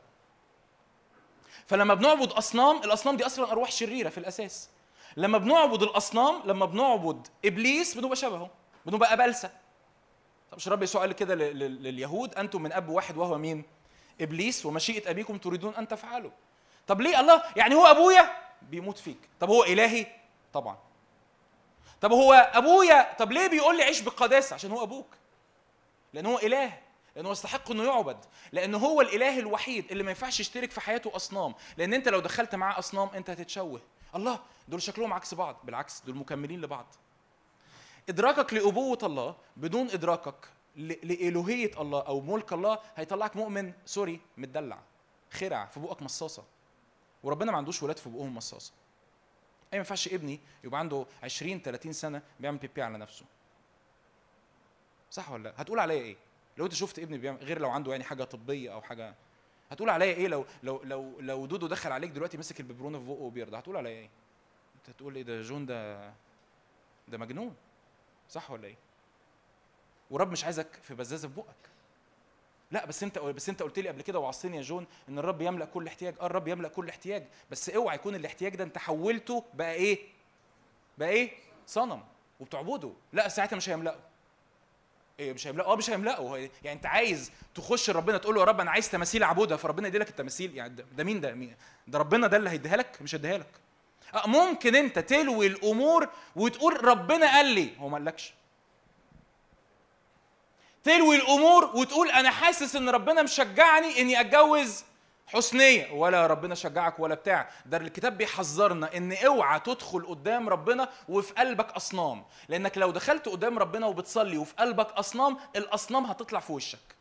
فلما بنعبد اصنام، الاصنام دي اصلا ارواح شريرة في الاساس. لما بنعبد الاصنام، لما بنعبد ابليس بنبقى شبهه، بنبقى ابلسة. طب مش رب يسوع قال كده لليهود انتم من اب واحد وهو مين؟ ابليس، ومشيئة ابيكم تريدون ان تفعلوا. طب ليه الله؟ يعني هو ابويا بيموت فيك. طب هو الهي؟ طبعا. طب هو ابويا، طب ليه بيقول لي عيش بالقداسه؟ عشان هو ابوك، لان هو اله، لان هو يستحق انه يعبد، لان هو الاله الوحيد اللي ما ينفعش يشترك في حياته اصنام. لان انت لو دخلت معاه اصنام انت هتتشوه. الله، دول شكلهم عكس بعض، بالعكس دول مكملين لبعض. ادراكك لابوه الله بدون ادراكك لالوهيه الله او ملك الله هيطلعك مؤمن سوري متدلع، خرع في بقك مصاصه. وربنا ما عندوش ولاد في بقهم مصاصه. ما ينفعش ابني يبقى عنده 20 30 سنه بيعمل بيبي على نفسه. صح ولا لا؟ هتقول عليا ايه لو انت شفت ابني بيعمل، غير لو عنده يعني حاجه طبيه او حاجه؟ هتقول عليا ايه لو دودو دخل عليك دلوقتي مسك الببرونه في بقه وبيرضع؟ هتقول عليا ايه؟ انت هتقول ايه ده جون، ده مجنون. صح ولا ايه؟ ورب مش عايزك في بزازه في بقك. لا بس انت قلت لي قبل كده وعصيني يا جون ان الرب يملأ كل احتياج. الرب يملأ كل احتياج، بس اوعى يكون الاحتياج ده انت حولته بقى ايه؟ صنم وبتعبده. لا ساعتها مش هيملأه. ايه مش هيملأه؟ مش هيملأه. يعني انت عايز تخش ربنا تقول له يا رب انا عايز تماثيل اعبدها، فربنا يدي لك التماثيل؟ يعني ده مين ده؟ ده ربنا ده اللي هيديها لك؟ مش هيديها لك. ممكن انت تلوي الامور وتقول ربنا قال لي، هو ما قالكش. تلوي الامور وتقول انا حاسس ان ربنا مشجعني اني اتجوز حسنيه، ولا ربنا شجعك ولا بتاع. ده الكتاب بيحذرنا ان اوعى تدخل قدام ربنا وفي قلبك اصنام، لانك لو دخلت قدام ربنا وبتصلي وفي قلبك اصنام، الاصنام هتطلع في وشك.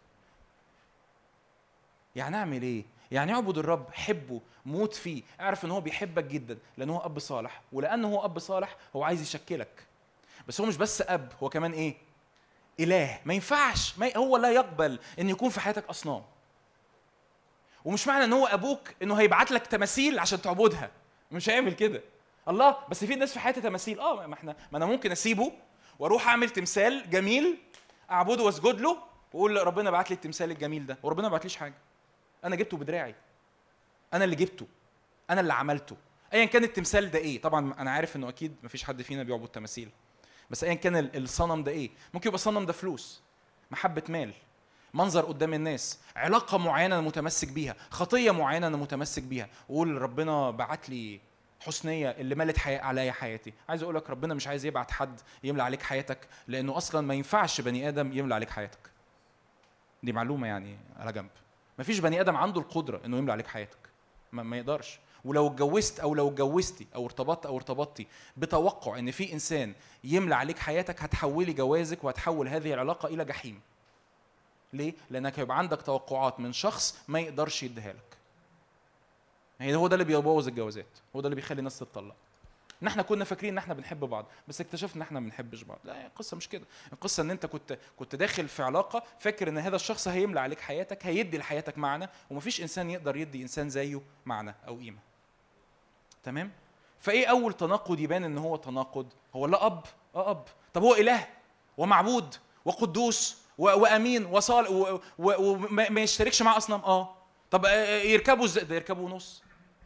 يعني اعمل ايه؟ يعني اعبد الرب، حبه، موت فيه، اعرف ان هو بيحبك جدا لان هو اب صالح، ولانه هو اب صالح هو عايز يشكلك. بس هو مش بس اب، هو كمان ايه؟ إله. ما ينفعش، هو لا يقبل ان يكون في حياتك اصنام. ومش معنى ان هو ابوك انه هيبعت لك تماثيل عشان تعبدها، مش هيعمل كده. الله، بس في ناس في حياتي تماثيل. ما انا ممكن اسيبه واروح اعمل تمثال جميل اعبده واسجد له واقول ربنا بعت لي التمثال الجميل ده، وربنا ما بعتليش حاجه. انا جبته بدراعي، انا اللي جبته، انا اللي عملته. ايا كان التمثال ده ايه، طبعا انا عارف انه اكيد ما فيش حد فينا بيعبد تماثيل، بس ايا كان الصنم ده ايه. ممكن يبقى الصنم ده فلوس، محبه مال، منظر قدام الناس، علاقه معينه انا متمسك بيها، خطيه معينه انا متمسك بيها، وقول ربنا بعت لي حسنيه اللي ملت عليا حياتي. عايز اقول لك ربنا مش عايز يبعت حد يملى عليك حياتك، لانه اصلا ما ينفعش بني ادم يملى عليك حياتك. دي معلومه يعني على جنب. ما فيش بني ادم عنده القدره انه يملى عليك حياتك، ما يقدرش. ولو اتجوزت او لو اتجوزتي او ارتبطت او ارتبطتي بتوقع ان في انسان يملى عليك حياتك، هتحولي جوازك وهتحول هذه العلاقه الى جحيم. ليه؟ لانك هيبقى عندك توقعات من شخص ما يقدرش يديها لك. هو ده اللي بيبوظ الجوازات، هو ده اللي بيخلي الناس تتطلق. ان احنا كنا فاكرين ان احنا بنحب بعض، بس اكتشفنا ان احنا ما بنحبش بعض. لا، القصه مش كده. القصه ان انت كنت داخل في علاقه فاكر ان هذا الشخص هيملى عليك حياتك، هيدي لحياتك معنى، ومفيش انسان يقدر يدي انسان زيه معنى او قيمه. تمام؟ فايه اول تناقض يبان ان هو تناقض؟ هو لا اب، اب. طب هو اله ومعبود وقدوس وامين وصالح وما يشتركش معاه اصنام. طب يركبوا ازاي؟ ده يركبوا نص.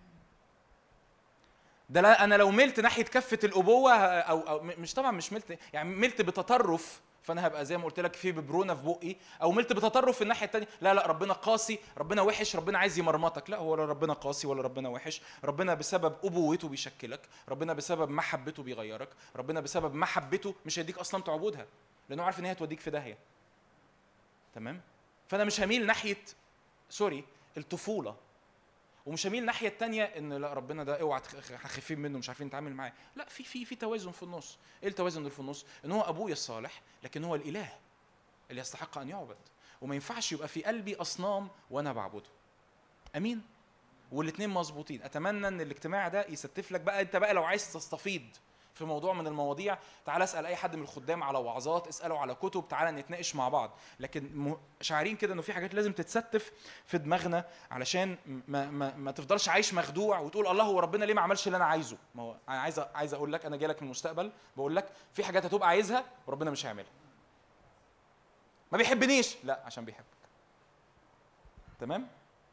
ده لا، انا لو ملت ناحيه كفه الابوه او مش طبعا مش ملت، يعني ملت بتطرف فانا هبقى زي ما قلت لك في ببرونه في بقي، او ملت بتطرف في الناحيه الثانيه. لا لا، ربنا قاسي، ربنا وحش، ربنا عايز يمرمطك. لا، هو لا ربنا قاسي ولا ربنا وحش. ربنا بسبب ابوته بيشكلك، ربنا بسبب محبته بيغيرك، ربنا بسبب محبته مش هيديك اصلا تعبدها، لانه عارف ان هي هتوديك في داهيه. تمام؟ فانا مش هميل ناحيه الطفوله، ومش هميل الناحيه الثانيه ان لا ربنا ده اوعى خايفين منه مش عارفين نتعامل معاه. لا، في توازن في النص. ايه التوازن اللي في النص؟ ان هو ابويا الصالح لكن هو الاله اللي يستحق ان يعبد، وما ينفعش يبقى في قلبي اصنام وانا بعبده. امين؟ والاثنين مظبوطين. اتمنى ان الاجتماع ده يستف لك بقى. انت بقى لو عايز تستفيض في موضوع من المواضيع، تعال اسال اي حد من الخدام على وعظات، اساله على كتب، تعال نتناقش مع بعض. لكن شعارين كده انه في حاجات لازم تتستف في دماغنا علشان ما تفضلش عايش مخدوع وتقول الله هو ربنا ليه ما عملش اللي انا عايزه. ما هو انا عايز اقول لك، انا جاي لك من المستقبل بقول لك في حاجات هتبقى عايزها وربنا مش هيعملها. ما بيحبنيش، لا عشان بيحبك. تمام؟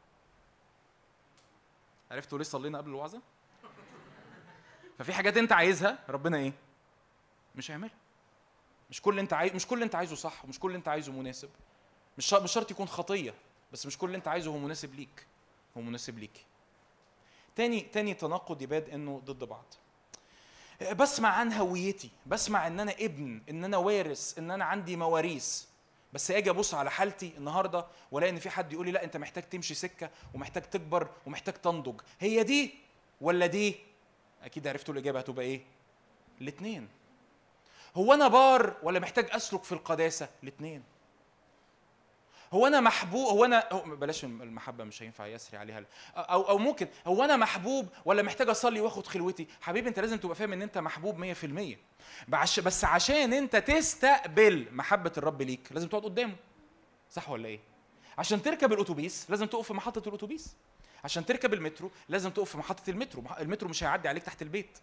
عرفتوا ليه صلينا قبل الوعظه؟ ففي حاجات انت عايزها ربنا ايه؟ مش هيعملها. مش كل اللي انت عايزه صح، ومش كل اللي انت عايزه مناسب. مش شرط يكون خطيه، بس مش كل اللي انت عايزه هو مناسب ليك، هو مناسب ليك. تاني تناقض يباد انه ضد بعض. بسمع عن هويتي، بسمع ان انا ابن، ان انا وارث، ان انا عندي مواريث، بس اجي ابص على حالتي النهارده والاقي ان في حد يقول لي لا انت محتاج تمشي سكه ومحتاج تكبر ومحتاج تنضج. هي دي ولا دي؟ اكيد عرفتوا الاجابه هتبقى ايه؟ الاثنين. هو انا بار ولا محتاج اسلك في القداسه؟ الاثنين. هو انا محبوب، هو انا بلاش المحبه مش هينفع يسري عليها، او ممكن هو انا محبوب ولا محتاج اصلي واخد خلوتي؟ حبيبي انت لازم تبقى فاهم ان انت محبوب 100%. بس عشان انت تستقبل محبه الرب ليك لازم تقعد قدامه. صح ولا ايه؟ عشان تركب الاتوبيس لازم تقف في محطه الاتوبيس. عشان تركب المترو لازم تقف في محطه المترو. المترو مش هيعدي عليك تحت البيت.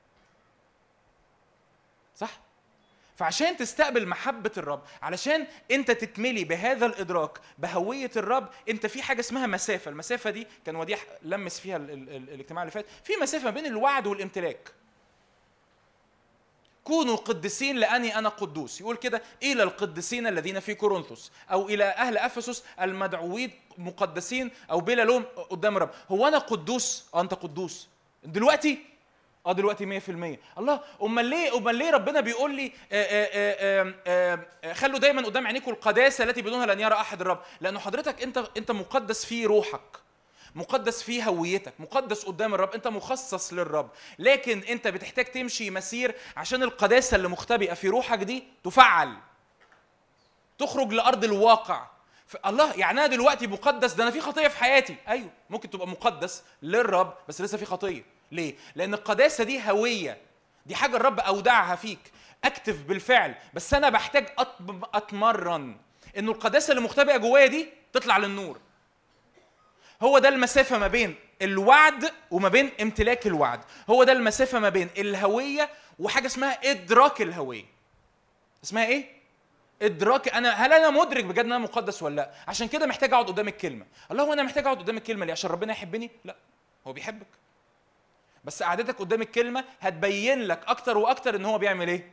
صح؟ فعشان تستقبل محبة الرب، علشان انت تتملي بهذا الادراك بهوية الرب، انت في حاجة اسمها مسافة. المسافة دي كان وديع لمس فيها الاجتماع اللي فات. في مسافة بين الوعد والامتلاك. كونوا قدسين لاني انا قدوس. يقول كده الى القدسين الذين في كورنثوس، او الى اهل افسس المدعوين مقدسين او بلا لوم قدام الرب. هو انا قدوس؟ انت قدوس دلوقتي؟ دلوقتي 100%. الله، امال ليه ربنا بيقول لي خلوا دايما قدام عينيكم القداسه التي بدونها لن يرى احد الرب؟ لانه حضرتك انت مقدس في روحك، مقدس في هويتك، مقدس قدام الرب، انت مخصص للرب. لكن انت بتحتاج تمشي مسير عشان القداسه اللي مختبئه في روحك دي تفعل، تخرج لارض الواقع. الله، يعني انا دلوقتي مقدس؟ ده انا في خطيه في حياتي. ايوه، ممكن تبقى مقدس للرب بس لسه في خطيه. ليه؟ لأن القداسة دي هوية، دي حاجة الرب أودعها فيك، أكتف بالفعل. بس أنا بحتاج أتمرن إنه القداسة اللي مختبئة جوايا دي تطلع للنور. هو ده المسافة ما بين الوعد وما بين امتلاك الوعد. هو ده المسافة ما بين الهوية وحاجة اسمها إدراك الهوية. اسمها إيه؟ إدراك. هل أنا مدرك بجد إن أنا مقدس ولا لا؟ عشان كده محتاج أقعد قدام الكلمة. الله، هو أنا محتاج أقعد قدام الكلمة ليه؟ عشان ربنا يحبني؟ لا، هو بيحبك. بس قعدتك قدام الكلمة هتبين لك أكتر وأكتر إن هو بيعمل إيه؟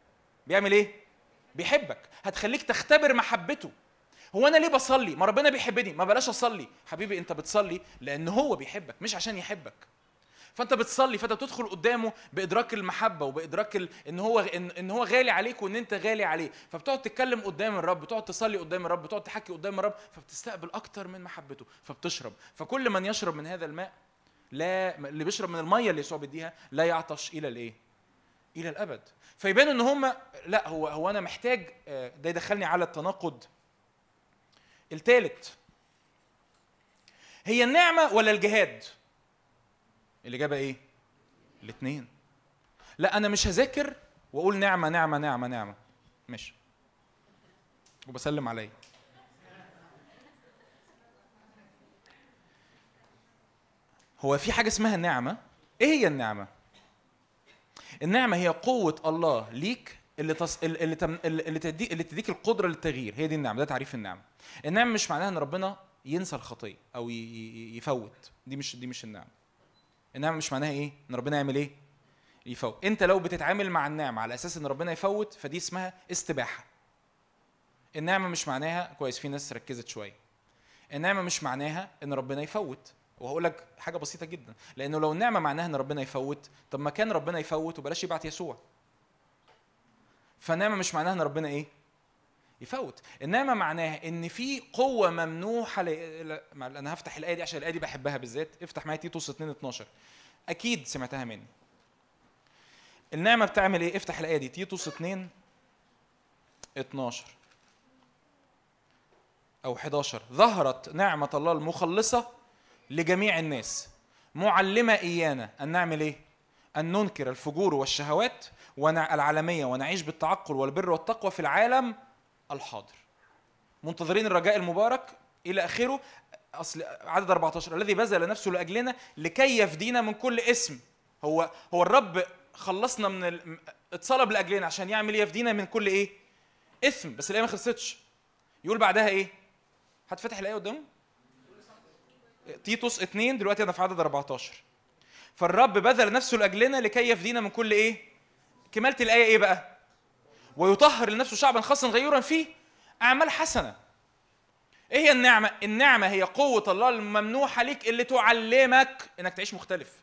بيحبك. هتخليك تختبر محبته. هو أنا ليه بصلي؟ ما ربنا بيحبني، ما بلاش أصلي. حبيبي أنت بتصلي لأن هو بيحبك مش عشان يحبك. فأنت بتصلي، فأنت بتدخل قدامه بإدراك المحبة وبإدراك إن هو غالي عليك وإن أنت غالي عليه. فبتقعد تتكلم قدام الرب، بتقعد تصلي قدام الرب، بتقعد تحكي قدام الرب، فبتستقبل أكتر من محبته، فبتشرب. فكل من يشرب من هذا الماء، لا، اللي بيشرب من الميه اللي يسوع بيديها لا يعطش الى الايه؟ الى الابد. فيبان ان هم لا، هو انا محتاج. ده يدخلني على التناقض الثالث. هي النعمه ولا الجهاد؟ الاجابه ايه؟ الاثنين. لا، انا مش هذاكر واقول نعمه نعمه نعمه نعمه ماشي وبسلم عليا. هو في حاجة اسمها النعمة. ايه هي النعمة؟ النعمة هي قوة الله ليك اللي تديك القدرة للتغيير. هي دي النعمة، ده تعريف النعمة. النعمة مش معناها ان ربنا ينسى الخطية او يفوت. دي مش النعمة. النعمة مش معناها ايه؟ ان ربنا يعمل ايه؟ يفوت. انت لو بتتعامل مع النعمة على اساس ان ربنا يفوت، فدي اسمها استباحة. النعمه مش معناها كويس، في ناس ركزت شويه، النعمه مش معناها ان ربنا يفوت. وهقول لك حاجه بسيطه جدا، لانه لو النعمه معناها ان ربنا يفوت، طب ما كان ربنا يفوت وبلاش يبعت يسوع. فالنعمه مش معناها ان ربنا ايه؟ يفوت. النعمه معناها ان في قوه ممنوحه انا هفتح الايه دي عشان الايه دي بحبها بالذات. افتح معايا تيتوس 2:12، اكيد سمعتها مني. النعمه بتعمل ايه؟ افتح الايه دي، تيتوس 2:12 او 11. ظهرت نعمه الله المخلصه لجميع الناس معلمه ايانا ان نعمل ايه؟ ان ننكر الفجور والشهوات العالميه ونعيش بالتعقل والبر والتقوى في العالم الحاضر، منتظرين الرجاء المبارك الى اخره. اصل عدد 14 الذي بذل نفسه لاجلنا لكي يفدينا من كل اسم. هو الرب خلصنا من اتصلب لاجلنا عشان يعمل يفدينا من كل ايه؟ اثم. بس الايه ما خلصتش، يقول بعدها ايه؟ هتفتح الايه قدامه تيتوس 2 دلوقتي، انا في عدد 14. فالرب بذل نفسه لاجلنا لكي يفدينا من كل ايه؟ كمالة الايه ايه بقى؟ ويطهر لنفسه شعبا خاصا غيورا فيه اعمال حسنه. ايه هي النعمه؟ النعمه هي قوه الله الممنوحه ليك اللي تعلمك انك تعيش مختلف.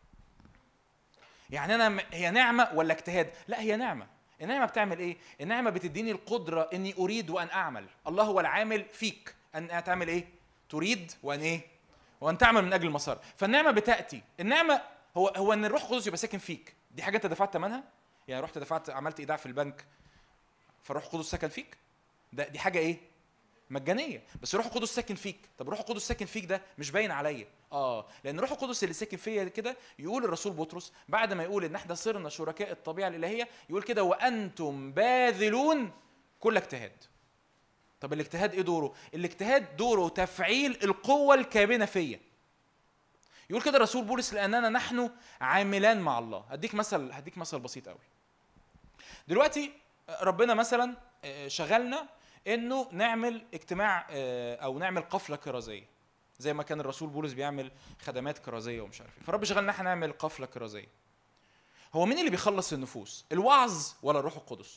يعني انا هي نعمه ولا اجتهاد؟ لا، هي نعمه. النعمه بتعمل ايه؟ النعمه بتديني القدره اني اريد وان اعمل. الله هو العامل فيك ان تعمل ايه؟ تريد وان ايه؟ وان تعمل من اجل المسار. فالنعمه بتاتي، النعمه هو ان الروح القدس يبقى ساكن فيك. دي حاجه انت دفعت ثمنها، يعني رحت دفعت عملت ايداع في البنك فالروح القدس سكن فيك، دي حاجه ايه؟ مجانيه. بس الروح القدس ساكن فيك. طب الروح القدس ساكن فيك ده مش باين عليا، لان الروح القدس اللي ساكن فيا كده، يقول الرسول بطرس بعد ما يقول ان احنا صرنا شركاء الطبيعه الالهيه، يقول كده وانتم باذلون كل اجتهاد. طب الاجتهاد ايه دوره؟ الاجتهاد دوره تفعيل القوه الكامنه فيا. يقول كده الرسول بولس لاننا نحن عاملان مع الله. هديك مثل بسيط قوي. دلوقتي ربنا مثلا شغلنا انه نعمل اجتماع او نعمل قفله كرازيه، زي ما كان الرسول بولس بيعمل خدمات كرازيه ومش عارف ايه. فرب شغلنا احنا نعمل قفله كرازيه. هو مين اللي بيخلص النفوس؟ الوعظ ولا الروح القدس؟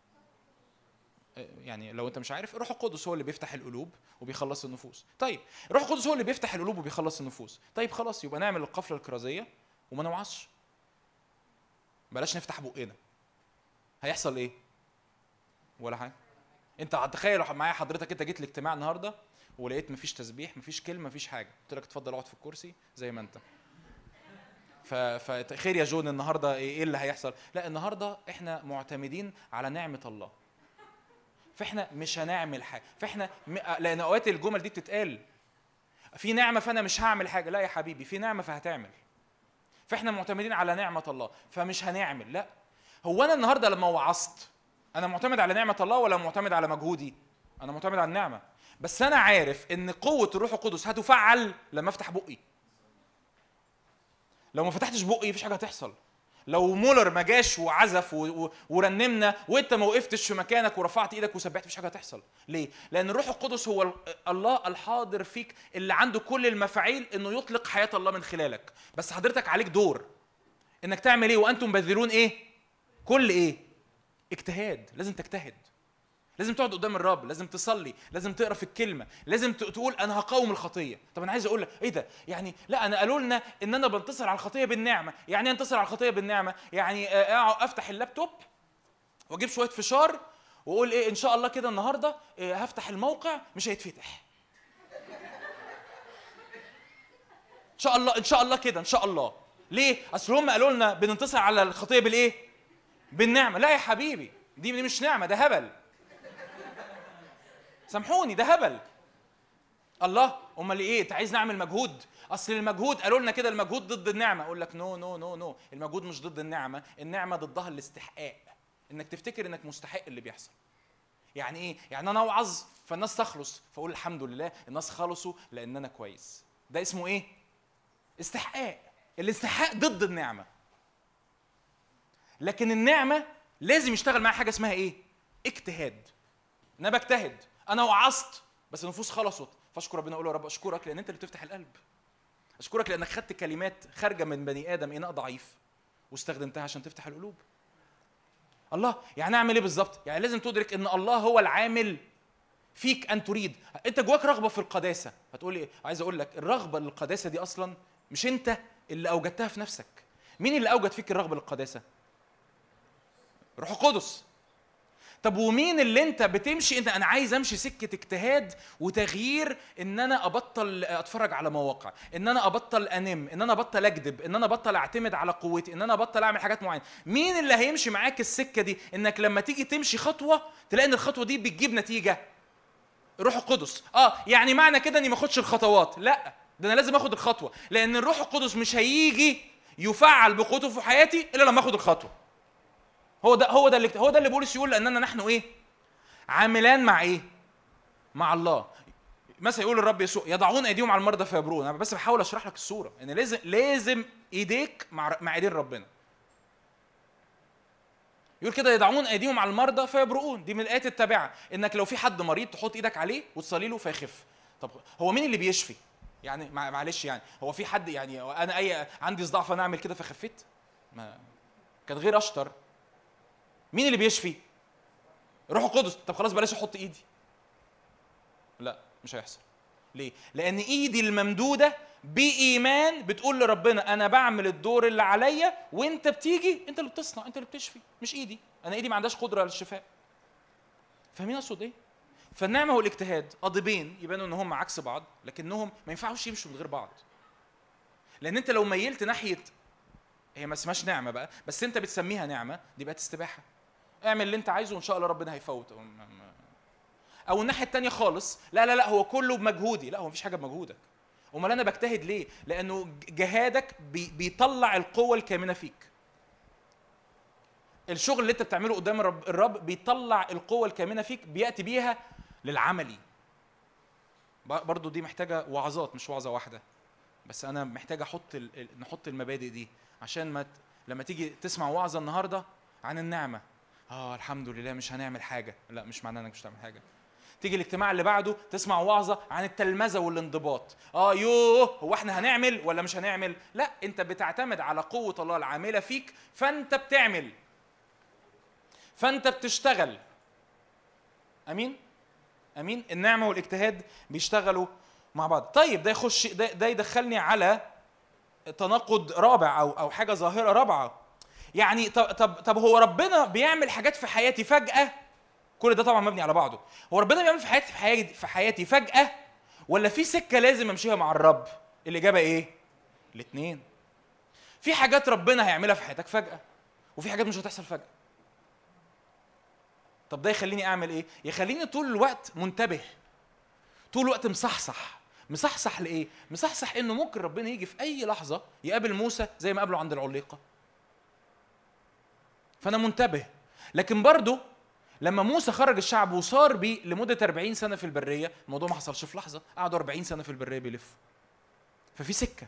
يعني لو انت مش عارف، الروح القدس هو اللي بيفتح القلوب وبيخلص النفوس. طيب الروح القدس هو اللي بيفتح القلوب وبيخلص النفوس. طيب خلاص، يبقى نعمل القفله الكرازيه وما نوعظش، بلاش نفتح بقنا. هيحصل ايه؟ ولا حاجه. انت هتخيل معايا حضرتك، انت جيت الاجتماع النهارده ولقيت مفيش تسبيح، مفيش كلمه، مفيش حاجه، قلت لك اتفضل اقعد في الكرسي زي ما انت. فخير يا جون، النهارده ايه اللي هيحصل؟ لا، النهارده احنا معتمدين على نعمه الله، فاحنا مش هنعمل حاجه. فاحنا لان اوقات الجمل دي بتتقال في نعمه فانا مش هعمل حاجه. لا يا حبيبي، في نعمه فهتعمل. فاحنا معتمدين على نعمه الله فمش هنعمل. لا، هو انا النهارده لما وعظت انا معتمد على نعمه الله ولا معتمد على مجهودي؟ انا معتمد على النعمه. بس انا عارف ان قوه الروح القدس هتفعل لما افتح بقي. لو ما فتحتش بقي مفيش حاجه هتحصل. لو مولر ما جاش وعزف ورنمنا وانت ما وقفتش في مكانك ورفعت ايدك وسبحت مفيش حاجه هتحصل. ليه؟ لان الروح القدس هو الله الحاضر فيك اللي عنده كل المفاعيل انه يطلق حياه الله من خلالك. بس حضرتك عليك دور انك تعمل ايه؟ وانتم باذلون ايه؟ كل ايه؟ اجتهاد. لازم تجتهد، لازم تقعد قدام الرب، لازم تصلي، لازم تقرا في الكلمه، لازم تقول انا هقاوم الخطيه. طب انا عايز اقول لك ايه ده؟ يعني لا، انا قالوا لنا ان انا بنتصر على الخطيه بالنعمه. يعني انتصر على الخطيه بالنعمه يعني افتح اللابتوب واجيب شويه فشار واقول ايه ان شاء الله كده النهارده هفتح الموقع مش هيتفتح. ان شاء الله، ان شاء الله كده، ان شاء الله. ليه؟ اصل هم قالوا لنا بننتصر على الخطيه بالايه؟ بالنعمه. لا يا حبيبي، دي مش نعمه، ده هبل. سامحوني، ده هبل. الله، امال ايه؟ انت عايز نعمل مجهود؟ اصل المجهود قالوا لنا كده المجهود ضد النعمه. اقول لك نو نو نو نو، المجهود مش ضد النعمه، النعمه ضدها الاستحقاق. انك تفتكر انك مستحق اللي بيحصل. يعني ايه؟ يعني انا اوعظ فالناس تخلص فاقول الحمد لله الناس خلصوا لان انا كويس. ده اسمه ايه؟ استحقاق. الاستحقاق ضد النعمه. لكن النعمه لازم يشتغل معاها حاجه اسمها ايه؟ اجتهاد. انا بجتهد، انا وعظت بس النفوس خلصت، فاشكر ربنا، اقول يا رب اشكرك لان انت اللي بتفتح القلب. اشكرك لانك خدت كلمات خارجه من بني ادم اناء ضعيف واستخدمتها عشان تفتح القلوب. الله، يعني اعمل ايه بالظبط؟ يعني لازم تدرك ان الله هو العامل فيك ان تريد. انت جواك رغبه في القداسه، هتقول ايه؟ عايز اقول لك الرغبه للقداسه دي اصلا مش انت اللي اوجدتها في نفسك. مين اللي اوجد فيك الرغبه للقداسه؟ روح القدس. طب ومين اللي انت بتمشي؟ انت انا عايز امشي سكه اجتهاد وتغيير، ان انا ابطل اتفرج على مواقع، ان انا ابطل انام، ان انا ابطل اكذب، ان انا ابطل اعتمد على قوتي، ان انا ابطل اعمل حاجات معينه. مين اللي هيمشي معاك السكه دي؟ انك لما تيجي تمشي خطوه تلاقي ان الخطوه دي بتجيب نتيجه. الروح القدس. يعني معنى كده اني ما اخدش الخطوات؟ لا، ده انا لازم اخد الخطوه، لان الروح القدس مش هيجي يفعل بقوته في حياتي الا لما اخد الخطوه. هو ده اللي بولس يقول لاننا نحن ايه؟ عاملان مع ايه؟ مع الله. مثلا يقول الرب يسوع يضعون ايديهم على المرضى فيبرون. انا بس بحاول اشرح لك الصوره ان لازم ايديك مع ايدين ربنا. يقول كده يضعون ايديهم على المرضى فيبرؤون. دي من الايات التابعه، انك لو في حد مريض تحط ايدك عليه وتصلي له فيخف. طب هو مين اللي بيشفي؟ يعني معلش، يعني هو في حد يعني انا عندي صداع فانا اعمل كده فخفيت؟ ما كان غير اشطر. مين اللي بيشفي؟ روح القدس. طب خلاص بلاش احط ايدي. لا، مش هيحصل. ليه؟ لان ايدي الممدوده بايمان بتقول لربنا انا بعمل الدور اللي عليا، وانت بتيجي انت اللي بتصنع، انت اللي بتشفي، مش ايدي. انا ايدي ما عندهاش قدره على الشفاء. فاهمين اقصد ايه؟ فالنعمه والاجتهاد قضيبين يبانوا ان هم عكس بعض، لكنهم ما ينفعوش يمشوا من غير بعض. لان انت لو ميلت ناحيه، هي ما اسمهاش نعمه بقى، بس انت بتسميها نعمه، دي بقت استباحه. اعمل اللي انت عايزه وان شاء الله ربنا هيفوت. او الناحيه الثانيه خالص، لا هو كله بمجهودي. لا، هو مفيش حاجه بمجهودك. امال انا بجتهد ليه؟ لانه جهادك بيطلع القوه الكامنه فيك. الشغل اللي انت بتعمله قدام الرب بيطلع القوه الكامنه فيك، بياتي بيها للعملي. برضو دي محتاجه وعظات، مش وعظه واحده، بس انا محتاج نحط المبادئ دي عشان لما تيجي تسمع وعظه النهارده عن النعمه، الحمد لله مش هنعمل حاجه. لا، مش معناه انك مش هتعمل حاجه. تيجي الاجتماع اللي بعده تسمع وعظه عن التلمذه والانضباط، هو احنا هنعمل ولا مش هنعمل؟ لا، انت بتعتمد على قوه الله العامله فيك، فانت بتعمل، فانت بتشتغل. امين. النعمه والاجتهاد بيشتغلوا مع بعض. طيب ده يدخلني على تناقض رابع او حاجه ظاهره رابعه. يعني طب هو ربنا بيعمل حاجات في حياتي فجأة؟ كل ده طبعا مبني على بعضه. هو ربنا بيعمل في حياتي فجأة ولا في سكة لازم امشيها مع الرب؟ الإجابة ايه؟ الاثنين. في حاجات ربنا هيعملها في حياتك فجأة، وفي حاجات مش هتحصل فجأة. طب ده يخليني اعمل ايه؟ يخليني طول الوقت منتبه، طول الوقت مصحصح لايه؟ مصحصح انه ممكن ربنا يجي في اي لحظة يقابل موسى زي ما قابله عند العليقة، فأنا منتبه. لكن برضو لما موسى خرج الشعب وصار بيه لمدة 40 سنة في البرية، الموضوع ما حصلش في لحظة، قعدوا 40 سنة في البرية بيلفوا. ففي سكة.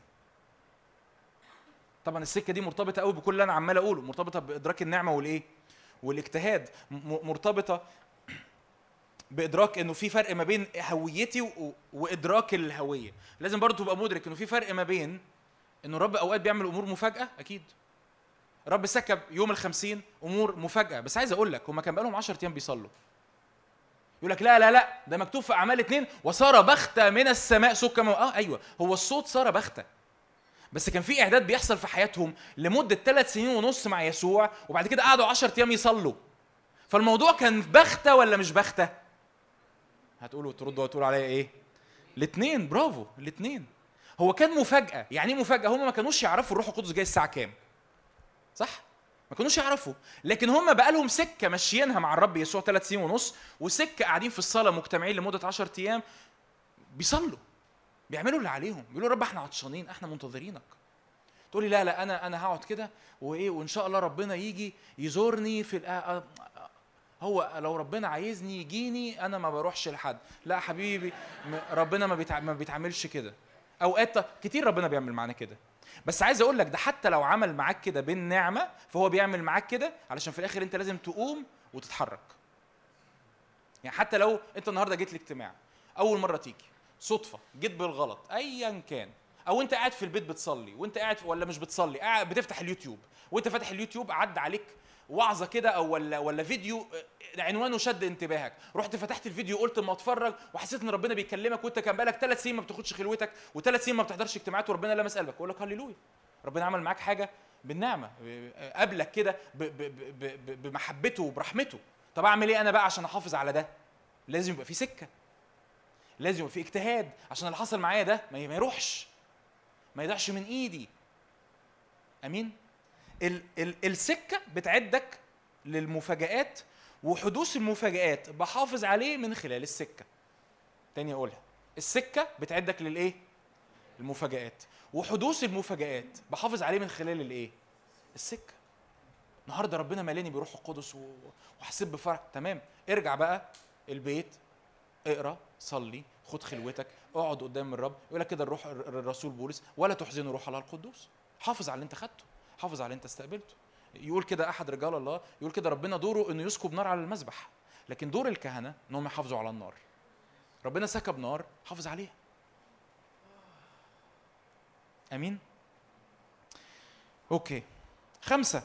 طبعا السكة دي مرتبطة قوي بكل اللي أنا عمال أقوله، مرتبطة بإدراك النعمة والإيه؟ والاجتهاد، مرتبطة بإدراك إنه في فرق ما بين هويتي وإدراك الهوية. لازم برضو تبقى مدرك إنه في فرق ما بين إنه الرب أوقات بيعمل أمور مفاجأة، أكيد رب سكب يوم 50 امور مفاجاه، بس عايز اقول لك هم كان بقالهم 10 ايام بيصلوا. يقول لك لا ده مكتوب في اعمال 2 وصار بختة من السماء صوت كما ايوه، هو الصوت صار بختة، بس كان في اعداد بيحصل في حياتهم لمده 3 سنين ونص مع يسوع، وبعد كده قعدوا 10 ايام يصلوا. فالموضوع كان بختة ولا مش بختة؟ هتقولوا تردوا وتقولوا عليا ايه؟ الاثنين. برافو، الاثنين. هو كان مفاجاه. يعني ايه مفاجاه؟ هم ما كانوش يعرفوا الروح القدس جاي الساعه كام، صح؟ ما كانوش يعرفوا، لكن هم بقى لهم سكه ماشيينها مع الرب يسوع 3 سنين ونص، وسكه قاعدين في الصلاه مجتمعين لمده 10 ايام بيصلوا، بيعملوا اللي عليهم، بيقولوا رب احنا عطشانين، احنا منتظرينك. تقولي لا انا هقعد كده وايه، وان شاء الله ربنا يجي يزورني في هو لو ربنا عايزني يجيني انا ما بروحش لحد. لا حبيبي، ربنا ما بيتعاملش كده. اوقات كتير ربنا بيعمل معانا كده، بس عايز اقول لك ده حتى لو عمل معاك كده بالنعمه فهو بيعمل معاك كده علشان في الاخر انت لازم تقوم وتتحرك. يعني حتى لو انت النهارده جيت الاجتماع اول مره تيجي صدفه، جيت بالغلط ايا كان، او انت قاعد في البيت بتصلي وانت قاعد ولا مش بتصلي، قاعد بتفتح اليوتيوب وانت فاتح اليوتيوب عدى عليك وعظه كده او ولا فيديو عنوانه شد انتباهك، رحت فتحت الفيديو قلت اما اتفرج وحسيت ان ربنا بيكلمك وانت كان بقالك 3 سنين ما بتاخدش خلوتك و3 سنين ما بتحضرش اجتماعات وربنا لمس قلبك، اقول لك هللويا، ربنا عمل معاك حاجه بالنعمه، قابلك كده بمحبته وبرحمته. طب اعمل ايه انا بقى عشان احافظ على ده؟ لازم يبقى في سكه، لازم يبقى في اجتهاد عشان اللي حصل معايا ده ما يروحش، ما يضيعش من ايدي. امين. السكه بتعدك للمفاجآت، وحدوث المفاجآت بحافظ عليه من خلال السكه. تاني اقولها، السكه بتعدك للايه؟ المفاجآت، وحدوث المفاجآت بحافظ عليه من خلال الايه؟ السكه. النهارده ربنا ملاني بروح القدس وحسيت بفرح، تمام، ارجع بقى البيت، اقرا، صلي، خد خلوتك، اقعد قدام الرب. يقول لك كده الروح الرسول بولس، ولا تحزنوا روح الله القدوس. حافظ على اللي انت خدته، حافظ على اللي انت استقبلته. يقول كده احد رجال الله، يقول كده ربنا دوره انه يسكب نار على المذبح، لكن دور الكهنه انهم يحافظوا على النار. ربنا سكب نار، حافظ عليها. امين. اوكي. 5،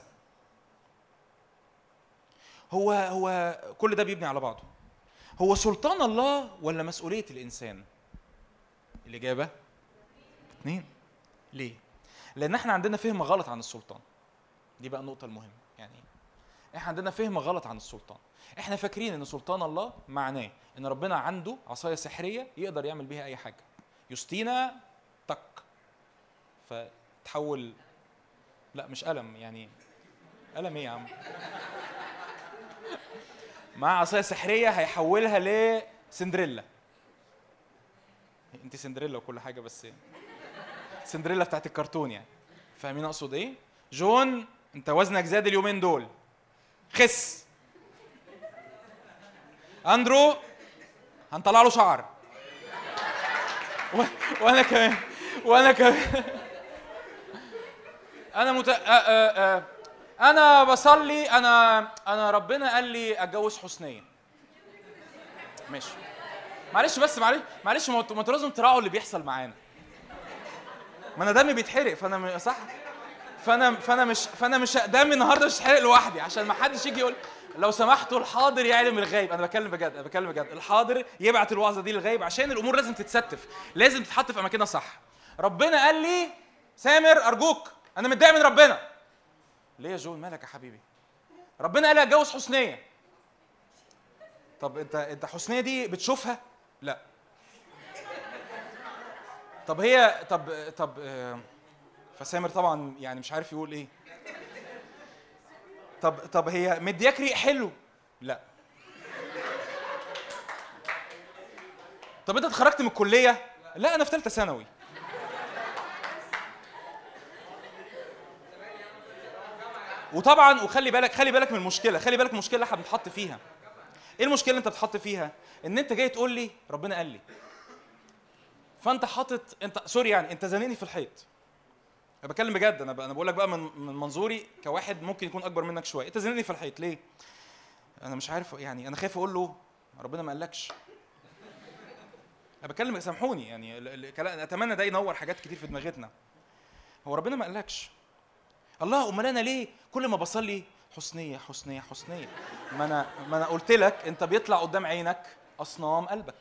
هو كل ده بيبني على بعضه. هو سلطان الله ولا مسؤولية الإنسان؟ الإجابة 2. ليه؟ لأن احنا عندنا فهم غلط عن السلطان. دي بقى النقطة المهمة. يعني احنا عندنا فهم غلط عن السلطان. احنا فاكرين ان سلطان الله معناه ان ربنا عنده عصاية سحرية يقدر يعمل بيها أي حاجة. يوستينا تك فتحول، لا مش قلم، يعني قلم ايه يا عم؟ مع عصاية سحرية هيحولها لسندريلا. انت سندريلا وكل حاجة، بس سندريلا بتاعت الكرتون يعني. فاهمين اقصد ايه؟ جون انت وزنك زاد اليومين دول، خس. اندرو هنطلع له شعر. وانا كمان انا انا بصلي، انا ربنا قال لي اتجوز حسنيه. ماشي، معلش بس معلش ما انتوا لازم تراعوا اللي بيحصل معانا. ما انا دمي بيتحرق، فانا صح، فانا مش دمي النهارده مش هيتحرق لوحدي، عشان ما حدش يجي يقول لو سمحتوا الحاضر يعلم الغيب. انا بتكلم بجد، الحاضر يبعت الوعظه دي للغيب، عشان الامور لازم تتستف، لازم تتحط في اماكنها صح. ربنا قال لي سامر ارجوك، انا متضايق من ربنا. ليه يا جون؟ مالك يا حبيبي؟ ربنا قال لي اتجوز حسنيه. طب انت حسنيه دي بتشوفها؟ لا. طب هي طب فسامر طبعا يعني مش عارف يقول ايه. طب هي مدياك ريق حلو؟ لا. طب انت اتخرجت من الكليه؟ لا انا في ثالثه ثانوي. وطبعا وخلي بالك من المشكله، خلي بالك من المشكله اللي احنا بنتحط فيها. ايه المشكله اللي انت بتحط فيها؟ ان انت جاي تقول لي ربنا قال لي، فانت حاطط، انت سوري يعني انت زنقني في الحيط. انا بتكلم بجد، انا بقول لك بقى من منظوري كواحد ممكن يكون اكبر منك شويه. انت زنقني في الحيط ليه؟ انا مش عارف، يعني انا خايف اقول له ربنا ما قالكش. انا بتكلم، سامحوني يعني اتمنى ده ينور حاجات كتير في دماغتنا. هو ربنا ما قالكش. الله، امال انا ليه كل ما بصلي حسنيه حسنيه حسنيه؟ ما انا قلت لك انت بيطلع قدام عينك اصنام قلبك.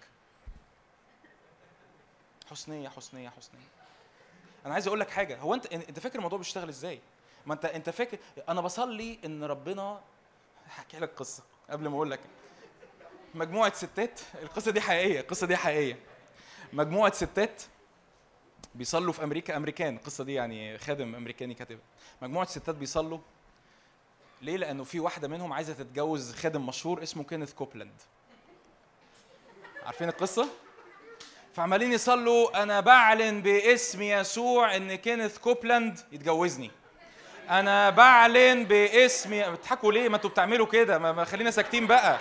حسنيه حسنيه حسنيه. انا عايز اقول لك حاجه، هو انت فاكر الموضوع بيشتغل ازاي؟ ما انت فاكر انا بصلي ان ربنا، هحكي لك قصه قبل ما اقول لك. مجموعه ستات، القصه دي حقيقيه. مجموعه ستات بيصلوا في امريكا، امريكان، القصه دي يعني خادم امريكاني كاتبها. مجموعه ستات بيصلوا ليه؟ لانه في واحده منهم عايزه تتجوز خادم مشهور اسمه كينيث كوبلاند. عارفين القصه؟ فعمالين يصلوا، انا بعلن باسم يسوع ان كينيث كوبلاند يتجوزني. انا بعلن باسم، بتضحكوا ليه؟ ما انتوا بتعملوا كده، ما خلينا ساكتين بقى.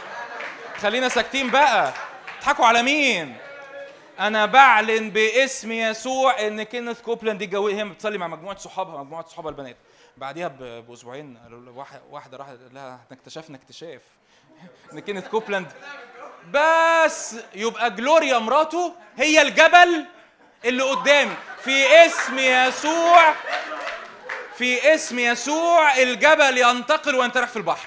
بتضحكوا على مين؟ انا بعلن باسم يسوع ان كينيث كوبلاند يتجوز. هي بتصلي مع مجموعه صحابها البنات. بعديها باسبوعين واحده راحت لها احنا اكتشفنا اكتشاف ان كينيث كوبلاند بس يبقى جلوريا مراته هي الجبل اللي قدامي في اسم يسوع، في اسم يسوع الجبل ينتقل وينطرح في البحر.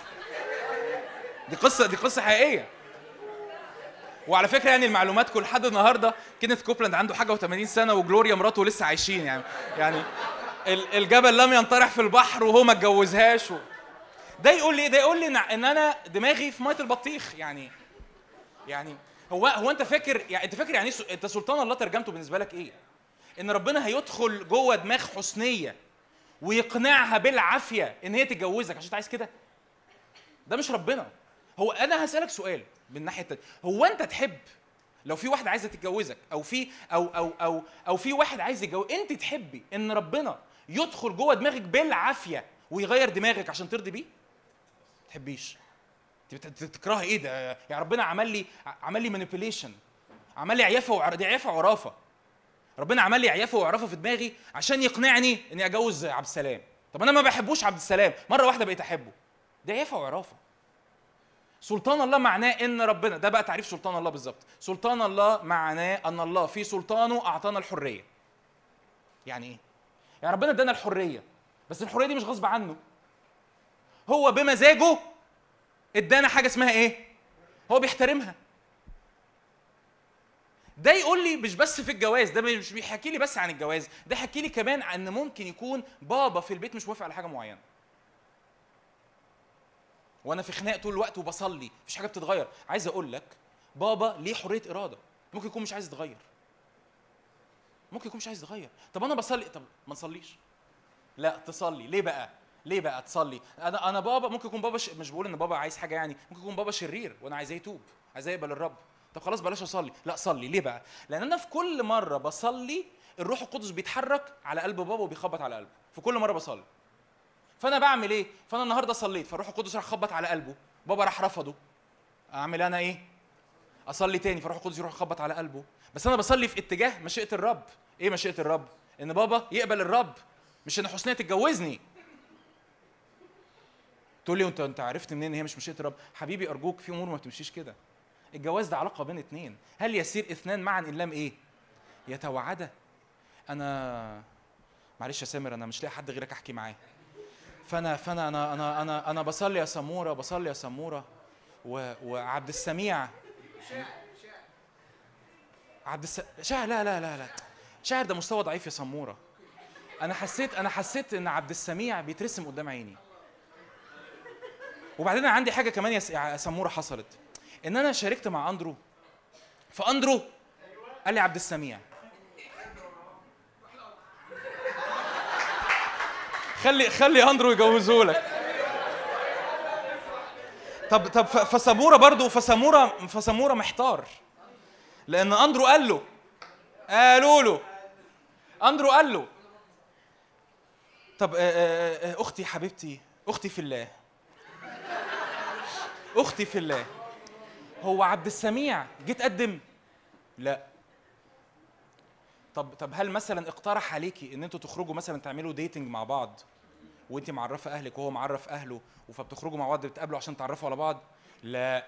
دي قصه حقيقيه. وعلى فكره يعني المعلومات لحد النهارده كينيث كوبلاند عنده حاجه و80 سنه وجلوريا مراته لسه عايشين يعني الجبل لم ينطرح في البحر وهو ما اتجوزهاش ده يقول لي ان انا دماغي في ميه البطيخ. يعني هو انت فاكر يعني انت سلطان الله ترجمته بالنسبه لك ايه؟ ان ربنا هيدخل جوه دماغ حسنيه ويقنعها بالعافيه ان هي تتجوزك عشان انت عايز كده؟ ده مش ربنا. هو انا هسالك سؤال من ناحيه التانية. هو انت تحب لو في واحده عايزه تتجوزك او في واحد عايز يتجوز، انت تحبي ان ربنا يدخل جوه دماغك بالعافيه ويغير دماغك عشان ترضي بيه؟ ما تحبيش. تكرهي ايه ده؟ يا ربنا عمل لي مانيبيوليشن، عمل لي عيافه وعرافه. ربنا عمل لي عيافه وعرافه في دماغي عشان يقنعني اني اجوز عبد السلام. طب انا ما بحبوش عبد السلام، مره واحده بقيت احبه. ده عيافه وعرافه. سلطان الله معناه ان ربنا، ده بقى تعريف سلطان الله بالظبط. سلطان الله معناه ان الله في سلطانه اعطانا الحريه. يعني ايه؟ يعني ربنا ادانا الحريه، بس الحريه دي مش غصب عنه. هو بمزاجه ادانا حاجه اسمها ايه؟ هو بيحترمها. ده يقول لي مش بس في الجواز، ده مش بيحكي لي بس عن الجواز، ده حكي لي كمان عن ان ممكن يكون بابا في البيت مش موافق على حاجه معينه، وانا في خناق طول الوقت وبصلي مفيش حاجه بتتغير. عايز اقول لك بابا ليه حريه اراده، ممكن يكون مش عايز يتغير، ممكن يكون مش عايز يتغير. طب انا بصلي، طب ما نصليش؟ لا تصلي. ليه بقى تصلي؟ انا بابا ممكن يكون بابا مش بقول ان بابا عايز حاجه، يعني ممكن يكون بابا شرير وانا عايزاه يتوب، عايزاه يقبل الرب. طب خلاص بلاش اصلي. لا صلي. ليه بقى؟ لان انا في كل مره بصلي الروح القدس بيتحرك على قلب بابا وبيخبط على قلبه في كل مره بصلي. فانا بعمل ايه؟ فانا النهارده صليت فالروح القدس راح خبط على قلبه، بابا راح رفضه. اعمل انا ايه؟ اصلي تاني فالروح القدس يروح يخبط على قلبه. بس انا بصلي في اتجاه مشيئه الرب. ايه مشيئه الرب؟ ان بابا يقبل الرب، مش ان حسنيه تتجوزني. تقول لي انت عرفت منين ان هي مش مشيئه الرب؟ حبيبي ارجوك في امور ما بتمشيش كده. الجواز ده علاقه بين اتنين. هل يسير اثنان معا ان لم ايه؟ يتوعدا. انا معلش يا سامر انا مش لاقي حد غيرك احكي معاه. فانا انا بصلي يا سموره وعبد السميع شاعر. لا شاعر ده مستوى ضعيف يا سموره. انا حسيت ان عبد السميع بيترسم قدام عيني. وبعدين عندي حاجه كمان يا سموره حصلت، ان انا شاركت مع اندرو، فاندرو قال لي عبد السميع خلي اندرو يجوزه لك. طب فسموره برضو، فسموره محتار، لان اندرو قالوا له اندرو قال له طب اختي حبيبتي، اختي في الله هو عبد السميع جه تقدم؟ لا. طب هل مثلا اقترح عليكي ان انتوا تخرجوا مثلا تعملوا ديتنج مع بعض وانت معرفه اهلك وهو معرف اهله فبتخرجوا مع بعض بتقابلوا عشان تعرفوا على بعض؟ لا.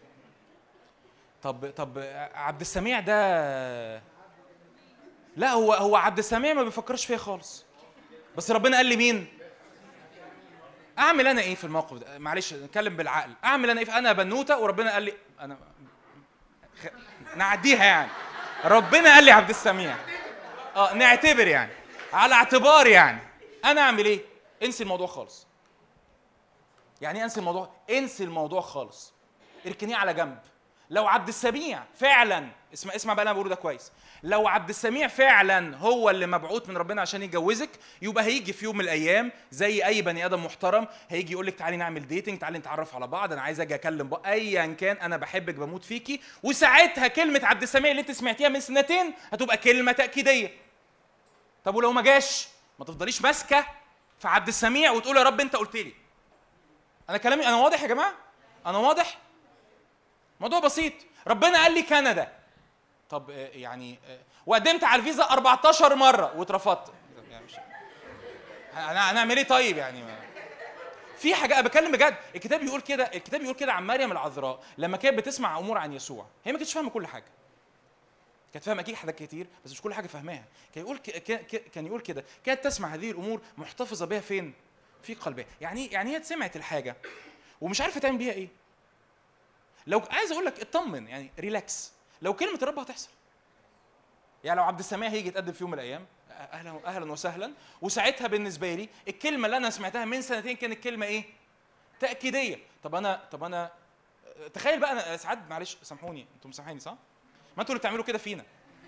طب عبد السميع ده لا، هو عبد السميع ما بيفكرش فيها خالص، بس ربنا قال لي مين؟ اعمل انا ايه في الموقف ده؟ معلش نتكلم بالعقل. اعمل انا ايه؟ انا بنوته وربنا قال لي انا نعديها يعني. ربنا قال لي عبد السميع، نعتبر يعني على اعتبار يعني. انا اعمل ايه؟ انسي الموضوع خالص. يعني انسي الموضوع، انسي الموضوع خالص، اركنيه على جنب. لو عبد السميع فعلا اسمع بقى انا بقوله ده كويس، لو عبد السميع فعلا هو اللي مبعوث من ربنا عشان يجوزك، يبقى هيجي في يوم من الايام زي اي بني ادم محترم، هيجي يقول لك تعالي نعمل ديتنج، تعالي نتعرف على بعض، انا عايز اجي اكلم بقى ايا كان، انا بحبك بموت فيكي. وساعتها كلمه عبد السميع اللي انت سمعتيها من سنتين هتبقى كلمه تاكيديه. طب ولو ما جاش، ما تفضليش ماسكه في عبد السميع وتقول يا رب انت قلت لي. انا كلامي انا واضح يا جماعه؟ انا واضح؟ موضوع بسيط. ربنا قال لي كندا، طب يعني وقدمت على الفيزا 14 مره واترفضت، يعني مش انا هنعمل ايه طيب؟ يعني في حاجه انا بتكلم بجد. الكتاب يقول كده عن مريم العذراء لما كانت بتسمع امور عن يسوع، هي ما كانتش فاهمه كل حاجه. كانت فاهمه اكيد حاجات كتير بس مش كل حاجه فاهماها. كان يقول كده كانت تسمع هذه الامور محتفظه بها فين؟ في قلبها. يعني هي سمعت الحاجه ومش عارفه تعمل بيها ايه. لو عايز اقول لك اطمن، يعني ريلاكس، لو كلمه الرب هتحصل. يعني لو عبد السميع هيجي يتقدم في يوم من الايام، اهلا وسهلا، وساعتها بالنسبه لي الكلمه اللي انا سمعتها من سنتين كانت كلمه ايه؟ تاكيديه. طب انا تخيل بقى، انا ساعات معلش سامحوني، انتم مسامحيني صح؟ ما انتوا اللي بتعملوا كده فينا.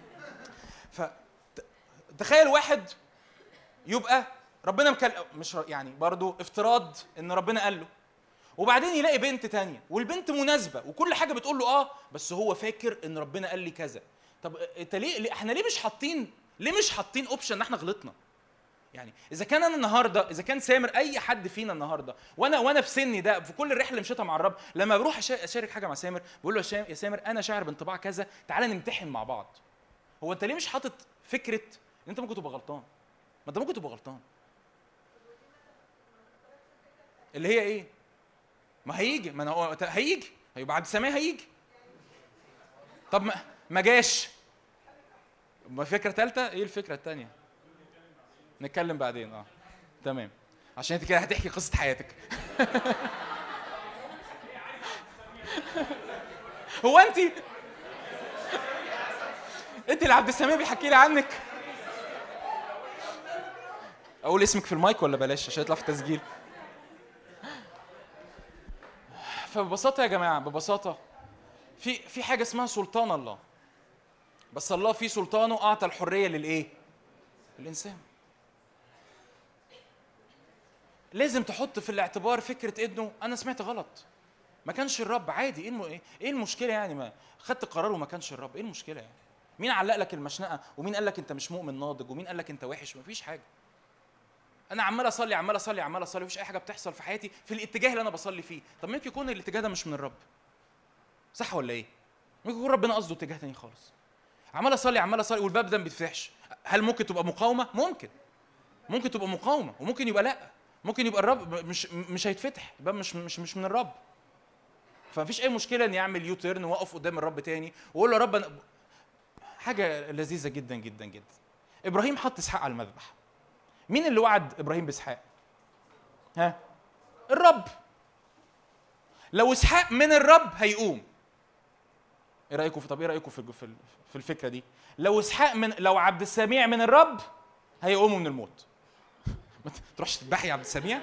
تخيل واحد يبقى ربنا مش يعني برضو افتراض ان ربنا قال له، وبعدين يلاقي بنت تانية والبنت مناسبه وكل حاجه بتقول له بس هو فاكر ان ربنا قال لي كذا. طب انت ليه احنا ليه مش حاطين اوبشن ان احنا غلطنا؟ يعني اذا كان انا النهارده، اذا كان سامر، اي حد فينا النهارده وانا في سني ده، في كل الرحله اللي مشيتها مع الرب، لما بروح اشارك حاجه مع سامر بقول له يا سامر انا شاعر بانطباع كذا، تعالى نمتحن مع بعض. هو انت ليه مش حاطط فكره ان انت ممكن تبقى غلطان؟ ما انت ممكن تبقى غلطان. اللي هي ايه؟ ما هيجي، ما انا هيجي، هيبقى عبد السميع هيجي. طب ما جاش. ما فكره ثالثه، ايه الفكره الثانيه؟ نتكلم بعدين. تمام، عشان انت كده هتحكي قصه حياتك. هو انت اللي عبد السميع بيحكي لي عنك. اقول اسمك في المايك ولا بلاش عشان يطلع في التسجيل؟ فببساطه يا جماعه، ببساطه في حاجه اسمها سلطان الله، بس الله في سلطانه اعطى الحريه للايه؟ الانسان. لازم تحط في الاعتبار فكره انه انا سمعت غلط، ما كانش الرب، عادي. ايه المشكله يعني؟ ما خدت قرار وما كانش الرب، ايه المشكله يعني؟ مين علق لك المشنقه؟ ومين قال لك انت مش مؤمن ناضج؟ ومين قال لك انت وحش؟ مفيش حاجه. انا عمال اصلي، مفيش اي حاجه بتحصل في حياتي في الاتجاه اللي انا بصلي فيه. طب ممكن يكون الاتجاه ده مش من الرب، صح ولا ايه؟ ممكن يكون ربنا قصده اتجاه تاني خالص. عمال اصلي والباب ده ما بيتفتحش. هل ممكن تبقى مقاومه؟ ممكن تبقى مقاومه، وممكن يبقى لا، ممكن يبقى الرب مش هيتفتح، الباب مش من الرب. فمفيش اي مشكله اني اعمل يو تيرن واقف قدام الرب تاني واقول له يا رب أنا حاجه لذيذه جدا جدا جدا. ابراهيم حط اسحاق على المذبح. مين اللي وعد ابراهيم باسحاق؟ الرب. لو اسحاق من الرب هيقوم. ايه رايكم في الفكره دي؟ لو اسحاق لو عبد السميع من الرب هيقوموا من الموت. ما تروحش تذبحي يا عبد السميع.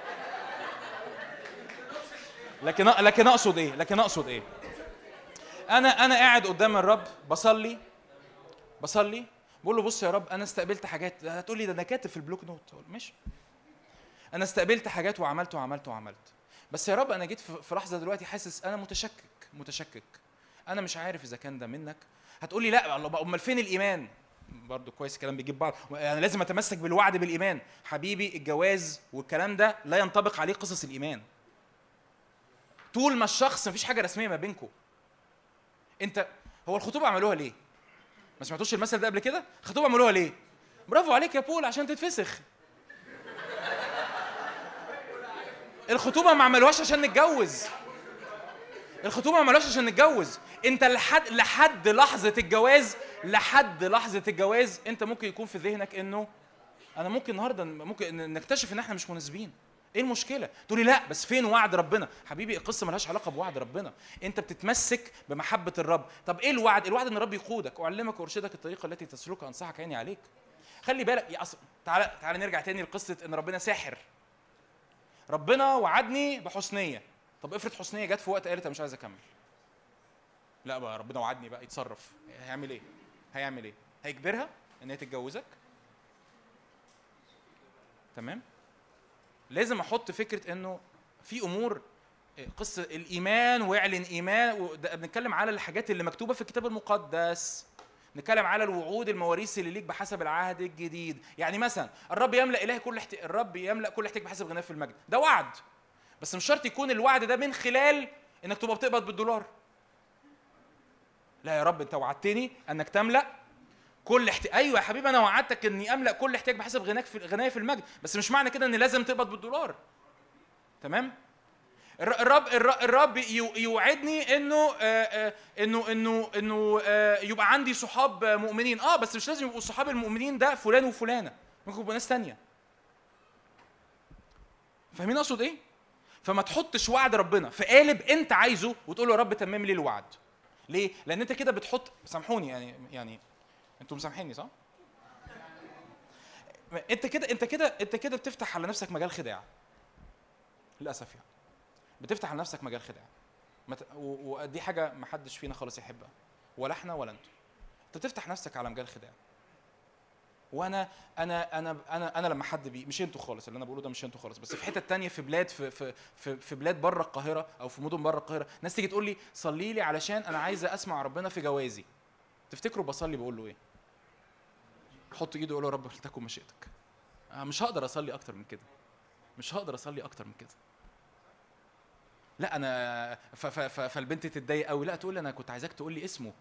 لكن اقصد ايه؟ انا قاعد قدام الرب بصلي بقول له بص يا رب، انا استقبلت حاجات. هتقول لي ده انا كاتب في البلوك نوت. ماشي، انا استقبلت حاجات وعملت، بس يا رب انا جيت في لحظه دلوقتي حاسس انا متشكك، انا مش عارف اذا كان ده منك. هتقول لي لا، امال فين الايمان؟ برضو كويس، الكلام بيجيب بعض. انا لازم اتمسك بالوعد بالايمان. حبيبي، الجواز والكلام ده لا ينطبق عليه قصص الايمان. طول ما الشخص مفيش حاجه رسميه ما بينكم. هو الخطوبه عملوها ليه؟ ما سمعتوش المثل ده قبل كده؟ الخطوبه عملوها ليه؟ برافو عليك يا بول، عشان تتفسخ. الخطوبه ما عملوهاش عشان نتجوز. انت لحد لحظه الجواز انت ممكن يكون في ذهنك انه انا ممكن النهارده ممكن نكتشف ان احنا مش مناسبين. ايه المشكله؟ تقولي لا بس فين وعد ربنا؟ حبيبي، القصه ملهاش علاقه بوعد ربنا، انت بتتمسك بمحبه الرب. طب ايه الوعد ان الرب يقودك واعلمك وارشدك الطريقه التي تسلكها، انصحك عيني عليك. خلي بالك يا تعالى نرجع تاني لقصه ان ربنا ساحر. ربنا وعدني بحسنيه. طب افرض حسنيه جت في وقت قالت انا مش عايز اكمل. لا بقى، ربنا وعدني بقى يتصرف. هيعمل ايه؟ هيجبرها ان هي تتجوزك؟ تمام؟ لازم احط فكره انه في امور، قصه الايمان واعلن ايمان. بنتكلم على الحاجات اللي مكتوبه في الكتاب المقدس، نتكلم على الوعود المواريث اللي ليك بحسب العهد الجديد. يعني مثلا الرب يملا كل احتياج بحسب غناه في المجد، ده وعد. بس مش شرط يكون الوعد ده من خلال انك تبقى بتقبض بالدولار. لا يا رب، انت وعدتني انك تملا كل ايوه يا حبيبي، انا وعدتك اني املا كل احتياج بحسب غناي في المجد، بس مش معنى كده ان لازم تقبض بالدولار. تمام؟ الرب يوعدني انه يبقى عندي صحاب مؤمنين. بس مش لازم يبقوا صحاب المؤمنين ده فلان وفلانه، ممكن يبقوا ناس تانية. فاهمين اقصد ايه؟ فما تحطش وعد ربنا في قالب انت عايزه وتقول له يا رب تمم لي الوعد. ليه؟ لان انت كده بتحط، سامحوني يعني انتوا مسامحيني صح؟ انت كده بتفتح على نفسك مجال خداع. للاسف يعني بتفتح على نفسك مجال خداع، ودي حاجه ما حدش فينا خالص يحبها، ولا احنا ولا انتوا. انت بتفتح نفسك على مجال خداع. وانا انا انا انا انا لما حد مش انتوا خالص، اللي انا بقوله ده مش انتوا خالص، بس في حته تانية، في بلاد في بلاد بره القاهره او في مدن بره القاهره، ناس تيجي تقول لي صلي لي علشان انا عايزه اسمع ربنا في جوازي. تفتكروا بصلي بقول له ايه؟ حط ايده يقول له يا رب لتكن مشيئتك. مش هقدر اصلي اكتر من كده، مش هقدر اصلي اكتر من كده. لا انا فالبنت تتضايق قوي، لا تقول لي انا كنت عايزاك تقول لي اسمه.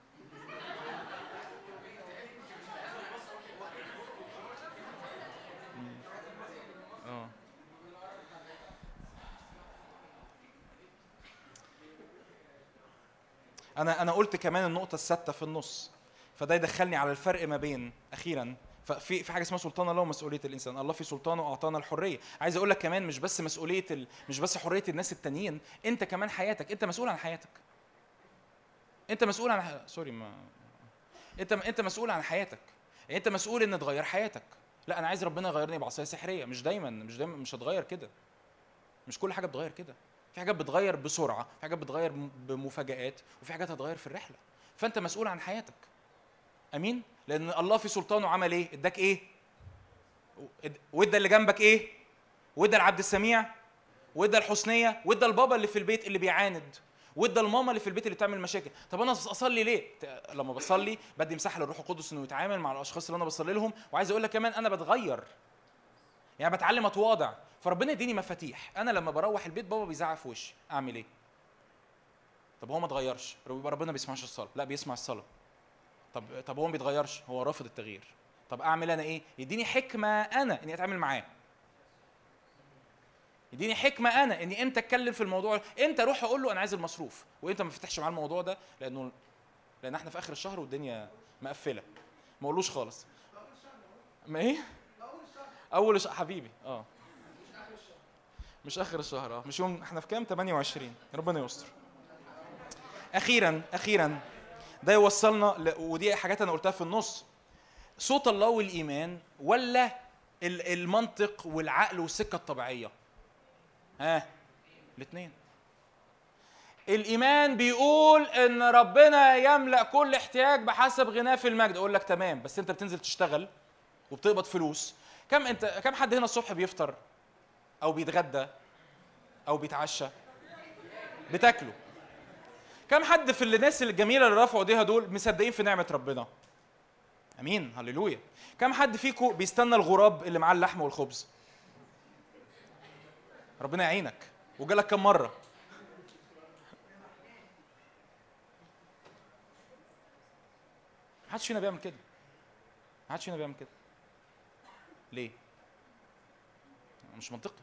انا قلت كمان النقطه السادسه في النص، فده يدخلني على الفرق ما بين اخيرا في حاجه اسمها سلطان الله ومسؤوليه الانسان. الله في سلطانه اعطانا الحريه. عايز اقول لك كمان مش بس مسؤوليه مش بس حريه الناس التانيين، انت كمان حياتك، انت مسؤول عن حياتك. انت مسؤول عن انت مسؤول عن حياتك. انت مسؤول ان تغير حياتك. لا انا عايز ربنا يغيرني بعصايه سحريه، مش دايما مش هتغير كده. مش كل حاجه بتغير كده. في حاجات بتغير بسرعه، في حاجات بتغير بمفاجآت، وفي حاجات هتغير في الرحله. فانت مسؤول عن حياتك. امين؟ لان الله في سلطانه عمل ايه؟ اداك ايه؟ وادى اللي جنبك ايه؟ وادى العبد السميع، وادى الحسنيه، وادى البابا اللي في البيت اللي بيعاند، وادى الماما اللي في البيت اللي بتعمل مشاكل. طب انا اصلي ليه؟ لما بصلي بدي مساحه للروح القدس انه يتعامل مع الاشخاص اللي انا بصلي لهم. وعايز اقول لك كمان انا بتغير، يعني بتعلم اتواضع. فربنا يديني مفاتيح. انا لما بروح البيت بابا بيزعق في وشي، اعمل ايه؟ طب هو ما اتغيرش، يبقى ربنا ما بيسمعش الصلاه. لا بيسمع الصلاه. طب هو ما بيتغيرش، هو رافض التغيير. طب اعمل انا ايه؟ يديني حكمه انا اني اتعامل معاه. يديني حكمه انا اني امتى اتكلم في الموضوع، امتى اروح اقول له انا عايز المصروف، وامتى ما افتحش معاه الموضوع ده، لان احنا في اخر الشهر والدنيا مقفله. ما اقولوش خالص. ما ايه؟ اول الشهر حبيبي. مش اخر الشهر. مش يوم، احنا في كام؟ 28. ربنا يستر. اخيرا ده يوصلنا ودي حاجات انا قلتها في النص. صوت الله والايمان ولا المنطق والعقل والسكه الطبيعيه؟ الاثنين. الايمان بيقول ان ربنا يملأ كل احتياج بحسب غناه في المجد. اقول لك تمام، بس انت بتنزل تشتغل وبتقبض كم حد هنا الصبح بيفطر او بيتغدى او بيتعشى؟ بتاكلوا. كم حد في الناس الجميله اللي رفعوا ايديها دول مصدقين في نعمه ربنا؟ امين، هللويا. كم حد فيكم بيستنى الغراب اللي معاه اللحم والخبز؟ ربنا يعينك. وجالك كم مره؟ محدش فينا بيعمل كده. ليه؟ مش منطقي،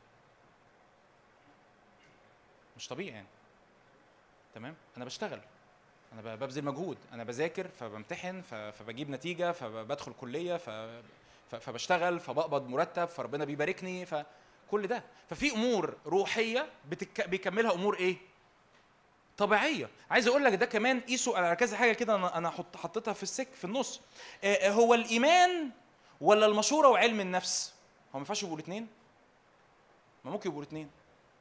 مش طبيعي يعني. تمام؟ انا بشتغل، انا ببذل مجهود، انا بذاكر فبمتحن فبجيب نتيجه، فبدخل كليه فبشتغل فبقبض مرتب، فربنا بيباركني، فكل ده. ففي امور روحيه بيكملها امور ايه؟ طبيعيه. عايز اقول لك ده كمان قيسوا على كذا حاجه كده. انا حطيتها في النص. هو الايمان ولا المشوره وعلم النفس؟ هو ما ينفعش يبقوا الاثنين؟ ما ممكن يبقوا الاثنين،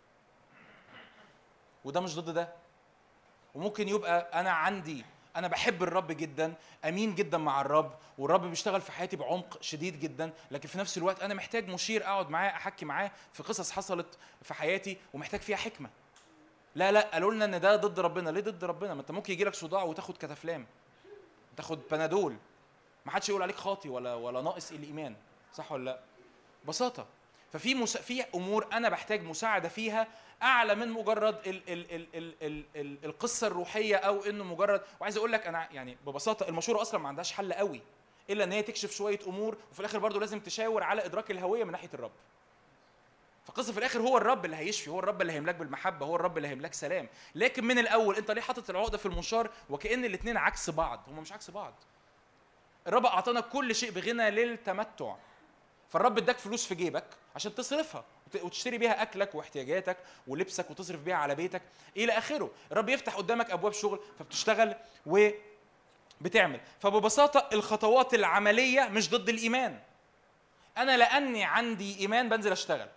وده مش ضد ده. وممكن يبقى انا بحب الرب جدا، امين جدا مع الرب، والرب بيشتغل في حياتي بعمق شديد جدا، لكن في نفس الوقت انا محتاج مشير اقعد معاه احكي معاه في قصص حصلت في حياتي ومحتاج فيها حكمه. لا قالوا لنا ان ده ضد ربنا. ليه ضد ربنا؟ ما انت ممكن يجي لك صداع وتاخد كتافلام، تاخد بنادول، ما حدش يقول عليك خاطي ولا ناقص الايمان، صح ولا لا؟ ببساطه. في امور انا بحتاج مساعده فيها اعلى من مجرد القصه الروحيه، او انه مجرد. وعايز اقول لك انا يعني ببساطه المشوره اصلا ما عندهاش حل قوي الا ان هي تكشف شويه امور، وفي الاخر برضو لازم تشاور على ادراك الهويه من ناحيه الرب. فقصة في الاخر هو الرب اللي هيشفي، هو الرب اللي هيملاك بالمحبه، هو الرب اللي هيملاك سلام. لكن من الاول انت ليه حاطط العقده في المنشار وكأن الاثنين عكس بعض؟ هم مش عكس بعض. الرب اعطانا كل شيء بغنى للتمتع. فالرب اداك فلوس في جيبك عشان تصرفها وتشتري بيها اكلك واحتياجاتك ولبسك وتصرف بيها على بيتك الى اخره. الرب يفتح قدامك ابواب شغل فبتشتغل وبتعمل. فببساطه الخطوات العمليه مش ضد الايمان. انا لاني عندي ايمان بنزل اشتغل،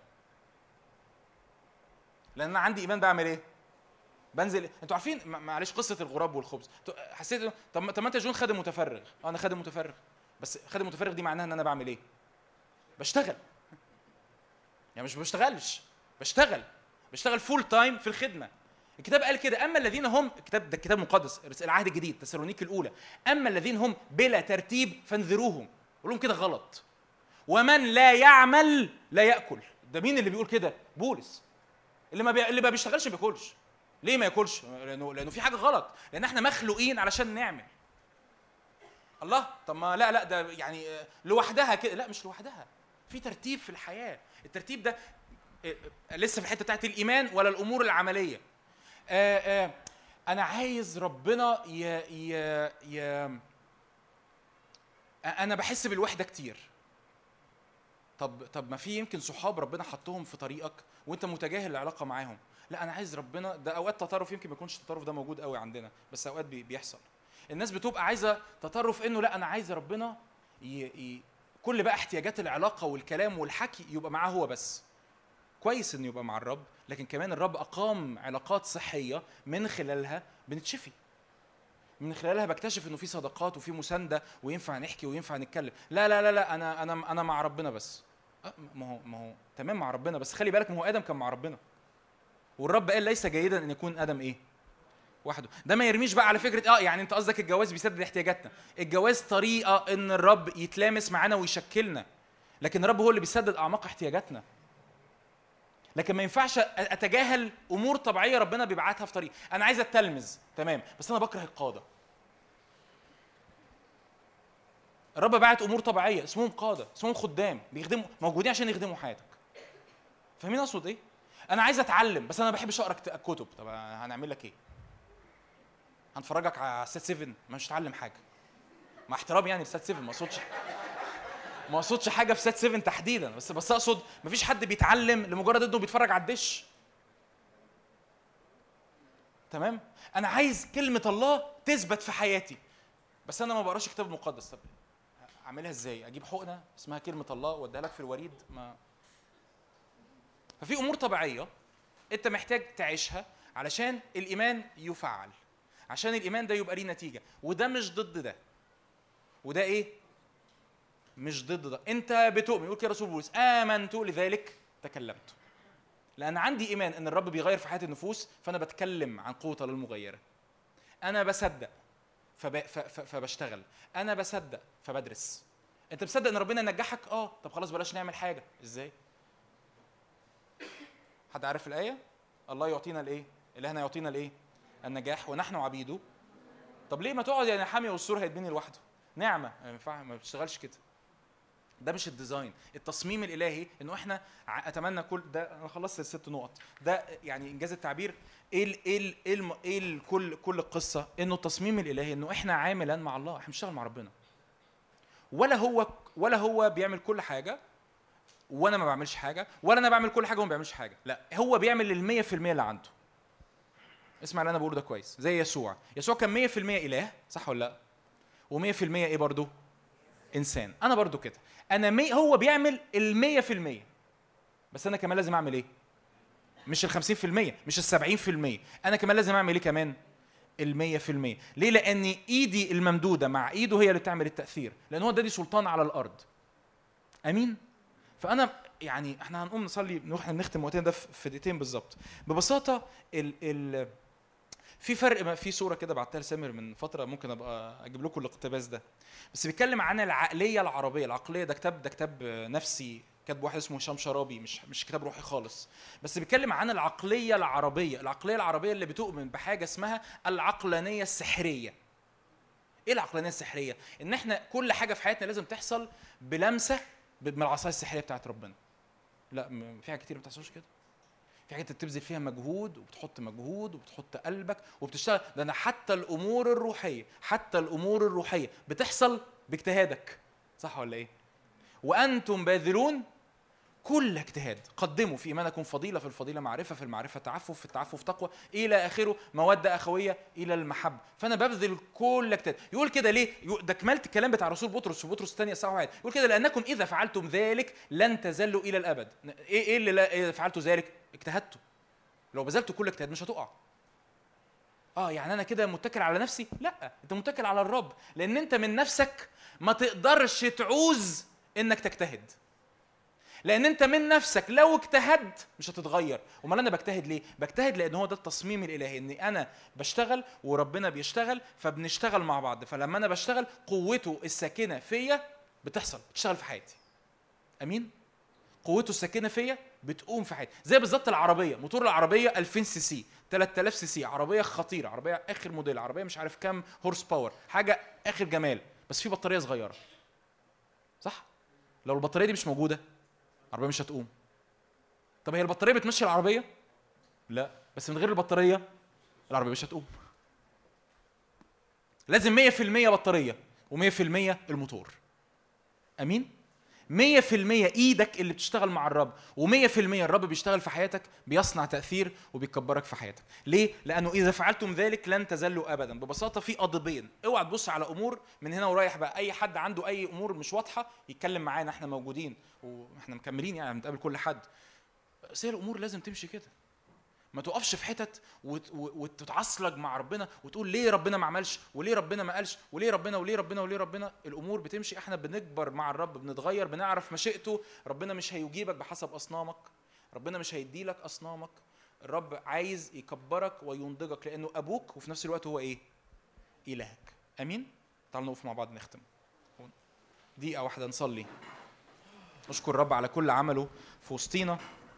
لان انا عندي ايمان بعمل ايه؟ بنزل. انتوا عارفين معلش قصه الغراب والخبز، حسيت طب ما انت جون خادم متفرغ. انا خادم متفرغ، بس خادم متفرغ دي معناها ان انا بعمل ايه؟ بشتغل. يعني مش بشتغل فول تايم في الخدمه. الكتاب قال كده، اما الذين هم، الكتاب ده كتاب مقدس العهد الجديد تسالونيك الاولى، اما الذين هم بلا ترتيب فانذروهم. قول لهم كده غلط. ومن لا يعمل لا ياكل. ده مين اللي بيقول كده؟ بولس. اللي ما بيشتغلش ما بياكلش. ليه ما ياكلش؟ لانه في حاجه غلط، لان احنا مخلوقين علشان نعمل. الله، طب ما لا ده يعني لوحدها كده. لا مش لوحدها، في ترتيب في الحياه. الترتيب ده لسه في الحته بتاعت الايمان ولا الامور العمليه. انا عايز ربنا انا بحس بالوحده كتير. طب ما في يمكن صحاب ربنا حطهم في طريقك وانت متجاهل العلاقه معاهم. لا انا عايز ربنا. ده اوقات تطرف، يمكن ما يكونش التطرف ده موجود قوي عندنا، بس اوقات بيحصل. الناس بتبقى عايزه تطرف انه لا انا عايز ربنا كل بقى احتياجات العلاقه والكلام والحكي يبقى معاه هو بس. كويس انه يبقى مع الرب، لكن كمان الرب اقام علاقات صحيه من خلالها بنتشفي، من خلالها بكتشف انه في صداقات وفي مسانده وينفع نحكي وينفع نتكلم. لا لا لا لا انا مع ربنا بس. ما هو تمام مع ربنا، بس خلي بالك ما هو ادم كان مع ربنا، والرب قال ليس جيدا ان يكون ادم ايه؟ وحده. ده ما يرميش بقى على فكره يعني انت قصدك الجواز بيسدد احتياجاتنا. الجواز طريقه ان الرب يتلامس معانا ويشكلنا، لكن الرب هو اللي بيسدد اعماق احتياجاتنا. لكن ما ينفعش اتجاهل امور طبيعيه ربنا بيبعتها في طريق. انا عايز اتلمذ تمام، بس انا بكره القاده. الرب بعت امور طبيعيه اسمهم قاده، اسمهم خدام، بيخدموا، موجودين عشان يخدموا حياتك. فاهمين اقصد ايه؟ انا عايز اتعلم بس انا ما بحبش اقرا كتب. طب هنعمل لك ايه؟ هنفرجك على سات 7؟ مش هتتعلم حاجه. مع احترامي يعني لسات 7، ما اقصدش حاجه في سات 7 تحديدا، بس اقصد مفيش حد بيتعلم لمجرد انه بيتفرج على الدش. تمام؟ انا عايز كلمه الله تثبت في حياتي، بس انا ما بقراش الكتاب المقدس. طب اعملها ازاي؟ اجيب حقنه اسمها كلمه الله واديها لك في الوريد؟ ما ففي امور طبيعيه انت محتاج تعيشها علشان الايمان يفعل، عشان الايمان ده يبقى ليه نتيجه. وده مش ضد ده، وده ايه؟ مش ضد ده. انت بتؤمن، يقول كده رسول بولس، امنت لذلك تكلمت. لان عندي ايمان ان الرب بيغير في حياه النفوس، فانا بتكلم عن قوه الله المغيره. انا بصدق فبشتغل. انا بصدق فبدرس. انت مصدق ان ربنا ينجحك؟ طب خلاص بلاش نعمل حاجه. ازاي؟ حد عارف الايه؟ الله يعطينا الايه؟ الهنا يعطينا الايه؟ النجاح ونحن عبيده. طب ليه ما تقعد يعني حامي والسور هيتبني لوحده؟ نعمه ما بتشتغلش كده. ده مش الديزاين. التصميم الالهي انه احنا اتمنى كل ده. انا خلصت ال6 نقط. ده يعني انجاز التعبير. كل القصه انه التصميم الالهي انه احنا عاملا مع الله، احنا بنشتغل مع ربنا. ولا هو بيعمل كل حاجه وانا ما بعملش حاجه، ولا انا بعمل كل حاجه وما بيعملش حاجه. لا، هو بيعمل ال100% اللي عنده. اسمع اللي انا بقوله ده كويس. زي يسوع كان 100% اله، صح ولا لا؟ و100% ايه برضو؟ انسان. انا برضو كده. هو بيعمل ال100%، بس انا كمان لازم اعمل ايه؟ مش ال50%، مش ال70%. انا كمان لازم اعمل ايه كمان؟ ال100%. ليه؟ لان ايدي الممدوده مع ايده هي اللي بتعمل التاثير، لان هو ده سلطان على الارض. امين. فانا يعني احنا هنقوم نصلي، نروح نختم وقتنا ده في دقيقتين بالظبط. ببساطه في فرق. في صوره كده بعتها لسامر من فتره، ممكن ابقى اجيب لكم الاقتباس ده، بس بيتكلم عن العقليه العربيه. العقليه ده كتاب نفسي، كاتب واحد اسمه هشام شرابي، مش كتاب روحي خالص، بس بيتكلم عن العقليه العربيه. العقليه العربيه اللي بتؤمن بحاجه اسمها العقلانيه السحريه. ايه العقلانيه السحريه؟ ان احنا كل حاجه في حياتنا لازم تحصل بلمسه من العصايه السحريه بتاعت ربنا. لا، في حاجات كتير ما بتحصلش كده. في حاجات بتبذل فيها مجهود وبتحط مجهود وبتحط قلبك وبتشتغل. ده انا حتى الامور الروحيه بتحصل باجتهادك، صح ولا ايه؟ وانتم باذلون كل اجتهاد، قدموا في ايمانكم فضيله، في الفضيله معرفه، في المعرفه تعفف، في التعفف تقوى، الى اخره، موده اخويه، الى المحبه. فانا ببذل كل اجتهاد. يقول كده ليه؟ ده كملت الكلام بتاع رسول بطرس في بطرس الثانيه الساعه 1. يقول كده لانكم اذا فعلتم ذلك لن تزلوا الى الابد. ايه اللي فعلتوا ذلك؟ اجتهدتوا. لو بذلتوا كل اجتهاد مش هتقع. يعني انا كده متكل على نفسي؟ لا، انت متكل على الرب، لان انت من نفسك ما تقدرش تعوز انك تجتهد، لان انت من نفسك لو اجتهدت مش هتتغير. امال انا بجتهد ليه؟ بجتهد لان هو ده التصميم الالهي، ان انا بشتغل وربنا بيشتغل، فبنشتغل مع بعض. فلما انا بشتغل قوته الساكنه فيا بتشتغل في حياتي. امين. قوته الساكنه فيا بتقوم في حياتي. زي بالظبط العربيه، موتور العربيه 2000 سي سي، 3000 سي سي، عربيه خطيره، عربيه اخر موديل، عربيه مش عارف كام هورس باور، حاجه اخر جمال، بس في بطاريه صغيره، صح؟ لو البطاريه دي مش موجوده العربيه مش هتقوم. طب هي البطاريه بتمشي العربيه؟ لا، بس من غير البطاريه العربيه مش هتقوم. لازم 100% بطاريه و100% الموتور. امين. 100% ايدك اللي بتشتغل مع الرب، و100% الرب بيشتغل في حياتك، بيصنع تأثير وبيكبرك في حياتك. ليه؟ لأنه إذا فعلتم ذلك لن تزلوا أبدا. ببساطة في قضيبين، اوعى تبص على أمور من هنا ورايح بقى. أي حد عنده أي أمور مش واضحة يتكلم معانا، احنا موجودين واحنا مكملين، يعني بنتقابل كل حد. بس هي الأمور لازم تمشي كده. ما توقفش في حتت وتتعصلج مع ربنا وتقول ليه ربنا ما عملش، وليه ربنا ما قالش، وليه ربنا وليه ربنا وليه ربنا. الامور بتمشي، احنا بنكبر مع الرب، بنتغير، بنعرف مشيئته. ربنا مش هيجيبك بحسب اصنامك، ربنا مش هيديلك اصنامك. الرب عايز يكبرك وينضجك لانه ابوك وفي نفس الوقت هو ايه؟ الهك. امين. تعالوا نقف مع بعض نختم دقيقه واحده نصلي. اشكر الرب على كل عمله في وسطينا.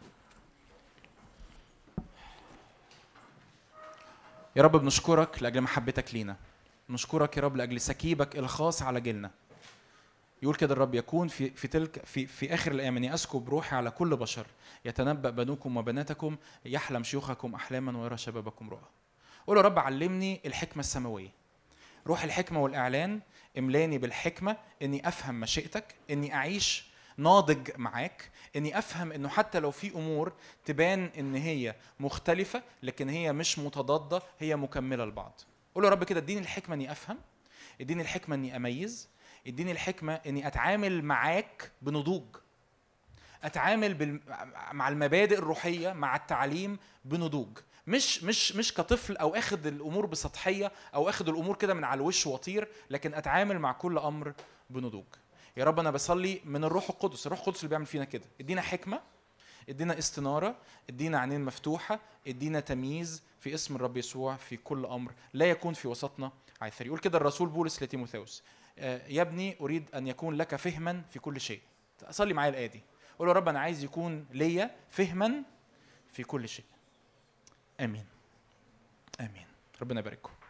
يا رب بنشكرك لأجل محبتك لينا، نشكرك يا رب لأجل سكيبك الخاص على جيلنا. يقول كده الرب يكون في آخر الأيام أني أسكب روحي على كل بشر، يتنبأ بنوكم وبناتكم، يحلم شيوخكم أحلاما ويرى شبابكم رؤى. قول يا رب علمني الحكمة السماوية، روح الحكمة والإعلان، املاني بالحكمة إني أفهم مشيئتك، إني أعيش ناضج معاك، اني افهم انه حتى لو في امور تبان ان هي مختلفه لكن هي مش متضاده، هي مكمله لبعض. قول يا رب كده اديني الحكمه اني افهم، اديني الحكمه اني اميز، اديني الحكمه اني اتعامل معاك بنضوج، اتعامل مع المبادئ الروحيه، مع التعليم بنضوج، مش كطفل او اخد الامور بسطحيه او اخد الامور كده من على الوش وطير، لكن اتعامل مع كل امر بنضوج. يا رب أنا بصلي من الروح القدس، الروح القدس اللي بيعمل فينا كده، ادينا حكمة، ادينا استنارة، ادينا عينين مفتوحة، ادينا تمييز في اسم الرب يسوع في كل أمر، لا يكون في وسطنا عثر. يقول كده الرسول بولس لتيموثاوس، يا ابني أريد أن يكون لك فهما في كل شيء. أصلي معايا الآية دي، قول يا رب أنا عايز يكون ليا فهما في كل شيء. آمين. آمين. ربنا يبارككم.